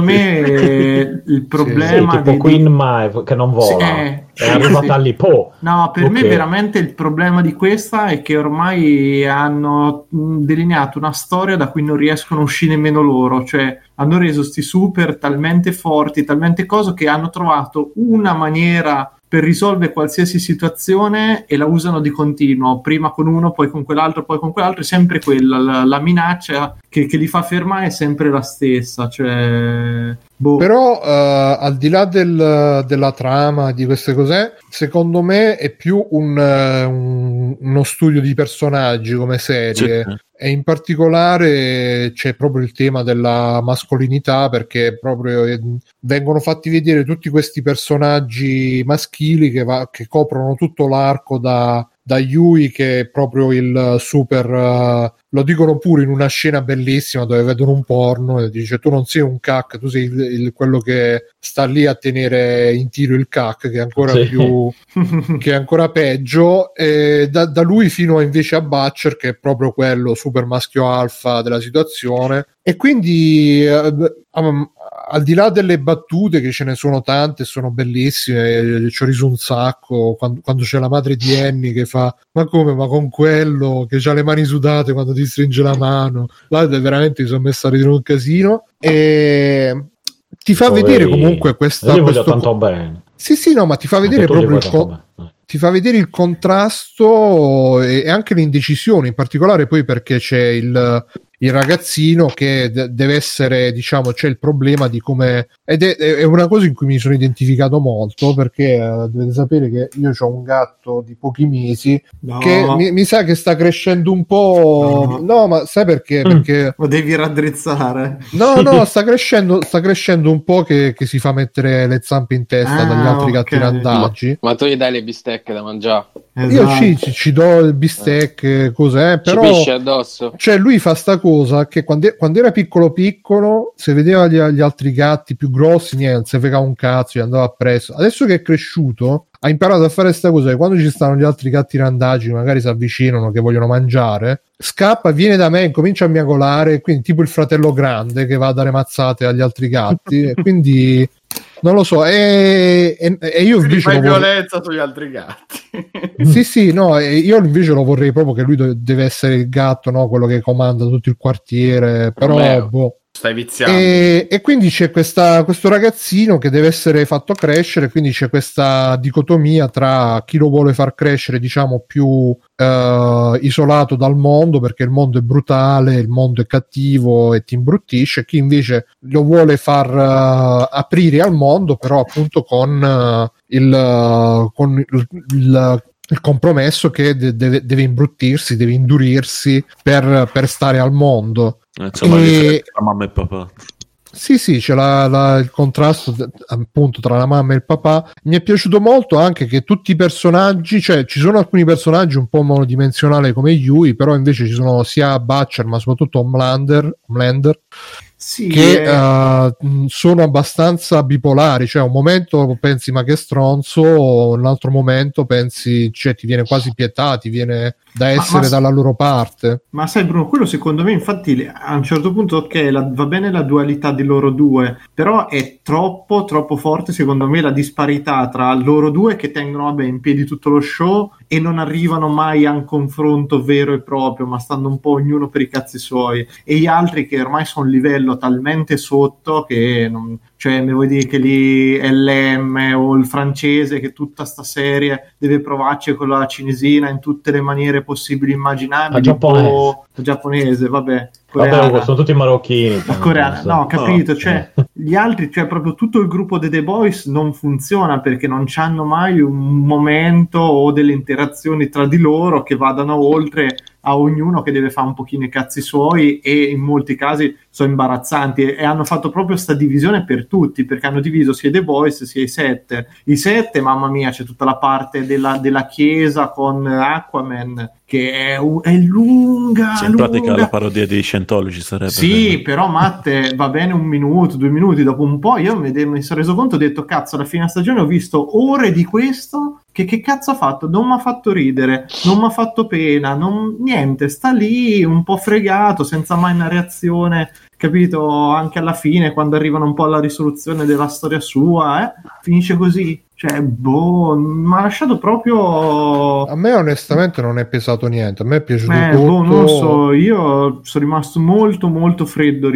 me il problema sì, tipo di, Queen Maeve che non vola, sì, eh, è sì, arrivata sì. lì po'. No, per okay. me veramente il problema di questa è che ormai hanno delineato una storia da cui non riescono a uscire nemmeno loro, cioè hanno reso sti super talmente forti, talmente cose che hanno trovato una maniera per risolvere qualsiasi situazione e la usano di continuo, prima con uno, poi con quell'altro, poi con quell'altro, è sempre quella, la, la minaccia che, che li fa fermare è sempre la stessa, cioè... Boh. Però uh, al di là del, della trama, di queste cose, secondo me è più un, uh, un, uno studio di personaggi come serie. Sì. E in particolare c'è proprio il tema della mascolinità, perché proprio eh, vengono fatti vedere tutti questi personaggi maschili che, va, che coprono tutto l'arco da, da Yui, che è proprio il super uh, lo dicono pure in una scena bellissima dove vedono un porno e dice tu non sei un cac, tu sei il, il, quello che sta lì a tenere in tiro il cac, che è ancora sì. più che è ancora peggio, e da, da lui fino a, invece a Butcher, che è proprio quello super maschio alfa della situazione. E quindi uh, um, al di là delle battute, che ce ne sono tante, sono bellissime, ci ho riso un sacco quando, quando c'è la madre di Annie che fa ma come, ma con quello che ha le mani sudate quando ti stringe la mano, là veramente mi sono messo a ridere un casino, e ti fa Poi, vedere comunque questa io questo... voglio tanto bene. Sì sì no ma ti fa vedere proprio il co- ti fa vedere il contrasto e, e anche l'indecisione, in particolare poi perché c'è il il ragazzino che de- deve essere, diciamo, c'è il problema di come, ed è, è una cosa in cui mi sono identificato molto, perché uh, dovete sapere che io ho un gatto di pochi mesi no. che mi, mi sa che sta crescendo un po', no, no ma sai perché? Mm. Perché lo devi raddrizzare. No, no, sta crescendo, sta crescendo un po' che, che si fa mettere le zampe in testa ah, dagli altri okay. gatti randaggi. Ma, ma tu gli dai le bistecche da mangiare? Esatto. Io ci, ci, ci do il bistecche, cos'è, però ci pisce addosso. Cioè lui fa sta cosa che quando, quando era piccolo piccolo, se vedeva gli, gli altri gatti più grossi, niente, se fregava un cazzo, gli andava appresso. Adesso che è cresciuto ha imparato a fare sta cosa, e quando ci stanno gli altri gatti randaggi magari si avvicinano che vogliono mangiare, scappa, viene da me e comincia a miagolare, quindi tipo il fratello grande che va a dare mazzate agli altri gatti e quindi non lo so, e, e, e io quindi invece fai vorrei... violenza sugli altri gatti. Sì sì no, io invece lo vorrei proprio che lui deve essere il gatto, no? Quello che comanda tutto il quartiere, però Romeo, boh. Stai viziando. E, e quindi c'è questa, questo ragazzino che deve essere fatto crescere, quindi c'è questa dicotomia tra chi lo vuole far crescere, diciamo, più eh, isolato dal mondo, perché il mondo è brutale, il mondo è cattivo e ti imbruttisce, e chi invece lo vuole far uh, aprire al mondo, però appunto con uh, il, uh, con il, il il compromesso che de- deve, deve imbruttirsi, deve indurirsi per, per stare al mondo. Insomma, e... tra mamma e papà. Sì, sì, c'è la, la, il contrasto appunto tra la mamma e il papà. Mi è piaciuto molto anche che tutti i personaggi, cioè ci sono alcuni personaggi un po' monodimensionali come Yui, però invece ci sono sia Butcher ma soprattutto Homelander, Homelander Sì, che eh. uh, sono abbastanza bipolari, cioè un momento pensi ma che stronzo, un altro momento pensi, cioè ti viene quasi pietà, ti viene da essere ma, ma, dalla loro parte. Ma sai Bruno, quello secondo me infatti a un certo punto ok, la, va bene la dualità di loro due, però è troppo troppo forte secondo me la disparità tra loro due che tengono vabbè, in piedi tutto lo show e non arrivano mai a un confronto vero e proprio, ma stanno un po' ognuno per i cazzi suoi, e gli altri che ormai sono a un livello talmente sotto che non, cioè mi vuoi dire che lì L M o il francese che tutta sta serie deve provarci con la cinesina in tutte le maniere possibili e immaginabili, la giapponese, o giapponese vabbè, coreana. Vabbè, sono tutti marocchini, la coreana, no, ho capito, oh, cioè gli altri, cioè proprio tutto il gruppo dei The Boys non funziona perché non c'hanno mai un momento o delle interazioni tra di loro che vadano oltre a ognuno che deve fare un pochino i cazzi suoi, e in molti casi sono imbarazzanti, e, e hanno fatto proprio sta divisione per tutti, perché hanno diviso sia i The Boys sia i Sette. I Sette, mamma mia, c'è tutta la parte della, della chiesa con Aquaman che è, è lunga, sì, in lunga. pratica la parodia di Scientology sarebbe. Sì, bene. però Matte, va bene un minuto, due minuti, dopo un po' io mi, mi sono reso conto, ho detto cazzo, alla fine stagione ho visto ore di questo, che che cazzo ha fatto? Non mi ha fatto ridere, non mi ha fatto pena, non, niente, sta lì un po' fregato, senza mai una reazione, capito? Anche alla fine, quando arrivano un po' alla risoluzione della storia sua, eh, finisce così. Cioè, boh, mi ha lasciato proprio... A me onestamente non è pesato niente, a me è piaciuto eh, tutto. Boh, non lo so, io sono rimasto molto molto freddo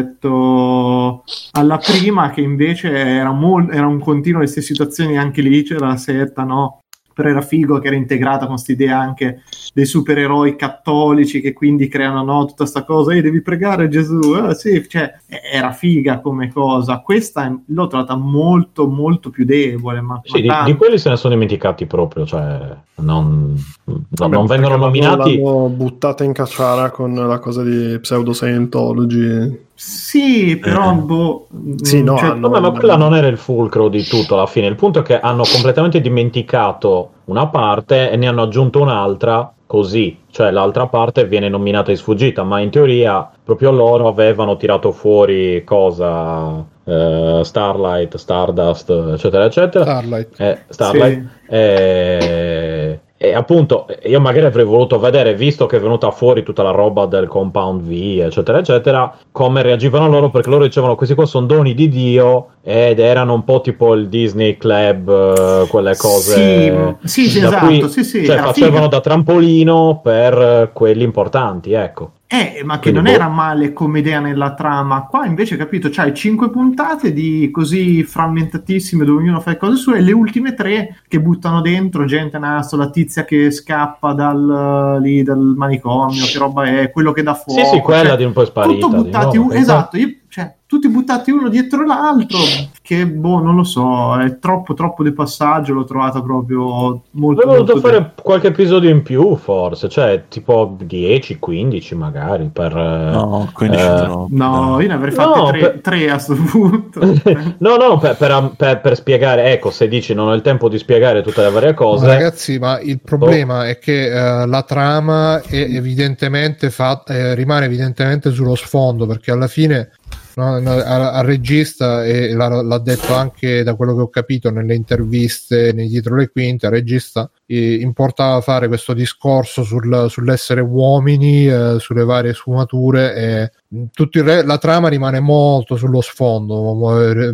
rispetto alla prima, che invece era, mol- era un continuo le stesse situazioni, anche lì c'era la setta, no? Però era figo che era integrata con quest'idea anche dei supereroi cattolici che quindi creano, no, tutta sta cosa, e devi pregare Gesù, eh, sì, cioè era figa come cosa. Questa l'ho trovata molto molto più debole, ma, sì, ma di, di quelli se ne sono dimenticati proprio, cioè non, Vabbè, non vengono nominati, l'hanno buttata in cacciara con la cosa di pseudo Scientology. Sì, però eh. boh, sì, no, cioè, hanno... vabbè, ma quella non era il fulcro di tutto alla fine. Il punto è che hanno completamente dimenticato una parte e ne hanno aggiunto un'altra così, cioè l'altra parte viene nominata in sfuggita, ma in teoria proprio loro avevano tirato fuori cosa, eh, Starlight, Stardust, eccetera eccetera. Starlight, eh, Starlight sì. eh, e appunto io magari avrei voluto vedere, visto che è venuta fuori tutta la roba del Compound V, eccetera eccetera, come reagivano loro, perché loro dicevano questi qua sono doni di Dio, ed erano un po' tipo il Disney Club, eh, quelle cose sì, sì, da esatto, cui, sì, sì, cioè, era facevano figa. da trampolino per quelli importanti, ecco. Eh, ma che Quindi, non boh. era male come idea nella trama. Qua invece, capito, c'hai cinque puntate di così frammentatissime dove ognuno fa le cose sue, e le ultime tre che buttano dentro gente naso, la tizia che scappa dal, lì, dal manicomio, che roba è, quello che dà fuoco. Sì, sì, quella cioè, di un po' sparita. tutto buttati, di nuovo, un, esatto, io, cioè, tutti buttati uno dietro l'altro, che boh, non lo so, è troppo troppo di passaggio, l'ho trovata proprio molto Avevo voluto molto fare de- qualche episodio in più, forse, cioè tipo dieci quindici magari per... No, quindici eh, troppo. No, dai. io ne avrei fatte No, tre, per- tre a sto punto. no, no, per, per- per- per spiegare, ecco, se dici non ho il tempo di spiegare tutte le varie cose... No, ragazzi, ma il problema è che eh, la trama è evidentemente fatta, eh, rimane evidentemente sullo sfondo, perché alla fine no, no, al, al regista, e l'ha, l'ha detto anche da quello che ho capito nelle interviste nei dietro le quinte, al regista eh, importava fare questo discorso sul, sull'essere uomini, eh, sulle varie sfumature, e tutto il re, la trama rimane molto sullo sfondo,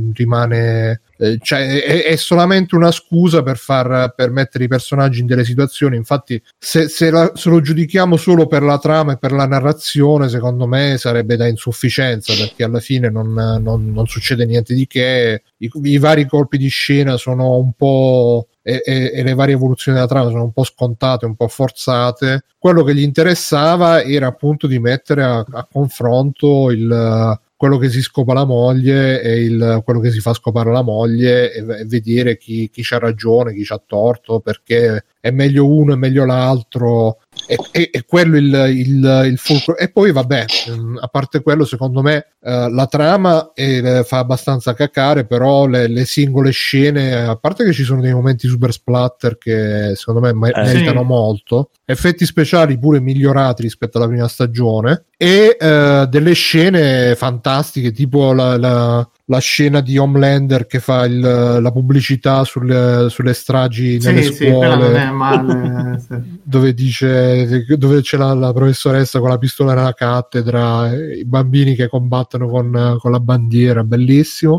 rimane eh, cioè è, è solamente una scusa per far per mettere i personaggi in delle situazioni. Infatti se, se, la, se lo giudichiamo solo per la trama e per la narrazione, secondo me sarebbe da insufficienza, perché alla fine non, non, non succede niente di che, i, i vari colpi di scena sono un po' E, e, e le varie evoluzioni della trama sono un po' scontate, un po' forzate. Quello che gli interessava era appunto di mettere a, a confronto il, quello che si scopa la moglie e il, quello che si fa scopare la moglie, e, e vedere chi, chi c'ha ragione, chi c'ha torto, perché è meglio uno, è meglio l'altro. E, e, e quello il, il, il fulcro. E poi vabbè, a parte quello, secondo me eh, la trama eh, fa abbastanza cacare, però le, le singole scene, a parte che ci sono dei momenti super splatter che secondo me me- eh, meritano sì. molto, effetti speciali pure migliorati rispetto alla prima stagione, e eh, delle scene fantastiche, tipo la, la, la scena di Homelander che fa il, la pubblicità sulle, sulle stragi nelle Sì, sì, quella non scuole, è male. Sì. dove dice, dove c'è la, la professoressa con la pistola nella cattedra, i bambini che combattono con, con la bandiera, bellissimo.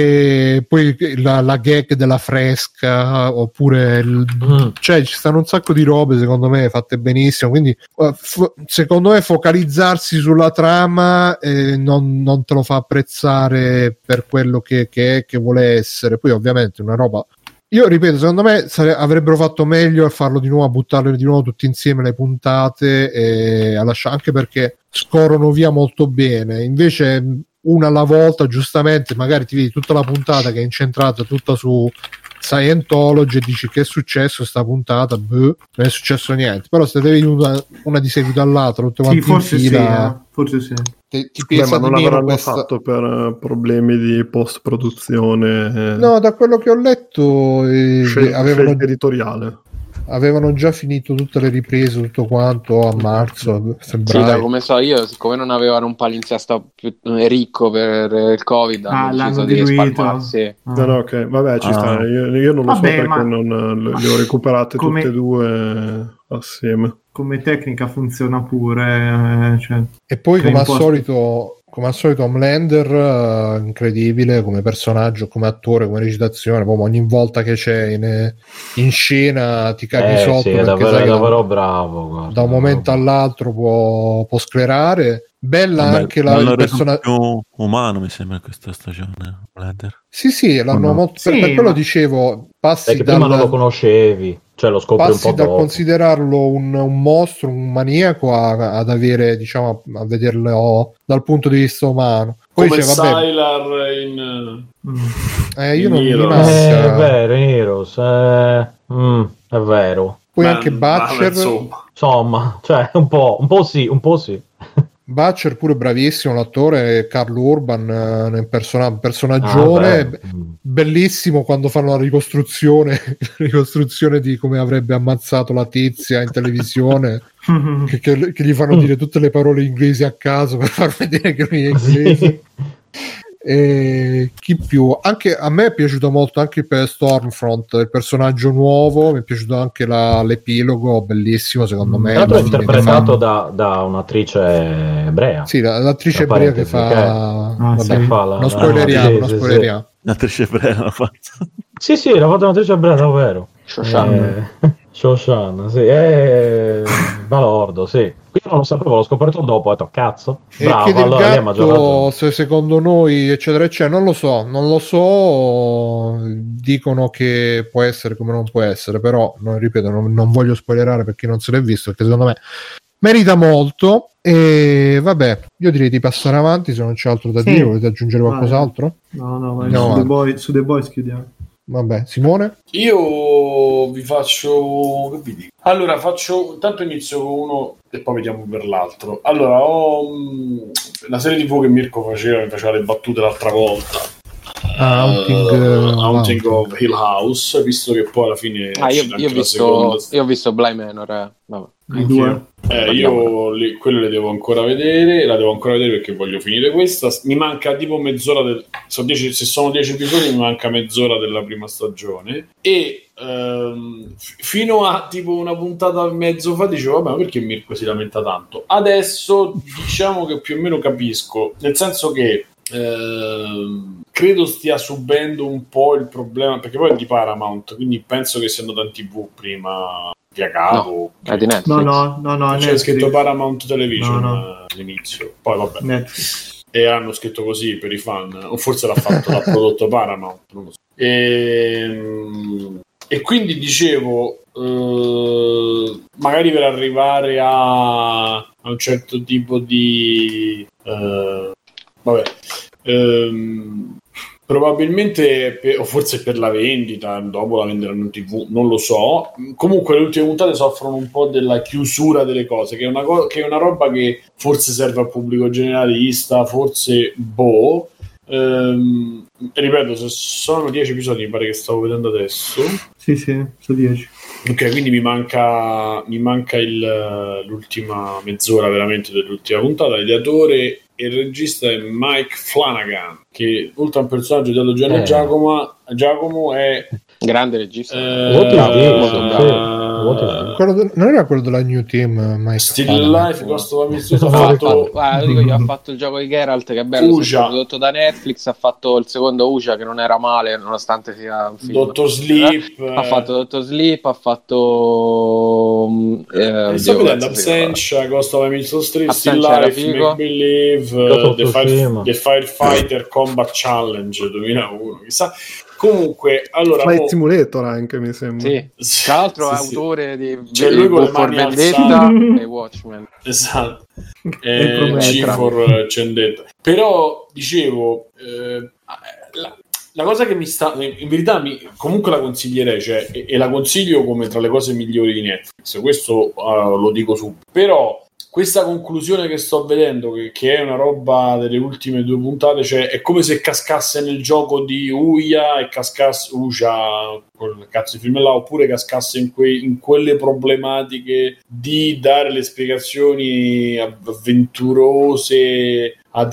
E poi la, la gag della fresca, oppure il, Mm. cioè ci stanno un sacco di robe secondo me fatte benissimo, quindi uh, fo- secondo me focalizzarsi sulla trama eh, non, non te lo fa apprezzare per quello che, che è, che vuole essere. Poi ovviamente una roba, io ripeto, secondo me sare- avrebbero fatto meglio a farlo di nuovo, a buttarle di nuovo tutti insieme le puntate, e a lasciare, anche perché scorrono via molto bene. Invece una alla volta, giustamente, magari ti vedi tutta la puntata che è incentrata tutta su Scientology e dici che è successo sta puntata, boh, non è successo niente. Però se devi una, una di seguito all'altra tutte Sì, quante forse in sì, fila, eh, forse sì. ti, ti Beh, pesa ma di non meno l'avranno questa... fatto per eh, problemi di post-produzione, eh, No, da quello che ho letto eh, scel- avevano, scelta editoriale. avevano già finito tutte le riprese, tutto quanto a marzo, a Sì, da febbraio. come so io, siccome non avevano un palinsesto più ricco per il Covid, Ah, hanno l'hanno deciso di diluito. risparmiarsi. Ah. No, no, ok, vabbè, ci Ah. sta. Io, io non lo Vabbè, so perché ma- non le, ma le ho recuperate come- tutte e due assieme. Come tecnica funziona pure, eh, cioè, E poi come al preimposto. solito, come al solito Homelander eh, incredibile come personaggio, come attore, come recitazione, proprio ogni volta che c'è in, in scena ti caghi Eh sotto, sì, è perché davvero, sai è che da, davvero bravo. Guarda, da un momento davvero all'altro può, può sclerare. Bella Vabbè, anche la, l'hanno il reso personaggio. più umano, mi sembra, questa stagione. Blender. Sì, sì, l'hanno no? molto. Per, Sì, per quello ma- dicevo, passi Perché prima non lo dal, conoscevi, cioè lo scopri un passi po' dal dopo. considerarlo un, un mostro, un maniaco, a- ad avere, diciamo, a vederlo dal punto di vista umano. Poi Come dice, vabbè, Sylar in... Mm. eh, io non mi Heroes. manca. Eh, è vero, in Heroes, eh, mm, è vero. Poi Ma- anche ma Butcher, insomma. Insomma, cioè, un po', un po' sì, un po' sì. Butcher pure bravissimo, l'attore Carl Urban eh, nel persona- personaggione, Ah, beh. be- bellissimo quando fanno la ricostruzione, ricostruzione di come avrebbe ammazzato la tizia in televisione, che, che- che gli fanno dire tutte le parole inglesi a caso per far vedere che lui è inglese. Sì. E chi più? Anche a me è piaciuto molto anche per Stormfront, il personaggio nuovo, mi è piaciuto anche la- l'epilogo, bellissimo secondo me. Tra l'altro è alla fine che interpretato fa- da, da un'attrice ebrea. Sì, la- l'attrice Tra ebrea che parentesi, fa... Ah, vabbè, sì. fa la- non la- spoileriamo, sì, non sì, spoileriamo. L'attrice ebrea l'ha fatto. Sì, sì, l'ha fatto un'attrice ebrea, davvero. Shoshan. Eh, Shoshan, sì, è balordo, sì. Qui non lo sapevo, l'ho scoperto dopo, ho detto, cazzo, E bravo, che del allora lei ha maggior gatto, ragione. se secondo noi, eccetera, eccetera, non lo so, non lo so, dicono che può essere come non può essere, però, non, ripeto, non, non voglio spoilerare per chi non se l'è visto, perché secondo me merita molto. E vabbè, io direi di passare avanti, se non c'è altro da Sì. dire. Volete aggiungere Vai. qualcos'altro? No, no, vai, No, su, va. The Boy, su The Boys chiudiamo. Vabbè, Simone? Io vi faccio... che vi dico? Allora, faccio... Intanto inizio con uno e poi vediamo per l'altro. Allora, ho mh, la serie tivù che Mirko faceva, mi faceva le battute l'altra volta. Ah, Haunting, Uh, uh, Haunting Haunting. of Hill House, visto che poi alla fine è Ah, io, uscita io ho anche la seconda. visto, io ho visto Bly Manor, eh. Vabbè. I due. Eh, io li, quelle le devo ancora vedere, la devo ancora vedere perché voglio finire questa. Mi manca tipo mezz'ora del, so dieci, se sono dieci episodi mi manca mezz'ora della prima stagione e ehm, f- fino a tipo una puntata e mezzo fa dicevo vabbè, ma perché Mirko si lamenta tanto? Adesso diciamo che più o meno capisco, nel senso che ehm, credo stia subendo un po' il problema, perché poi è di Paramount, quindi penso che siano da tivù prima via cavo. È di Netflix. No, no, no, no, C'è Netflix. scritto Paramount Television No, no. eh, all'inizio, poi vabbè, Netflix. e hanno scritto così per i fan, o forse l'ha fatto, l'ha prodotto Paramount, non lo so. E, e quindi dicevo, eh, magari per arrivare a, a un certo tipo di, eh, vabbè, ehm, probabilmente per, o forse per la vendita, dopo la venderanno in tv, non lo so. Comunque le ultime puntate soffrono un po' della chiusura delle cose, che è una, co- che è una roba che forse serve al pubblico generalista, forse boh. Ehm, ripeto, se sono dieci episodi, mi pare che stavo vedendo adesso. Sì, sì, sono dieci. Ok, quindi mi manca, mi manca il, l'ultima mezz'ora veramente dell'ultima puntata. L'ideatore e il regista è Mike Flanagan, che oltre a un personaggio di Gianni Eh. Giacomo, Giacomo è Grande regista. eh, Molto bravo, bravo, molto sì. bravo. Molto bravo. Quello de- non era quello della New Team, Mike Still Flanagan? Life, Ghost of Tsushima, ha Ha fatto fatto, guarda, lo dico io, ha fatto il gioco di Geralt, che è bello, Uja. sempre prodotto da Netflix, ha fatto il secondo Uja, che non era male, nonostante sia un film. Doctor Sleep, Ha fatto Doctor Sleep, ha fatto... Eh, eh, sto oddio, vedendo cazzo si chiama? Absentia, Ghost of Emilson Street, Still Absentia era Life, figo. Make Believe, Ghost of The, Fire, Tsushima. The Firefighter Combat Challenge duemilauno, chissà. Comunque, allora Flight mo- Simulator anche, mi sembra. Sì, tra l'altro è Sì, sì. autore di C'è di lui con le V for mani Vendetta e Watchmen. Esatto, E eh, Prometra. C for Vendetta. Però dicevo, eh, la, la cosa che mi sta, in verità, mi, comunque la consiglierei, cioè, e, e la consiglio come tra le cose migliori di Netflix. Questo uh, lo dico subito. Però questa conclusione che sto vedendo, che, che è una roba delle ultime due puntate, cioè è come se cascasse nel gioco di Uia e cascasse Uja, quel cazzo di film là, oppure cascasse in, que, in quelle problematiche di dare le spiegazioni avventurose a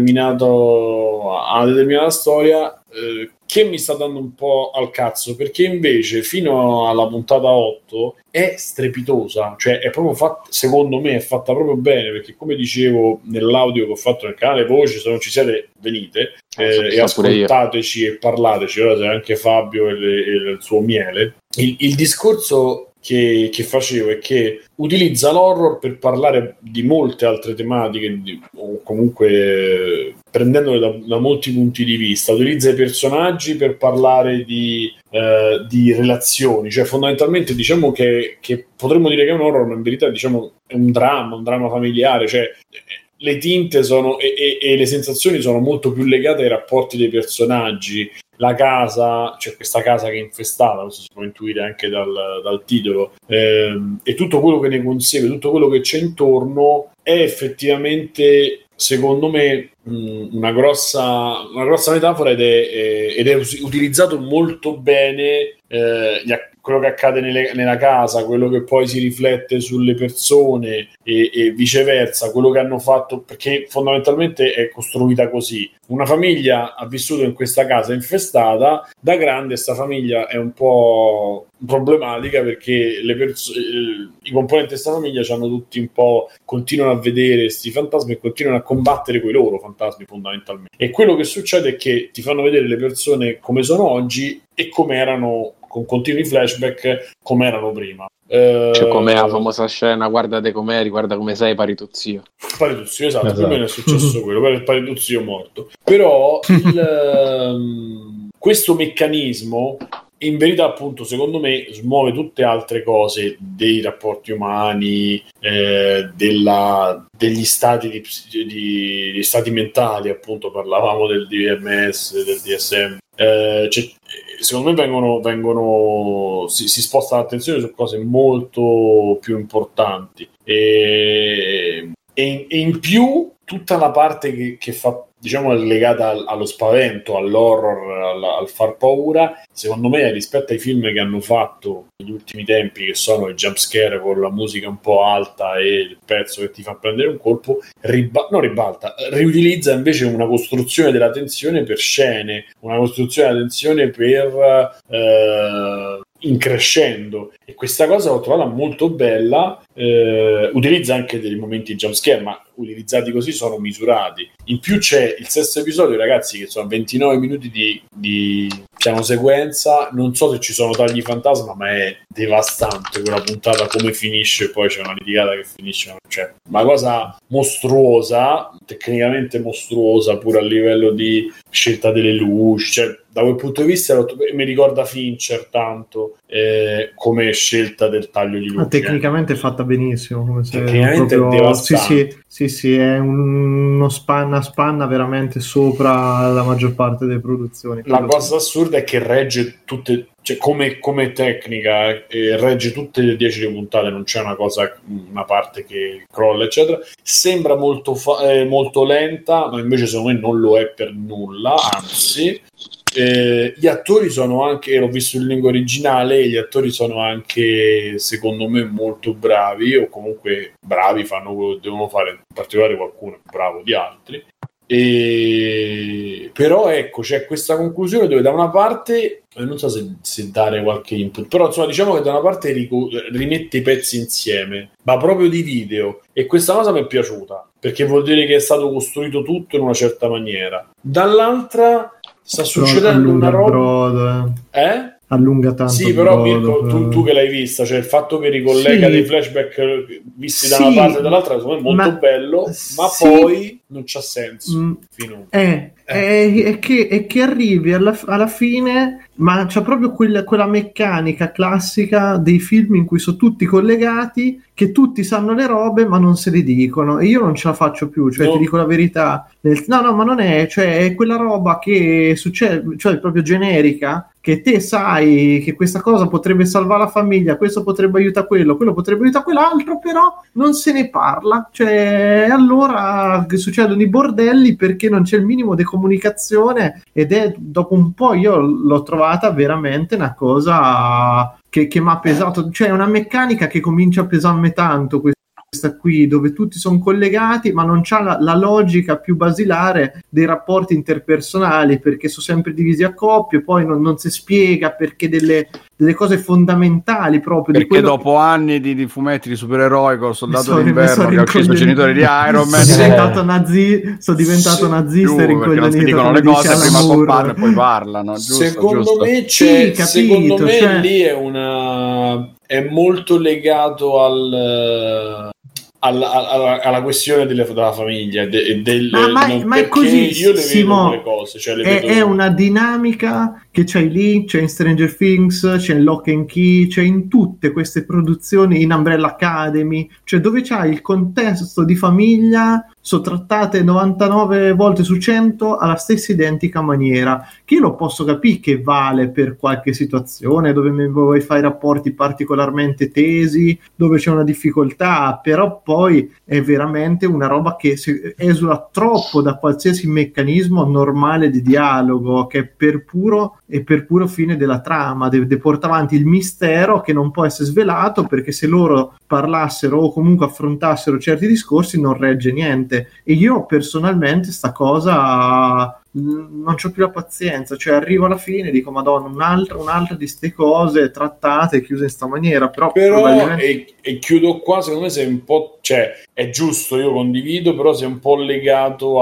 determinato a una determinata storia, eh, che mi sta dando un po' al cazzo, perché invece fino alla puntata otto è strepitosa, cioè è proprio fatta, secondo me è fatta proprio bene, perché come dicevo nell'audio che ho fatto nel canale Voci, se non ci siete venite eh, e ascoltateci e parlateci, ora c'è anche Fabio e, le, e il suo miele. Il, il discorso che, che facevo è che utilizza l'horror per parlare di molte altre tematiche, di, o comunque eh, prendendole da, da molti punti di vista. Utilizza i personaggi per parlare di, eh, di relazioni, cioè fondamentalmente diciamo che, che potremmo dire che è un horror, ma in verità diciamo è un dramma, un dramma familiare, cioè le tinte sono e, e, e le sensazioni sono molto più legate ai rapporti dei personaggi. La casa, cioè questa casa che è infestata, questo si può intuire anche dal, dal titolo, ehm, e tutto quello che ne consegue, tutto quello che c'è intorno è effettivamente, secondo me, mh, una grossa una grossa metafora ed è, è, ed è utilizzato molto bene eh, gli, quello che accade nelle, nella casa, quello che poi si riflette sulle persone e, e viceversa, quello che hanno fatto, perché fondamentalmente è costruita così. Una famiglia ha vissuto in questa casa infestata, da grande sta famiglia è un po' problematica perché le perso- i componenti di questa famiglia hanno tutti un po', continuano a vedere questi fantasmi e continuano a combattere con i loro fantasmi fondamentalmente. E quello che succede è che ti fanno vedere le persone come sono oggi e come erano, con continui flashback, come erano prima. Eh, Cioè, come la famosa scena, guardate com'eri, guarda come sei, parituzio. Parituzio, esatto, esatto. più o meno è successo quello, parituzio morto. Però il, um, questo meccanismo in verità appunto secondo me smuove tutte altre cose dei rapporti umani, eh, della, degli stati di, di, di stati mentali, appunto parlavamo del D M S, del D S M. Eh, cioè, secondo me vengono, vengono si, si sposta l'attenzione su cose molto più importanti e, e, e in più tutta la parte che, che fa, diciamo, è legata al, allo spavento, all'horror, al, al far paura, secondo me rispetto ai film che hanno fatto negli ultimi tempi, che sono il jump scare con la musica un po' alta e il pezzo che ti fa prendere un colpo, riba- non ribalta, riutilizza invece una costruzione della tensione per scene, una costruzione della tensione per eh, increscendo, e questa cosa l'ho trovata molto bella. Eh, utilizza anche dei momenti jump scare, ma utilizzati così sono misurati. In più c'è il sesto episodio, ragazzi, che sono ventinove minuti di, di piano sequenza. Non so se ci sono tagli fantasma, ma è devastante quella puntata, come finisce. Poi c'è una litigata che finisce, cioè una cosa mostruosa, tecnicamente mostruosa, pure a livello di scelta delle luci, cioè da quel punto di vista mi ricorda Fincher tanto eh, come scelta del taglio di luce. Ma tecnicamente è fatta benissimo, come se tecnicamente proprio... è devastante. Sì, sì, sì, sì, è uno spanna spanna veramente sopra la maggior parte delle produzioni. La cosa assurda è che regge tutte, cioè come, come tecnica eh, regge tutte le dieci puntate, non c'è una cosa, una parte che crolla eccetera. Sembra molto, fa- eh, molto lenta, ma invece secondo me non lo è per nulla, anzi eh, gli attori sono anche, l'ho visto in lingua originale, gli attori sono anche secondo me molto bravi, o comunque bravi, fanno quello che devono fare, in particolare qualcuno è più bravo di altri. E... però ecco, c'è questa conclusione dove da una parte non so se, se dare qualche input, però insomma diciamo che da una parte ric- rimette i pezzi insieme, ma proprio di video, e questa cosa mi è piaciuta perché vuol dire che è stato costruito tutto in una certa maniera. Dall'altra sta succedendo una roba brodo, eh. eh? allunga tanto. Sì, però brodo, Mirko, per... tu, tu che l'hai vista, cioè il fatto che ricollega sì. dei flashback visti da sì. una parte e dall'altra, secondo me è molto ma... bello, ma sì. poi non c'ha senso. Mm. Fino... Eh, eh. È, è, che, è che arrivi alla, alla fine, ma c'è proprio quella, quella meccanica classica dei film in cui sono tutti collegati, che tutti sanno le robe ma non se le dicono, e io non ce la faccio più, cioè no. Ti dico la verità, no no ma non è, cioè è quella roba che succede, cioè proprio generica, che te sai che questa cosa potrebbe salvare la famiglia, questo potrebbe aiutare quello, quello potrebbe aiutare quell'altro, però non se ne parla, cioè allora succedono i bordelli perché non c'è il minimo di comunicazione, ed è dopo un po' io l'ho trovata veramente una cosa che, che mi ha pesato, cioè è una meccanica che comincia a pesarmi tanto, questa qui, dove tutti sono collegati ma non c'ha la, la logica più basilare dei rapporti interpersonali, perché sono sempre divisi a coppie, poi non, non si spiega perché delle, delle cose fondamentali proprio perché di quello dopo che... anni di, di fumetti di supereroi col soldato sono, d'inverno che ha ucciso i genitori di Iron Man, sono diventato, nazi, sono diventato sì, nazista e perché non si dicono le cose prima compare e poi parlano, giusto, secondo giusto. me c'è, sì, secondo me cioè... lì è una è molto legato al Alla, alla, alla questione delle, della famiglia e de, del, ma, ma, non, ma è così, io le Simo, vedo le cose, cioè le è, vedo... è una dinamica che c'hai lì, c'è in Stranger Things, c'è in Lock and Key, c'è in tutte queste produzioni, in Umbrella Academy, cioè dove c'hai il contesto di famiglia, sono trattate novantanove volte su cento alla stessa identica maniera, che io lo posso capire che vale per qualche situazione dove vuoi fare rapporti particolarmente tesi, dove c'è una difficoltà, però poi è veramente una roba che esula troppo da qualsiasi meccanismo normale di dialogo, che è per puro e per puro fine della trama, deve de portare avanti il mistero che non può essere svelato, perché se loro parlassero o comunque affrontassero certi discorsi non regge niente. E io personalmente sta cosa non c'ho più la pazienza, cioè arrivo alla fine e dico madonna, un'altra, un'altra di ste cose trattate e chiuse in sta maniera, però, però probabilmente... e, e chiudo qua, secondo me sei un po', cioè è giusto, io condivido, però sei un po' legato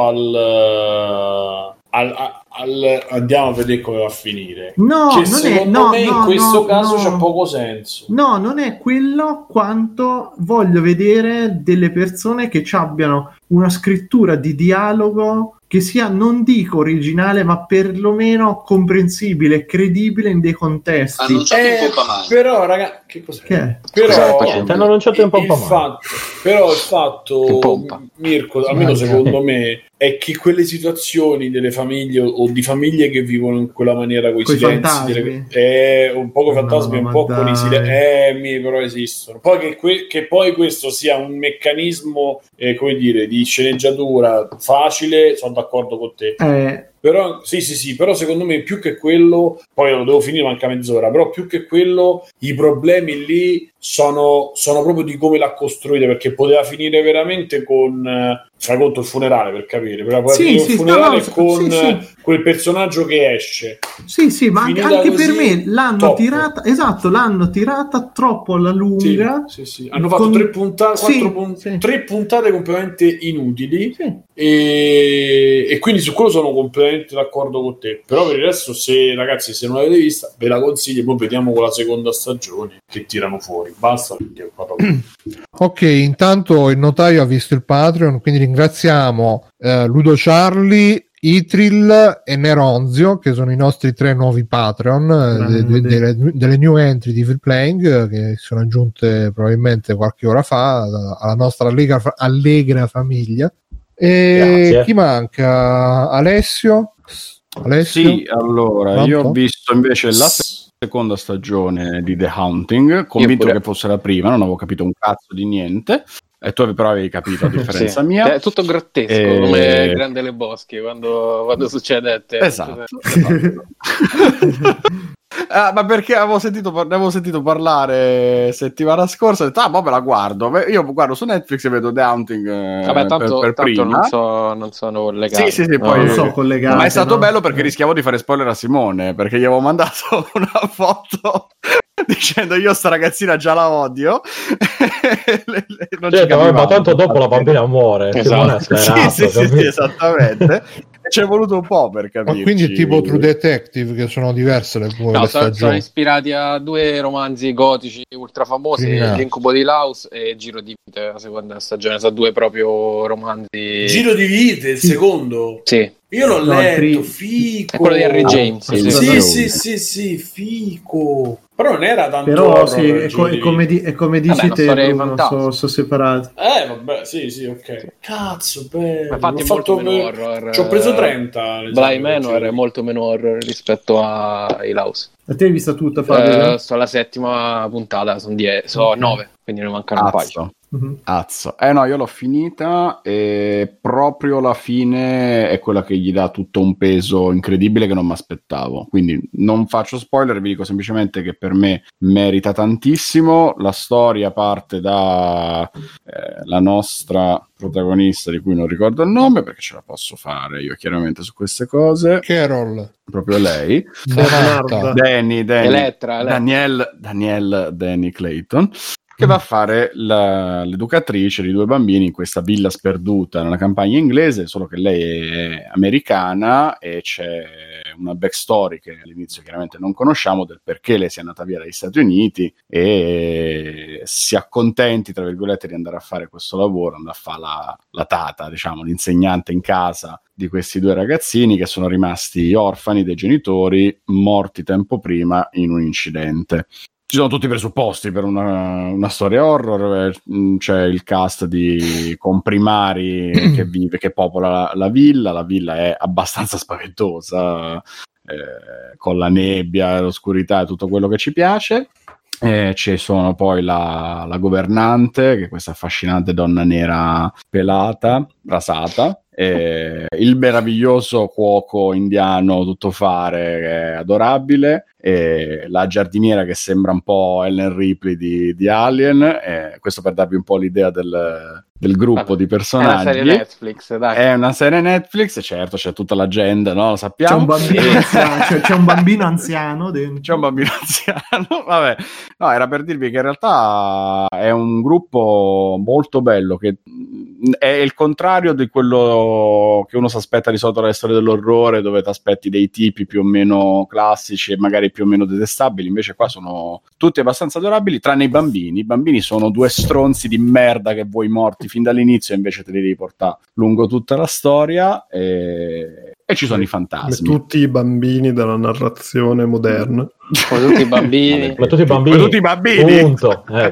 al, al, al, al andiamo a vedere come va a finire, no, che non secondo è, no, me no, in questo no, caso no. c'ha poco senso. No, non è quello, quanto voglio vedere delle persone che ci abbiano una scrittura di dialogo che sia, non dico originale, ma perlomeno comprensibile, credibile in dei contesti. Annunciato Eh, in pompa mai. però raga, che cos'è? Che è? Però Niente, hanno annunciato in pompa il mai. fatto, però il fatto, Mirko, almeno Ah, secondo me, è che quelle situazioni delle famiglie o di famiglie che vivono in quella maniera con i Coi silenzi, fantasmi. delle, è un po' con No, fantasmi, un ma po' con i dai. silenzi, eh, mi, però esistono. Poi che, que- che poi questo sia un meccanismo, eh, come dire, di sceneggiatura facile, sono d'accordo con te. Eh, Però sì, sì, sì, però secondo me più che quello, poi lo devo finire, manca mezz'ora, però più che quello, i problemi lì sono, sono proprio di come l'ha costruita, perché poteva finire veramente con, eh, fai conto il funerale per capire, poteva Sì, finire sì, un funerale no, no, con sì, sì. quel personaggio che esce. sì, sì, ma anche, Finita anche così, per me l'hanno top. tirata, esatto, l'hanno tirata troppo alla Sì, lunga. sì, sì. Hanno fatto Con- tre, puntate, sì, quattro pun- sì. tre puntate completamente inutili. Sì. E, e quindi su quello sono completamente d'accordo con te, però per il resto, se ragazzi, se non l'avete vista, ve la consiglio, poi vediamo con la seconda stagione che tirano fuori, basta, perché Ok, intanto il notaio ha visto il Patreon, quindi ringraziamo eh, Ludo Charlie, Itril e Neronzio, che sono i nostri tre nuovi Patreon de, de, delle, delle new entry di Free Playing, che sono aggiunte probabilmente qualche ora fa alla nostra allegra, allegra famiglia. E Grazie. chi manca? Alessio? Alessio? Sì, allora, Pronto? io ho visto invece la seconda stagione di The Haunting, convinto che fosse la prima, non avevo capito un cazzo di niente. E tu però avevi capito, a differenza Sì. mia. È tutto grottesco, E- come Grande Le Boschi, quando, quando succede a te. Esatto. Ah, ma perché avevo sentito, ne avevo sentito parlare settimana scorsa, ho detto, ah, ma me la guardo. Beh, io guardo su Netflix e vedo The Haunting eh, Vabbè, tanto, per, per tanto prima. non, so, non sono collegato. Sì, sì, sì, No, poi non so collegate, ma è stato no? bello perché rischiavo di fare spoiler a Simone, perché gli avevo mandato una foto dicendo io sta ragazzina già la odio. Le- le- non ci Certo, vabbè, ma capivamo. tanto dopo la bambina muore. Esatto. Simone è sclerato, Sì, sì, sì, capito? sì, esattamente. E ci è voluto un po' per Ma capirci. quindi è tipo True Detective, che sono diverse le, No, le sono, sono stagioni. ispirati a due romanzi gotici ultra famosi, Criminali. L'incubo di Laus e Giro di Vite, la seconda stagione, sono due proprio romanzi. Giro di vite, il secondo. Sì, Io l'ho No, letto, tri- fico. è quello di Henry Ah, James. sì, sì. Sì, sì. sì, sì, sì, fico. Però non era tanto Però horror, sì, è, Giro co- di è come, Vite. di- è come dici Vabbè, una te, storia di Bruno, fantasmi. sono so separati. Eh, vabbè, sì, sì, ok. Cazzo, bello. Ma infatti L'ho è molto fatto meno per- horror. Ci ho preso eh, trenta. Bly Manor è molto meno horror rispetto ai Laus. A te hai vista tutta, Fabio? Eh, sto alla settima puntata, sono die- sono Ok. nove, quindi ne mancano un paio. Azzo. Mhm. Azzo. Eh no, io l'ho finita e proprio la fine è quella che gli dà tutto un peso incredibile che non mi aspettavo. Quindi non faccio spoiler, vi dico semplicemente che per me merita tantissimo. La storia parte da eh, la nostra protagonista, di cui non ricordo il nome perché ce la posso fare io chiaramente su queste cose. Carol. Proprio lei. Bernarda. Danny, Danny Elettra, Elettra. Daniel, Daniel Danny Clayton, che va a fare la- l'educatrice di due bambini in questa villa sperduta nella campagna inglese, solo che lei è americana e c'è una backstory che all'inizio chiaramente non conosciamo del perché lei sia andata via dagli Stati Uniti e si accontenti, tra virgolette, di andare a fare questo lavoro, andare a fare la, la tata, diciamo, l'insegnante in casa di questi due ragazzini che sono rimasti orfani dei genitori morti tempo prima in un incidente. Ci sono tutti i presupposti per una, una storia horror, eh, c'è il cast di comprimari che vive, che popola la, la villa, la villa è abbastanza spaventosa, eh, con la nebbia, l'oscurità e tutto quello che ci piace. Eh, ci sono poi la, la governante, che è questa affascinante donna nera pelata, rasata, eh, il meraviglioso cuoco indiano tuttofare che è adorabile, e la giardiniera che sembra un po' Ellen Ripley di, di Alien, eh, questo per darvi un po' l'idea del, del gruppo di È una personaggi. serie Netflix, dai. È una serie Netflix, certo, c'è tutta l'agenda, no? Lo C'è sappiamo. un bambino anziano, c'è, c'è un bambino anziano dentro. C'è un bambino anziano, vabbè. No, era per dirvi che in realtà è un gruppo molto bello, che è il contrario di quello che uno si aspetta di solito dalle storie dell'orrore, dove ti aspetti dei tipi più o meno classici e magari più o meno detestabili. Invece qua sono tutti abbastanza adorabili, tranne i bambini. I bambini sono due stronzi di merda che vuoi morti fin dall'inizio e invece te li devi portare lungo tutta la storia, e, e ci sono i Come fantasmi. tutti i bambini della narrazione moderna. Come tutti i bambini. Ma tutti i bambini. Come tutti i bambini. Punto. Eh.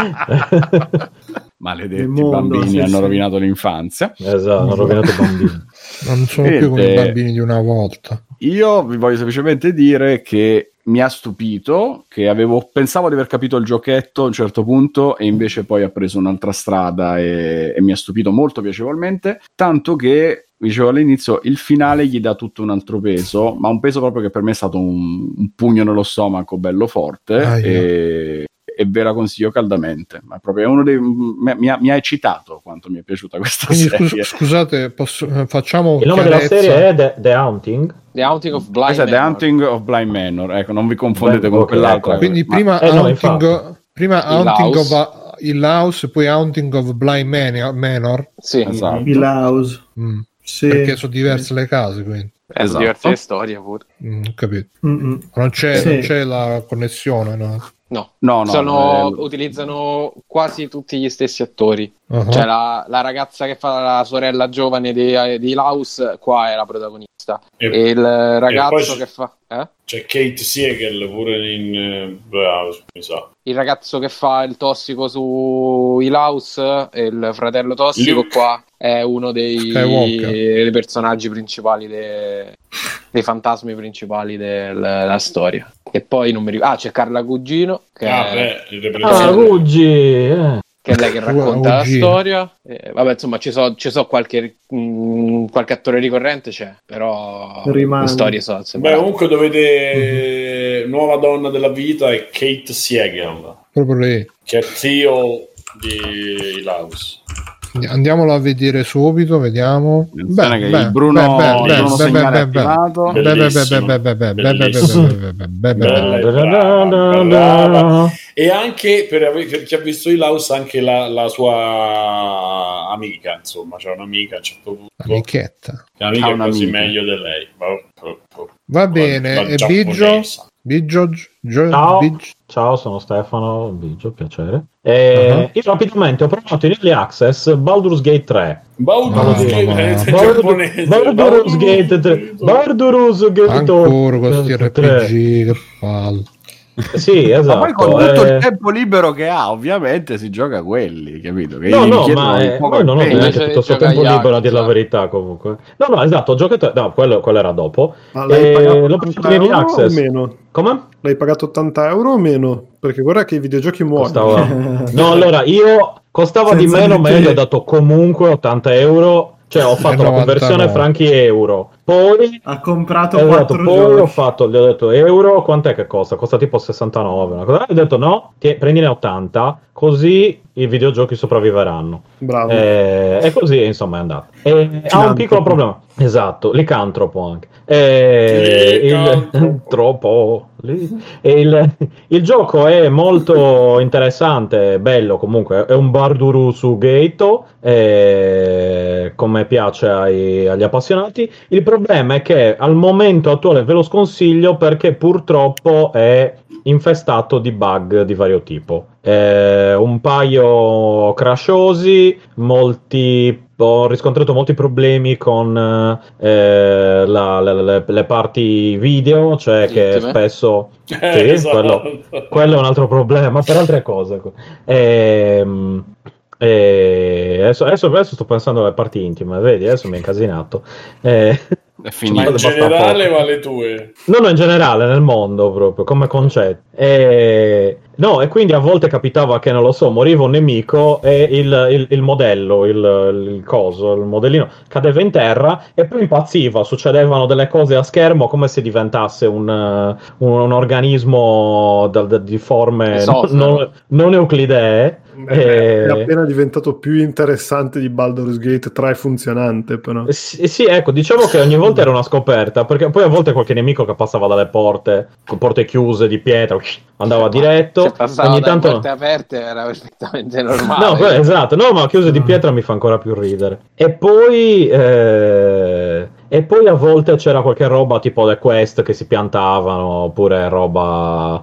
Maledetti Il mondo, bambini sì, hanno sì. rovinato l'infanzia. Esatto, hanno rovinato i bambini. Non sono Niente. più come i bambini di una volta. Io vi voglio semplicemente dire che mi ha stupito, che avevo pensavo di aver capito il giochetto a un certo punto e invece poi ha preso un'altra strada e, e mi ha stupito molto piacevolmente, tanto che, dicevo all'inizio, il finale gli dà tutto un altro peso, ma un peso proprio che per me è stato un, un pugno nello stomaco bello forte. Ah, e, e ve la consiglio caldamente, ma proprio è uno dei mi, mi ha, mi ha eccitato quanto mi è piaciuta questa Quindi serie. scus- scusate, posso- eh, facciamo Il nome della chiarezza. serie è The, The Haunting. The Haunting of Bly Questa è The Manor. Hunting of Bly Manor, ecco, non vi confondete Beh, con ok, quell'altra. ecco. Quindi Ma- prima Eh, no, Haunting, infatti. prima Il Haunting House. of il House, poi Haunting of Bly Manor, Manor. Sì, Esatto. Il house. Mm. Sì. Perché sono diverse le case, quindi è Esatto. diverse le storie pure. Mm, ho capito. Mm-mm. Non c'è, Sì. non c'è la connessione, no? No, No, no, sono, eh, utilizzano quasi tutti gli stessi attori. Uh-huh. Cioè la, la ragazza che fa la sorella giovane di, di Laus qua è la protagonista. E- E il e ragazzo poi che fa... Eh? c'è Kate Siegel pure in eh, House, mi sa. Il ragazzo che fa il tossico su Ilaus, il fratello tossico, Luke. qua è uno dei, Skywalker. dei personaggi principali, de- dei fantasmi principali del- della storia. E poi non mi ricordo. Ah, c'è Carla Gugino, che, Ah, è, beh, il Ah, representante. Ruggi! Eh. che è lei che racconta la Gugino. storia. E, vabbè, insomma, ci so, ci so qualche, mh, qualche attore ricorrente c'è, però Rimane. le storie sono Beh, separate. comunque dovete nuova donna della vita è Kate Siegel, Proprio lei. che è Theo di House. Andiamolo a vedere subito, vediamo. Attenzione che il Bruno- il Bruno segnale attivato. Bellissimo. Bella e brava, brava. E anche per, ave- per chi ha visto il House, anche la, la sua amica, insomma, c'è un'amica a un certo punto. Amichetta. L'amica Ha è quasi un'amica. meglio di lei. Va, Va bene, la e Biggio? giapponese. Biggio? Gio- Ciao. Biggio? Ciao, sono Stefano Biggio, piacere. E Uh-huh. Io rapidamente ho provato in Early Access Baldur's Gate tre. Baldur's No, Gate no, no. è Baldur- giapponese. Baldur's Gate tre. Baldur's Gate Ancora questi tre. R P G, che palle. Sì, esatto. Ma poi con tutto eh, il tempo libero che ha, ovviamente si gioca a quelli, capito? Che No, gli no, chiedono ma un eh, po' poi non ho impegno. neanche Invece tutto il suo gioca tempo Yakuza. libero a dire la verità comunque. No, no, esatto, ho giocato... No, quello, quello era dopo. Ma l'hai Eh, pagato l'ho preso ottanta in Early euro o Access. meno? Come? L'hai pagato ottanta euro o meno? Perché guarda che i videogiochi muoiono. Costava... No, allora, io... Costava di Senza meno, di ma te. io gli ho dato comunque ottanta euro. Cioè, ho fatto la novantanove. conversione franchi-euro. Poi... Ha comprato Esatto, quattro poi giochi. ho fatto, gli ho detto euro, quant'è che costa? Costa tipo sessantanove. Una cosa. Gli ho detto no, ti- prendine ottanta, così i videogiochi sopravviveranno. Bravo. Eh, e così insomma è andato. E ha un piccolo problema. Esatto, licantropo anche. E il, Licantropo. troppo. Li- e il, il gioco è molto interessante, bello comunque. È un Barduru su Gato, eh, come piace ai- agli appassionati. Il problema è che al momento attuale ve lo sconsiglio perché purtroppo è infestato di bug di vario tipo. Eh, un paio crashosi, molti ho riscontrato molti problemi con eh, la- la- le, le parti video, cioè che Intime. spesso Eh, sì, esatto. quello, quello è un altro problema per altre cose. Ehm, e adesso, adesso, adesso sto pensando alle parti intime, vedi, adesso mi è incasinato. Eh, È Ma finito. in Basta generale poco. va le tue. No, no, in generale, nel mondo proprio, come concetto. E... No, e quindi a volte capitava che, non lo so, moriva un nemico e il, il- il modello, il, il coso, il modellino cadeva in terra e poi impazziva, succedevano delle cose a schermo come se diventasse un, eh, un, un organismo da- da- di forme Esofero. non, non euclidee. Beh, E- È appena diventato più interessante di Baldur's Gate tre funzionante, però. Eh Sì, sì, ecco, diciamo che ogni volta era una scoperta, perché poi a volte qualche nemico che passava dalle porte, con porte chiuse di pietra, andava diretto, Se passava ogni dalle tanto... porte aperte era perfettamente normale. No, poi- esatto, no, ma chiuse di pietra mi fa ancora più ridere. E poi... eh, E poi a volte c'era qualche roba tipo le quest che si piantavano, oppure roba...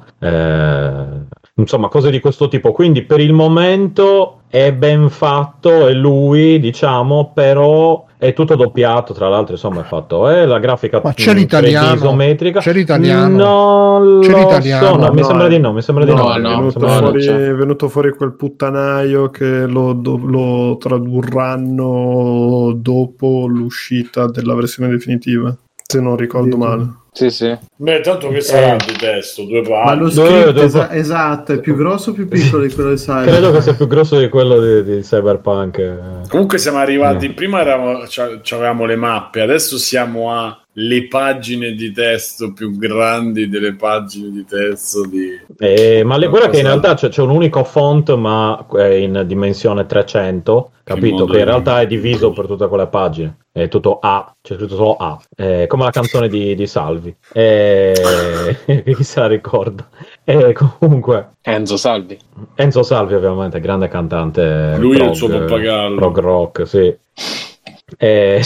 eh, insomma, cose di questo tipo. Quindi per il momento è ben fatto, è lui, diciamo, però è tutto doppiato, tra l'altro, insomma, è fatto. Eh, la grafica Ma c'è mm, l'italiano? tre D isometrica. C'è l'italiano? Non C'è lo l'italiano? so, no, mi No, sembra eh. di no, mi sembra di No, no. è no, mi venuto, sembra di no. fuori, c'è. è venuto fuori quel puttanaio che lo, do- lo tradurranno dopo l'uscita della versione definitiva, se non ricordo male. Sì, sì. Beh, tanto che sarà Eh. di testo, due Ma lo pagine. Dove- script dove- esa- esatto è più grosso o più piccolo di quello di Cyber? Credo che sia più grosso di quello di, di Cyberpunk. eh. Comunque siamo arrivati, Mm. prima eravamo, c'a- c'avevamo le mappe, adesso siamo a le pagine di testo più grandi delle pagine di testo di... Eh, ma le, guarda che in Cosa- realtà c'è, c'è un unico font, ma è in dimensione trecento, capito? modo Che in di- realtà è diviso per tutte quelle pagine. È tutto A, c'è scritto solo A, eh, come la canzone di, di Salvi. Eh, chi se la ricorda? E comunque, Enzo Salvi. Enzo Salvi, ovviamente, grande cantante. Lui e il prog, suo pappagallo. prog rock, sì. Eh,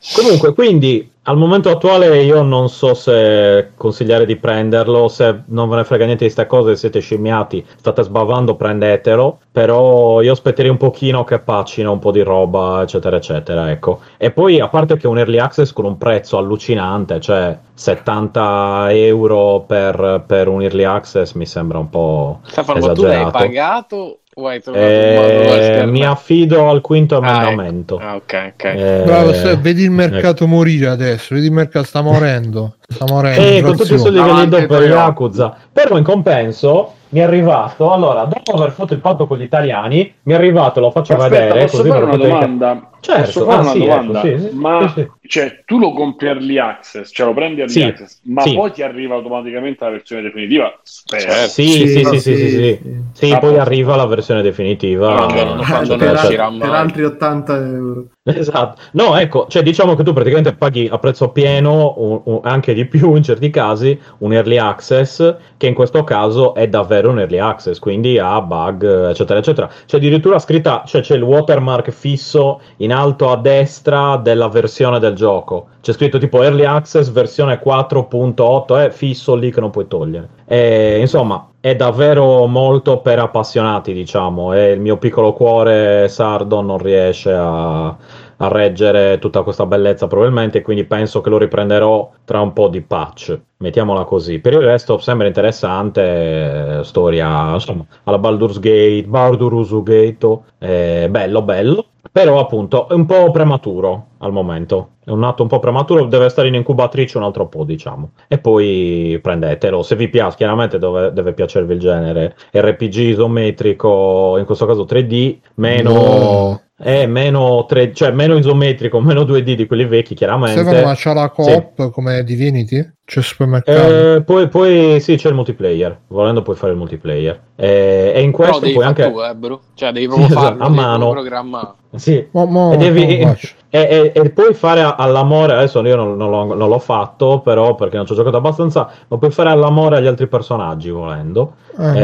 Comunque, quindi al momento attuale io non so se consigliare di prenderlo, se non ve ne frega niente di sta cosa, siete scimmiati, state sbavando, prendetelo, però io aspetterei un pochino che paccino un po' di roba, eccetera, eccetera, ecco. E poi, a parte che un early access con un prezzo allucinante, cioè settanta euro per, per un early access mi sembra un po' Stefano, esagerato. ma tu l'hai pagato o hai trovato Eh, un modo alternato? mi affido al quinto Ah, emendamento. ecco. Ah, ok, ok. Eh, Bravo, se- vedi il mercato morire adesso, vedi il mercato sta morendo, sta morendo. Eh, con tutti i soldi che gli Davanti do ai per tuoi Yakuza. Però in compenso mi è arrivato, allora, dopo aver fatto il patto con gli italiani, mi è arrivato, lo faccio Aspetta, vedere. posso così fare non una potete- domanda? Certo, Posso fare ah, una sì, domanda? ecco, sì, sì, ma sì, sì. cioè, tu lo compri early access, cioè lo prendi early Sì, access, ma sì. poi ti arriva automaticamente la versione definitiva? Spero. Certo. Sì, Sì, sì, sì, sì, sì, sì, sì. sì. Sì, Ah, poi posso. arriva la versione definitiva. Quando non- eh, quando non eccetera, per, uscirà al- mai. per altri ottanta euro. Esatto, no, ecco, cioè diciamo che tu praticamente paghi a prezzo pieno, un- un- anche di più in certi casi, un early access, che in questo caso è davvero un early access, quindi ha bug, eccetera, eccetera. C'è addirittura scritta, cioè c'è il watermark fisso in alto a destra della versione del gioco. C'è scritto tipo early access versione quattro punto otto, è fisso lì che non puoi togliere. E, insomma, è davvero molto per appassionati, diciamo, e il mio piccolo cuore sardo non riesce a, a reggere tutta questa bellezza probabilmente, quindi penso che lo riprenderò tra un po' di patch, mettiamola così. Per il resto sembra interessante, eh, storia, insomma, alla Baldur's Gate, Baldur's Gate, eh, bello bello, però appunto è un po' prematuro al momento. È un atto un po' prematuro, deve stare in incubatrice un altro po', diciamo. E poi prendetelo. Se vi piace, chiaramente dove, deve piacervi il genere R P G isometrico, in questo caso tre D, meno... No. È meno, tre, cioè meno isometrico, meno due D di quelli vecchi, chiaramente. Stefano, ma c'ha la coop come Divinity? C'è supermercato? Eh, poi, poi sì, c'è il multiplayer. Volendo puoi fare il multiplayer. Eh, e in Però questo devi puoi fare anche... tu, eh, bro. Cioè devi proprio Sì, esatto, farlo, a devi mano. proprio programmare. Sì. Mo- mo- e, devi, mo e, faccio. e, e puoi fare all'amore, adesso io non, non l'ho, non l'ho fatto, però perché non ci ho giocato abbastanza, ma puoi fare all'amore agli altri personaggi volendo. Ah,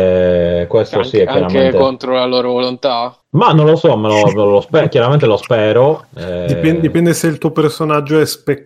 Eh, questo Anche, sì, è anche chiaramente... contro la loro volontà? Ma non lo so, me lo, me lo spe- chiaramente lo spero. eh, Dipende, dipende se il tuo personaggio è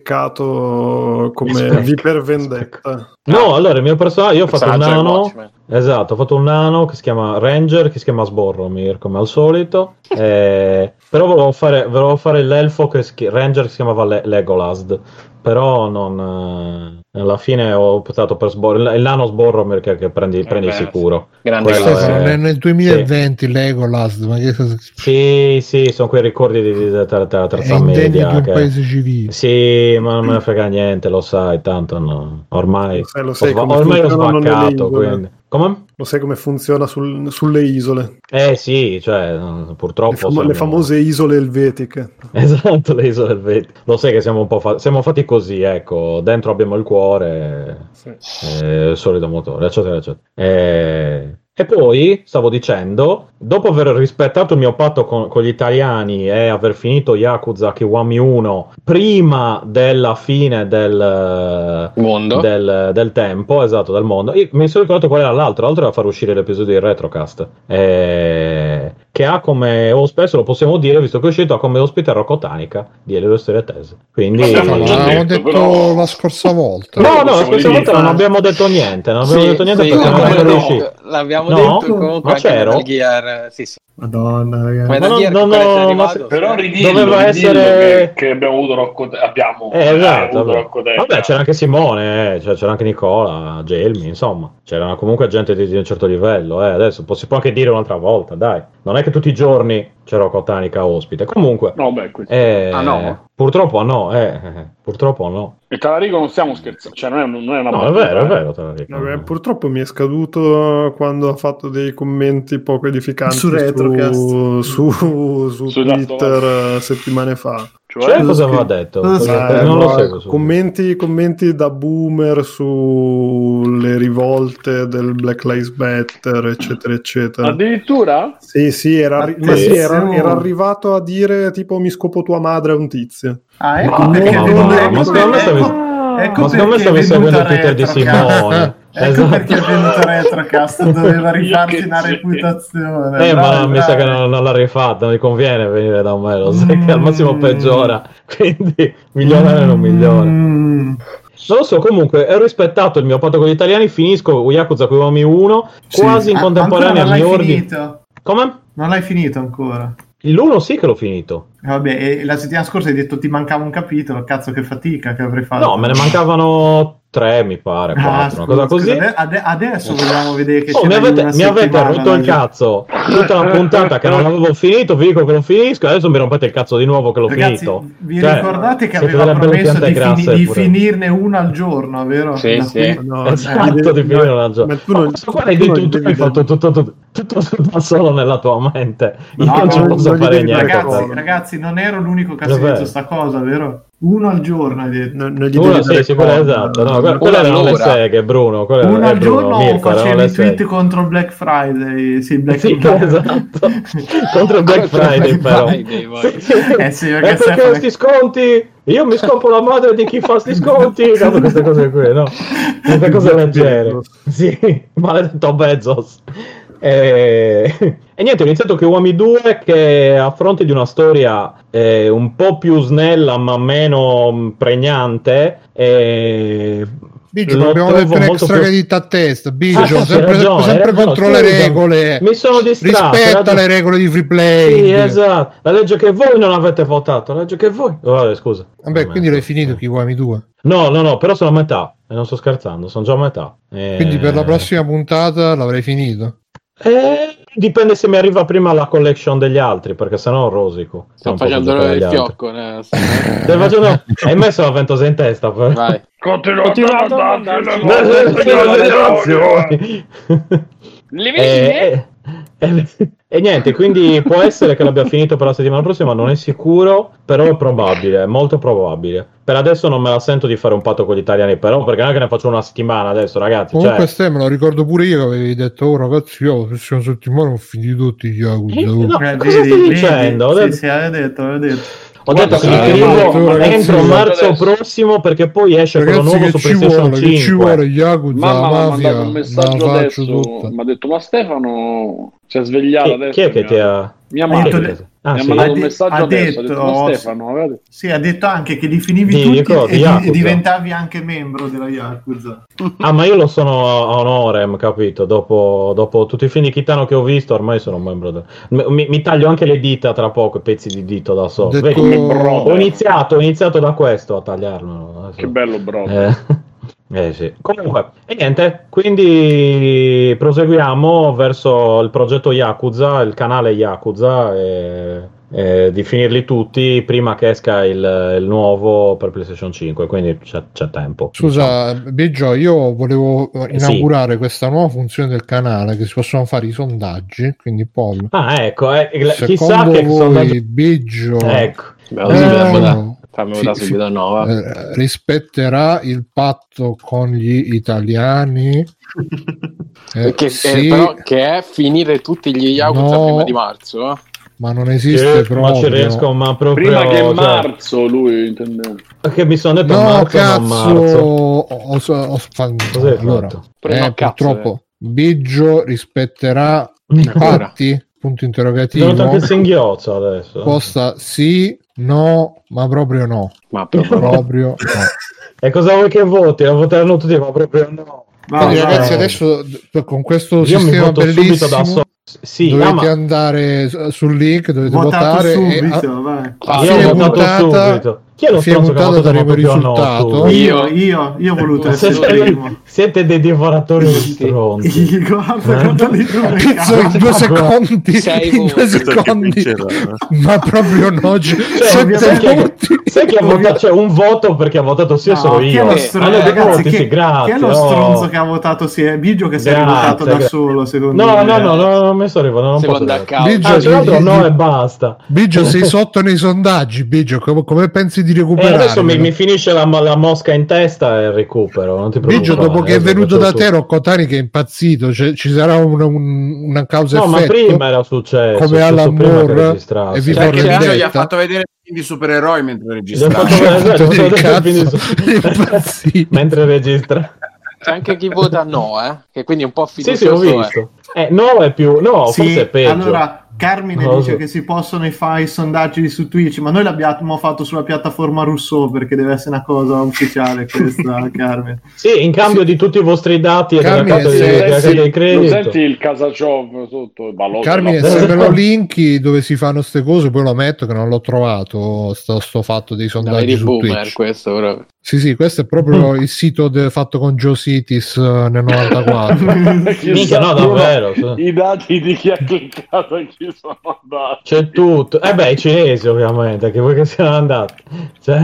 speccato come Specca- V per Vendetta. No, allora il mio personaggio, io ho fatto un Personaggio è nano, Watchmen. esatto, ho fatto un nano che si chiama Ranger, che si chiama Sborromir, come al solito, eh, però volevo fare, volevo fare l'elfo che si, Ranger che si chiamava Le- Legolas, però non, eh, alla fine ho optato per Sborromir, il nano Sborromir che, che prendi, prendi beh, sicuro. Grande Quello classe. Stefano, è- nel, nel duemilaventi Legolas, ma che Sì, sì, sono quei ricordi di, di, della ter- è terza indegno media. di un che- paese civile. Sì, ma non me ne frega niente, lo sai, tanto no. Ormai, Lo sai, lo ho sai sva- come ormai ho funzionano nelle svaccato, isole. quindi... Come? Lo sai come funziona sul- sulle isole? Eh sì, cioè, purtroppo... Le, famo- siamo- le famose isole elvetiche. Esatto, le isole elvetiche. Lo sai che siamo un po' fa- siamo fatti così, ecco, dentro abbiamo il cuore, eh, il solito motore, eccetera, eccetera. Eh, E poi, stavo dicendo, dopo aver rispettato il mio patto con, con gli italiani e aver finito Yakuza Kiwami uno prima della fine del Mondo. del, del tempo, esatto, del mondo, io mi sono ricordato qual era l'altro, l'altro era far uscire l'episodio di Retrocast, eh, che ha come ospite, lo possiamo dire, visto che è uscito, ha come ospite Rocco Tanica di Elio Storie Tese. Quindi... Abbiamo Ma già l'avevamo detto, detto però- la scorsa volta. No, no, la possiamo scorsa dire- volta non abbiamo detto niente, non abbiamo Sì, detto niente sì, perché non l'abbiamo siamo detto, riusciti. l'abbiamo No? detto comunque Ma anche c'ero? Metal Gear, sì, sì. Madonna, ragazzi. Metal no, Gear no, che quale no, sei ma arrivato? se- Però Eh? ridillo, Doveva ridillo essere- che, che abbiamo avuto Rocco Te- abbiamo Eh, hai esatto, avuto vabbè. Rocco Te- Vabbè, c'era anche Simone, eh, cioè, c'era anche Nicola, Gelmi, insomma, c'era comunque gente di, di un certo livello, eh. Adesso po- si può anche dire un'altra volta, dai, non è che tutti i giorni c'è Rocco Tanica ospite, comunque, No, beh, questo. eh, Ah, no? purtroppo no, eh, eh, purtroppo no, Il Talarico non stiamo scherzando, cioè non è, non è una no, è battuta, vero, è eh. vero, te lo dico. Vabbè, purtroppo mi è scaduto quando ha fatto dei commenti poco edificanti Su su, Retrocast. su, su, su Su Twitter eh, settimane fa. Cioè, Cioè, cosa Cosa aveva scri- detto? cosa Cosa- scri- Eh, non lo no, seguo. su- commenti, commenti da boomer sulle rivolte del Black Lives Matter, eccetera, eccetera. addirittura? Sì, sì, era, arri- ma sì, era, Attenzione. era arrivato a dire tipo mi scopo tua madre a un tizio. Ah, ecco Ma- perché ma- è venuto, ma- ecco ma secondo me perché- stavi- ecco Ma secondo me perché stavi è seguendo venuta il Twitter di Retrocast. Simone. Ecco Esatto. perché è venuto Retrocast, doveva rifarsi una reputazione. Eh, Bravi, ma mi bravi. sa che non, non l'ha rifatta, non gli conviene venire da me, lo sai che al massimo peggiora, quindi migliorare non migliora. Mm. Non lo so, comunque, ho rispettato il mio patto con gli italiani, finisco Yakuza Kiwami uno, Sì. quasi in Ah, contemporanea ancora non mi l'hai ordino... finito? Come? Non l'hai finito ancora? L'uno sì che l'ho finito. Eh, Vabbè, e la settimana scorsa hai detto ti mancava un capitolo, cazzo che fatica che avrei fatto. No, me ne mancavano tre, mi pare, Ah, quattro, una cosa scusa, così. scusa, ade- adesso vogliamo vedere che Oh, ce mi n'hai avete, una mi avete settimana, rotto il dai. cazzo tutta la puntata che non l'avevo finito, vi dico che lo finisco, adesso mi rompete il cazzo di nuovo che l'ho Ragazzi, finito. vi Cioè, ricordate che siete aveva delle belle promesso piante di, fini- grasse di pure. finirne una al giorno, vero? Sì, Da sì. qui- No, Esatto, eh, di finire una gioco. ma tu non, Questo qua l'hai tu non detto tu, devi hai fatto tutto, tutto, tutto, tutto da solo nella tua mente. Io No, non ci no, posso non gli fare devi dare niente. Ragazzi, D'accordo. ragazzi, non ero l'unico che ha Davvero? sentito sta cosa, vero? Uno al giorno hai detto. non, non gli Uno, devi sì, dare sì, quello è corda. esatto. No, que- quelle erano le all'ora. seghe, Bruno. Quelle Uno erano- al eh, Bruno, giorno o Mirko, erano facevi le i tweet seghe. contro Black Friday? Sì, Black Sì, Friday. esatto. Contro il Black Contro il Friday, Black però. Friday, poi. Sì. Eh sì, E perché perché Stefano- sti sconti? Io mi scompo la madre di chi fa sti sconti. Caso queste cose qui, no? Queste cose leggere. Sì, maledetto Bezos. E... e niente, ho iniziato Kiwami due che a fronte di una storia eh, un po' più snella ma meno pregnante e... Biggio, lo abbiamo trovo detto un molto extra più- credit a testa. Ah, Biggio, sì, hai sempre, ragione, sempre hai ragione, contro le scusami. regole. Mi sono distratto, hai Rispetta ragione. le regole di free play. Sì, esatto. La legge che voi non avete votato, la legge che voi... Oh, vabbè, scusa. Vabbè, quindi l'hai Sì. finito Kiwami due. No, no, no, però sono a metà. E non sto scherzando, sono già a metà. E... Quindi per la prossima puntata l'avrai finito. Eh, dipende se mi arriva prima la collection degli altri, perché sennò rosico. Se Sto non posso facendo giocare agli il altri. fiocco. eh, sto- Stai facendo... Hai messo la ventosa in testa, però. Vai. Continuate a mandarci Le le emozioni. Le E, veline? e- e- e niente, quindi può essere che l'abbia finito per la settimana prossima, non è sicuro, però è probabile, è molto probabile. Per adesso non me la sento di fare un patto con gli italiani, però perché non è che ne faccio una settimana adesso, ragazzi. Comunque, Cioè, Ste, me lo ricordo pure io che avevi detto: oh, ragazzi, io la prossima settimana ho finito tutti gli Yakuza. Eh, oh." no. Eh, cosa stai dicendo? Sì, Ho detto- sì, aveva detto, aveva detto. ho Guarda, detto che sì, li scrivo ragazzi, entro ragazzi, marzo adesso. prossimo perché poi esce quello Ragazzi, nuovo che su ci PlayStation vuole, che ci vuole cinque. Yakuza, Mamma mi ha mafia, mandato un la messaggio faccio adesso. tutta. Mi ha detto: ma Stefano si è svegliato Chi, adesso. chi è che mi ti ha... Mia Ha madre detto mi le- Ah, ha sì? mandato Ha un de- messaggio ha adesso. Ha detto- detto: ma Stefano, guarda. Sì, ha detto anche che li finivi Di- tutti di cosa? e, di- Yakuza? e diventavi anche membro della Yakuza. Ah, ma io lo sono a onorem, capito? Dopo, dopo tutti i film di Kitano che ho visto, ormai sono un membro del... mi, mi taglio anche le dita tra poco, i pezzi di dito da solo. Detto- Vedi? Come Ho brother. iniziato, ho iniziato da questo a tagliarlo. Adesso- Che bello, bro. Eh, eh sì. Comunque, e niente, quindi proseguiamo verso il progetto Yakuza, il canale Yakuza, e, e di finirli tutti prima che esca il, il nuovo per PlayStation cinque, quindi c'è, c'è tempo. Scusa, Biggio, io volevo inaugurare questa nuova funzione del canale che si possono fare i sondaggi, quindi Paul, Ah, ecco, eh, il- chissà secondo che voi sondaggio... Biggio Ecco. Beh, così mi Eh, votare. Fammi fi- votare fi- subito no, va. eh, rispetterà il patto con gli italiani? Eh, che, eh, sì, però che è finire tutti gli Yakuza No. prima di marzo, eh? ma non esiste Sì, ma ci proprio. riesco, ma proprio... Prima che cioè, marzo lui intendeva. che mi sono detto No, marzo, non cazzo, marzo. ho, ho, ho fan- Cos'hai allora, fatto? Però eh, no, cazzo, purtroppo Biggio rispetterà i Ancora. patti? Punto Ti interrogativo. venuto anche il singhiozzo adesso. Risposta sì, no, ma proprio no. Ma proprio no. Proprio no. E cosa vuoi che voti? La voteranno tutti, ma proprio no. Quindi, Vai, ragazzi, vai. adesso d- con questo Io mi sistema voto subito bellissimo da solo. Sì, dovete ah, ma andare s- sul link, dovete Votato votare e subito, a, vai. a io fine ho votato puntata, subito. Chi è lo a fine stronzo che ha puntata votato ma daremo il proprio no? risultato. tu? Io, io, io ho voluto Ma essere Siete, il primo. siete dei divoratori di stronzi. Guarda Eh? quanto li trovi. Pizzo in due secondi, Sei in due voti. Questo che secondi, vincerà, eh. ma proprio no. c- Cioè, sette sai chi è che- voti. sai chi ha votato? C'è un voto perché ha votato sì e solo chi è io. lo Eh, stronzo, Hanno dei ragazzi, voti, chi, sì, grazie. chi è lo oh. stronzo che ha votato sì? È Biggio che si è Grazie, votato da grazie. solo, secondo No, me. no, no, no, non mi sto arrivando, non posso Seconda dire. causa. Biggio, Ah, c'è l'altro di- no di- e basta. Biggio, sei sotto nei sondaggi. Biggio, come, come pensi di E recuperare? adesso mi, mi finisce la, la mosca in testa e recupero. Non ti Biggio, preoccupare, dopo che è adesso venuto faccio da tu. te, Rocco Tani che è impazzito, cioè, ci sarà un- un- una causa No, ma effetto prima era successo. come è successo Alan prima che Moore registrassi. e vi Cioè, vorrei che in Biggio gli ha diretta. fatto vedere film di supereroi mentre Gli ho fatto registrava. vedere- Fatto gli ho del fatto vedere cazzo, il film di- impazzito. mentre registra. C'è anche chi vota no, eh? Che quindi è un po' Sì, sì, ho fiducioso. visto. Eh, no è più... No, Sì, forse è peggio. allora Carmine Non lo dice so. che si possono fare i sondaggi su Twitch, ma noi l'abbiamo fatto sulla piattaforma Rousseau perché deve essere una cosa ufficiale questa, Carmine. Sì, in cambio di tutti i vostri dati e della Carmine, carta di, se- della carta Senti- di lo credito. senti il Casacciov sotto il balotto? Carmine, no? se me lo linki dove si fanno ste cose, poi lo metto che non l'ho trovato. Sto, sto fatto dei Da sondaggi veri su boomer Twitch. questo proprio. Sì, sì, questo è proprio il sito de- fatto con GeoCities eh, nel novantaquattro. Minchia, no, davvero. I dati di chi ha cliccato e chi sono andati. C'è tutto. Eh beh, i cinesi ovviamente, che voi che siano andati. Cioè,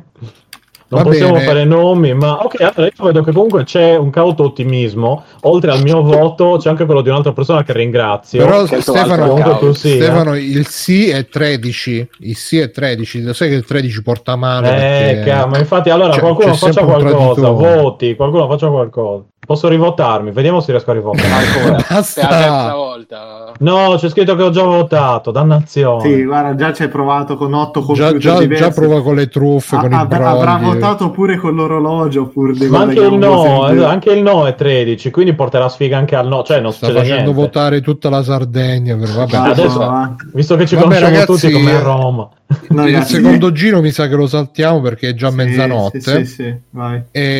non Va possiamo bene. fare nomi, ma ok, allora io vedo che comunque c'è un cauto ottimismo. Oltre al mio voto c'è anche quello di un'altra persona che ringrazio. Però Che Stefano, comunque tu sia. Stefano, il sì è tredici. Il sì è tredici. Lo sai che il tredici porta male. Eh, perché- ca- ma infatti allora c'è- qualcuno c'è faccia sempre un qualcosa, traditore. voti, qualcuno faccia qualcosa. Posso rivotarmi? Vediamo se riesco a rivotare. Ancora. Basta. È la terza volta. No, c'è scritto che ho già votato, dannazione. Sì, guarda, già ci hai provato con otto Già, computer già, diversi. già prova con le truffe, Ah, con i avrà, avrà brogli. votato pure con l'orologio pur di Ma anche il guadagnare un po' no, sempre. eh, anche il no è tredici, quindi porterà sfiga anche al no, cioè non Sta succede facendo niente. votare tutta la Sardegna. Per... Vabbè, Ah, Adesso- no, Visto che ci Vabbè, conosciamo ragazzi, tutti come a eh, Roma. No, il ragazzi, secondo giro mi sa che lo saltiamo perché è già sì, mezzanotte. Sì, sì, sì, vai.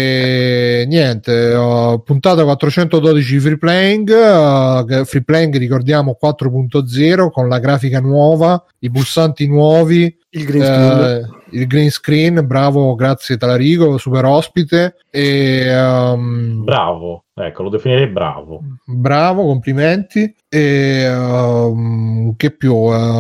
E niente, uh, puntata quattrocentododici free playing, uh, che- free playing ricordiamo quattro punto zero con la grafica nuova, i pulsanti nuovi, Il green screen. eh, il green screen, bravo, grazie Talarico, super ospite e um, Bravo, ecco, lo definirei bravo. bravo, complimenti. E um, che più?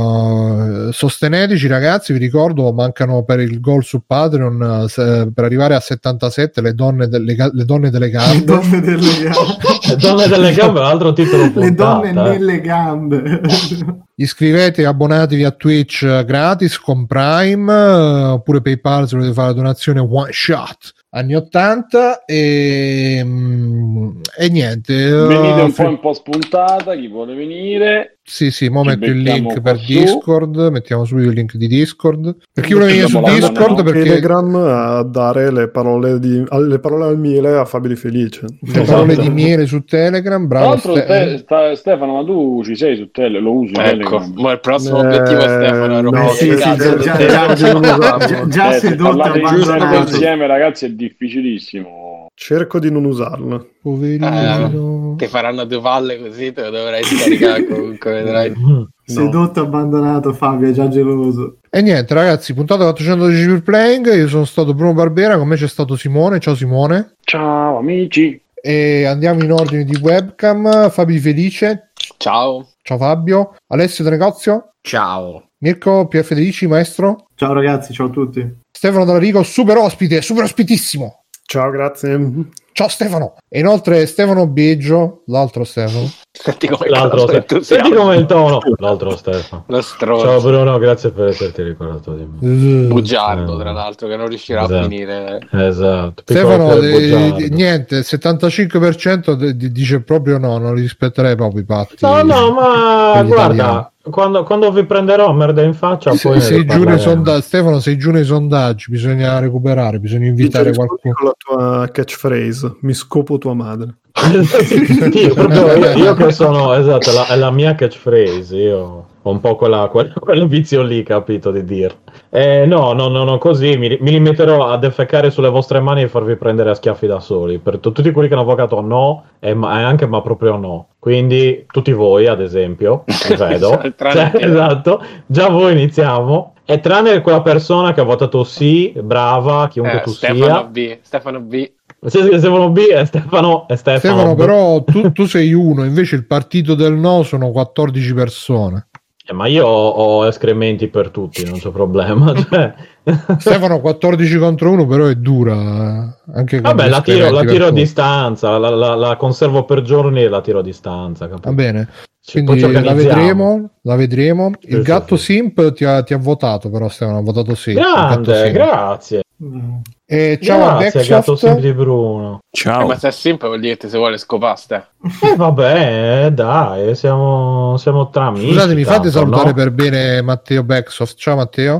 Uh, sosteneteci ragazzi, vi ricordo, mancano per il goal su Patreon uh, se- per arrivare a settantasette le donne delle, ga- le donne delle Le gambe. donne delle gambe. Le donne delle gambe, l'altro titolo Le puntata, donne eh. nelle gambe. Iscrivetevi, abbonatevi a Twitch eh, gratis con Prime, eh, oppure PayPal se volete fare la donazione one shot anni ottanta e, mm, e niente. eh, Venite un po' free- un po' spuntata, chi vuole venire. Sì, sì, mo Ci metto il becchiamo link qua per su. Discord, mettiamo subito il link di Discord. Per chi vuole venire su Dopo la Discord, mano, perché Telegram a dare le parole, di, le parole al miele a Fabio Di Felice. le parole di miele su Telegram, Tra bravo l'altro, Ste- te- sta- Stefano, ma tu ci sei su Tele, lo usi Ecco, Telegram? ma il prossimo Eh, obiettivo è Stefano. no, rompere sì, il sì, cazzo. già, già, già, già, già, già Eh, se seduto e parlate giusto abbandonato. insieme, ragazzi, è difficilissimo. Cerco di non usarlo. poverino. Che faranno due palle così, te lo dovrai scaricare comunque, vedrai. Mm. Sedotto abbandonato, Fabio, è già geloso. E niente ragazzi, puntata quattrocentododici per playing, io sono stato Bruno Barbera, con me c'è stato Simone, ciao Simone. Ciao amici. E andiamo in ordine di webcam. Fabio Felice, Ciao. ciao Fabio. Alessio De Negozio, Ciao. Mirko P. Federici, maestro. Ciao ragazzi, ciao a tutti. Stefano Dallarico, super ospite, super ospitissimo. Ciao, grazie. Ciao Stefano. E inoltre Stefano Biggio, l'altro Stefano. Senti come L'altro cazzo Stefano. Senti entusiasmo. come il tono. L'altro Stefano. Lo stronzo. Ciao Bruno, grazie per esserti ricordato di me. Bugiardo, Eh. tra l'altro, che non riuscirà Esatto. a finire. Esatto. Stefano, Piccolo eh, bugiardo. niente, il settantacinque per cento de- di- dice proprio no, non li rispetterei proprio i patti. No, no, ma per gli italiani. guarda, quando, quando vi prenderò merda in faccia, Se- poi ne sei giù nei riparleremo. sonda- Stefano, sei giù nei sondaggi, bisogna recuperare, bisogna invitare Dice, rispondi qualcuno. con la tua catchphrase, mi scopo tua madre. sì, sì, proprio io, io che sono, esatto, la, è la mia catchphrase, io ho un po' quella, quel, quel vizio lì, capito, di dirlo. Eh, no, no, no, no, così mi, mi limiterò a defecare sulle vostre mani e farvi prendere a schiaffi da soli. Per t- tutti quelli che hanno votato no, e, ma, e anche ma proprio no. Quindi tutti voi, ad esempio, vi vedo. Tranne Cioè, te. esatto, già voi iniziamo. E tranne quella persona che ha votato sì, brava, chiunque Eh, tu Stefano sia. B. Stefano B. Se Stefano B è Stefano e Stefano. Stefano, B. però tu, tu sei uno, invece il partito del no sono quattordici persone. Eh, ma io ho, ho escrementi per tutti, non c'è problema. Cioè... Stefano quattordici contro uno, però è dura. eh, Anche con Vabbè, gli la tiro, la escrementi tiro a per tutti. distanza, la, la- la conservo per giorni e la tiro a distanza. Capito? Va bene, Sì, poi quindi ci la organizziamo. vedremo, la vedremo. Il Sì, gatto sì, sì. Simp ti ha, ti ha votato, però Stefano ha votato sì. il gatto Grande, Simp. grazie. Mm. E ciao a Grazie, gatto Backsoft. Simp di Bruno. Eh, Ciao. ma se è simple vuol dire che se vuole scopaste. E vabbè, dai, siamo, siamo tra amici. Scusate, mi fate tanto, salutare no? per bene Matteo Backsoft. Ciao Matteo.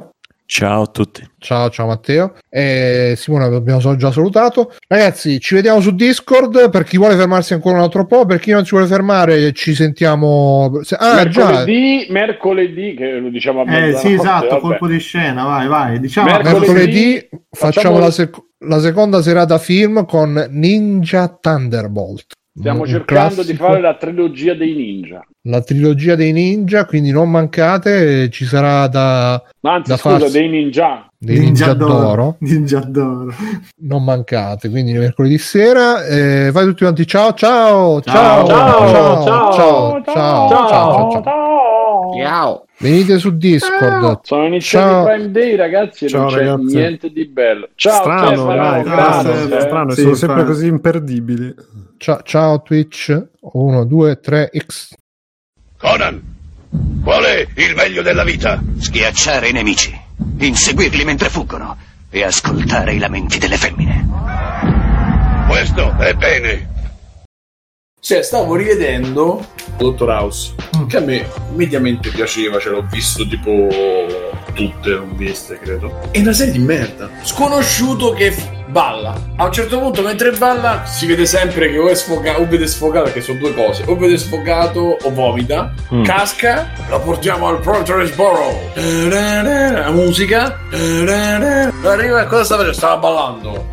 Ciao a tutti. Ciao, ciao Matteo. E Simone abbiamo già salutato. Ragazzi, ci vediamo su Discord. Per chi vuole fermarsi ancora un altro po', per chi non si vuole fermare, ci sentiamo. Ah, mercoledì, già. mercoledì, che lo diciamo a Eh sì, esatto, vabbè. colpo di scena, vai, vai. Diciamo Mercoledì, mercoledì facciamo, facciamo la, sec- la seconda serata film con Ninja Thunderbolt. Stiamo Un cercando classico. di fare la trilogia dei ninja. La trilogia dei ninja, quindi non mancate, ci sarà da, Ma anzi, da scusa, farsi- dei ninja. dei ninja d'oro. Ninja d'oro. Non mancate, quindi mercoledì sera. Eh, vai tutti quanti, ciao ciao Ciao, ciao ciao ciao, ciao ciao ciao ciao ciao. Ciao. Venite su Discord. Sono iniziati Ciao. i Prime Day, ragazzi, e Ciao, non c'è ragazzi. niente di bello. Ciao, Strano, Stefano, dai, grazie. strano, strano, Sì, sono sempre infatti. così imperdibili. Ciao ciao Twitch. uno due tre X. Conan, qual è il meglio della vita? Schiacciare i nemici, inseguirli mentre fuggono e ascoltare i lamenti delle femmine. Questo è bene. Cioè, stavo rivedendo Doctor House, che a me mediamente piaceva, ce l'ho visto tipo tutte, non viste, credo. È una serie di merda. Sconosciuto che f- balla. A un certo punto, mentre balla, si vede sempre che o è sfogato, o vede sfogato, perché sono due cose, o vede sfogato o vomita, Mm. casca, la portiamo al Proteresboro. La musica. Arriva, cosa stava facendo? Stava ballando.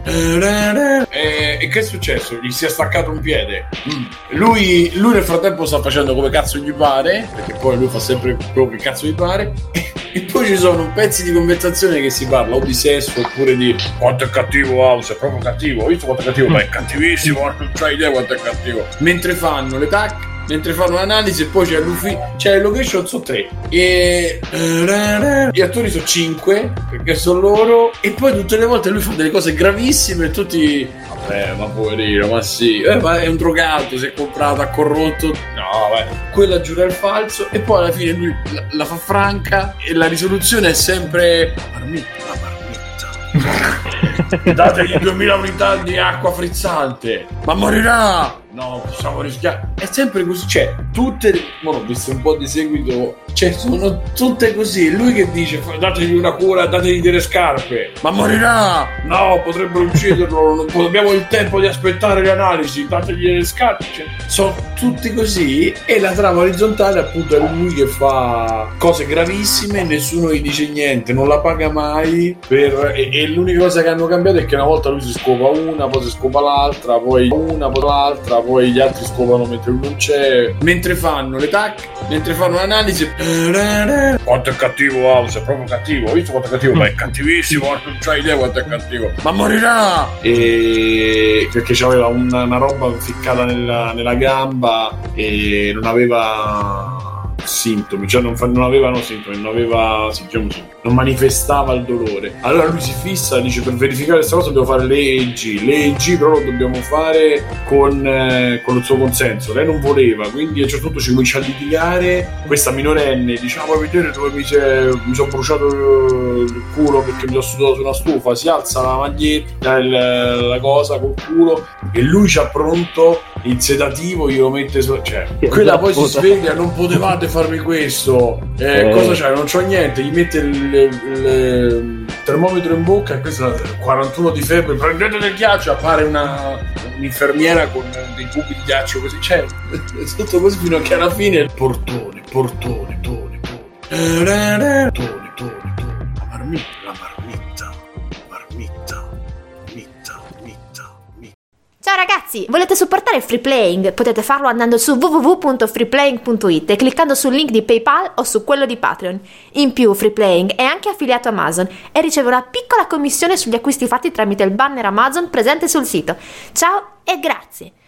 E, e che è successo? Gli si è staccato un piede. Mm. Lui, lui nel frattempo sta facendo come cazzo gli pare, perché poi lui fa sempre quello che cazzo gli pare. E poi ci sono pezzi di conversazione che si parla o di sesso oppure di quanto è cattivo House, è proprio cattivo, ho visto quanto è cattivo, ma è cattivissimo, non c'hai idea quanto è cattivo. Mentre fanno le tac, mentre fanno l'analisi, e poi c'è Luffy, c'è le location, sono tre e gli attori sono cinque perché sono loro, e poi tutte le volte lui fa delle cose gravissime e tutti vabbè, ma poverino, ma sì, eh, ma è un drogato, si è comprato, ha corrotto, no vabbè, quella giura il falso, e poi alla fine lui la, la fa franca e la risoluzione è sempre marmitta, la marmitta. Dategli duemila unità di acqua frizzante, ma morirà. No, possiamo rischiare. È sempre così, cioè, tutte le... Mo' ho visto un po' di seguito, cioè, sono tutte così. Lui che dice, dategli una cura, dategli delle scarpe, ma morirà. No, potrebbero ucciderlo, non po- abbiamo il tempo di aspettare le analisi, dategli delle scarpe, cioè, sono tutti così. E la trama orizzontale appunto è lui che fa cose gravissime, nessuno gli dice niente, non la paga mai per... e, e l'unica cosa che hanno cambiato è che una volta lui si scopa una, poi si scopa l'altra, poi una, poi l'altra, poi gli altri scopano mentre lui non c'è, mentre fanno le tac, mentre fanno l'analisi. Quanto è cattivo House, è proprio cattivo, ho visto quanto è cattivo, ma è cattivissimo, non c'hai idea quanto è cattivo, ma morirà. E perché c'aveva una, una roba ficcata nella, nella gamba e non aveva sintomi, cioè non, fa, non avevano sintomi, non aveva sì, diciamo sì, non manifestava il dolore. Allora lui si fissa, dice per verificare questa cosa dobbiamo fare l'E E G, l'E E G però lo dobbiamo fare con, eh, con il suo consenso. Lei non voleva, quindi a un certo punto ci comincia a litigare. Questa minorenne diciamo vuoi vedere dove mi, mi sono bruciato il culo perché mi sono sudato su una stufa, si alza la maglietta, il, la cosa col culo e lui c'ha pronto il sedativo, glielo mette su, cioè quella poi si sveglia, non potevate farmi questo, eh, Eh. cosa c'è? Non c'ho niente, gli mette il, il- il termometro in bocca e questo è quarantuno di febbre, prendete del ghiaccio, appare una un'infermiera con dei cubi di ghiaccio così, cioè è tutto così fino a che alla fine portone, portone, tone, tone, tone, tone, tone, la marmitta, la marmitta, marmitta, mitta, mitta, mitta. Ciao ragazzi, volete supportare Free Playing? Potete farlo andando su w w w punto freeplaying punto i t e cliccando sul link di PayPal o su quello di Patreon. In più, Free Playing è anche affiliato a Amazon e riceve una piccola commissione sugli acquisti fatti tramite il banner Amazon presente sul sito. Ciao e grazie!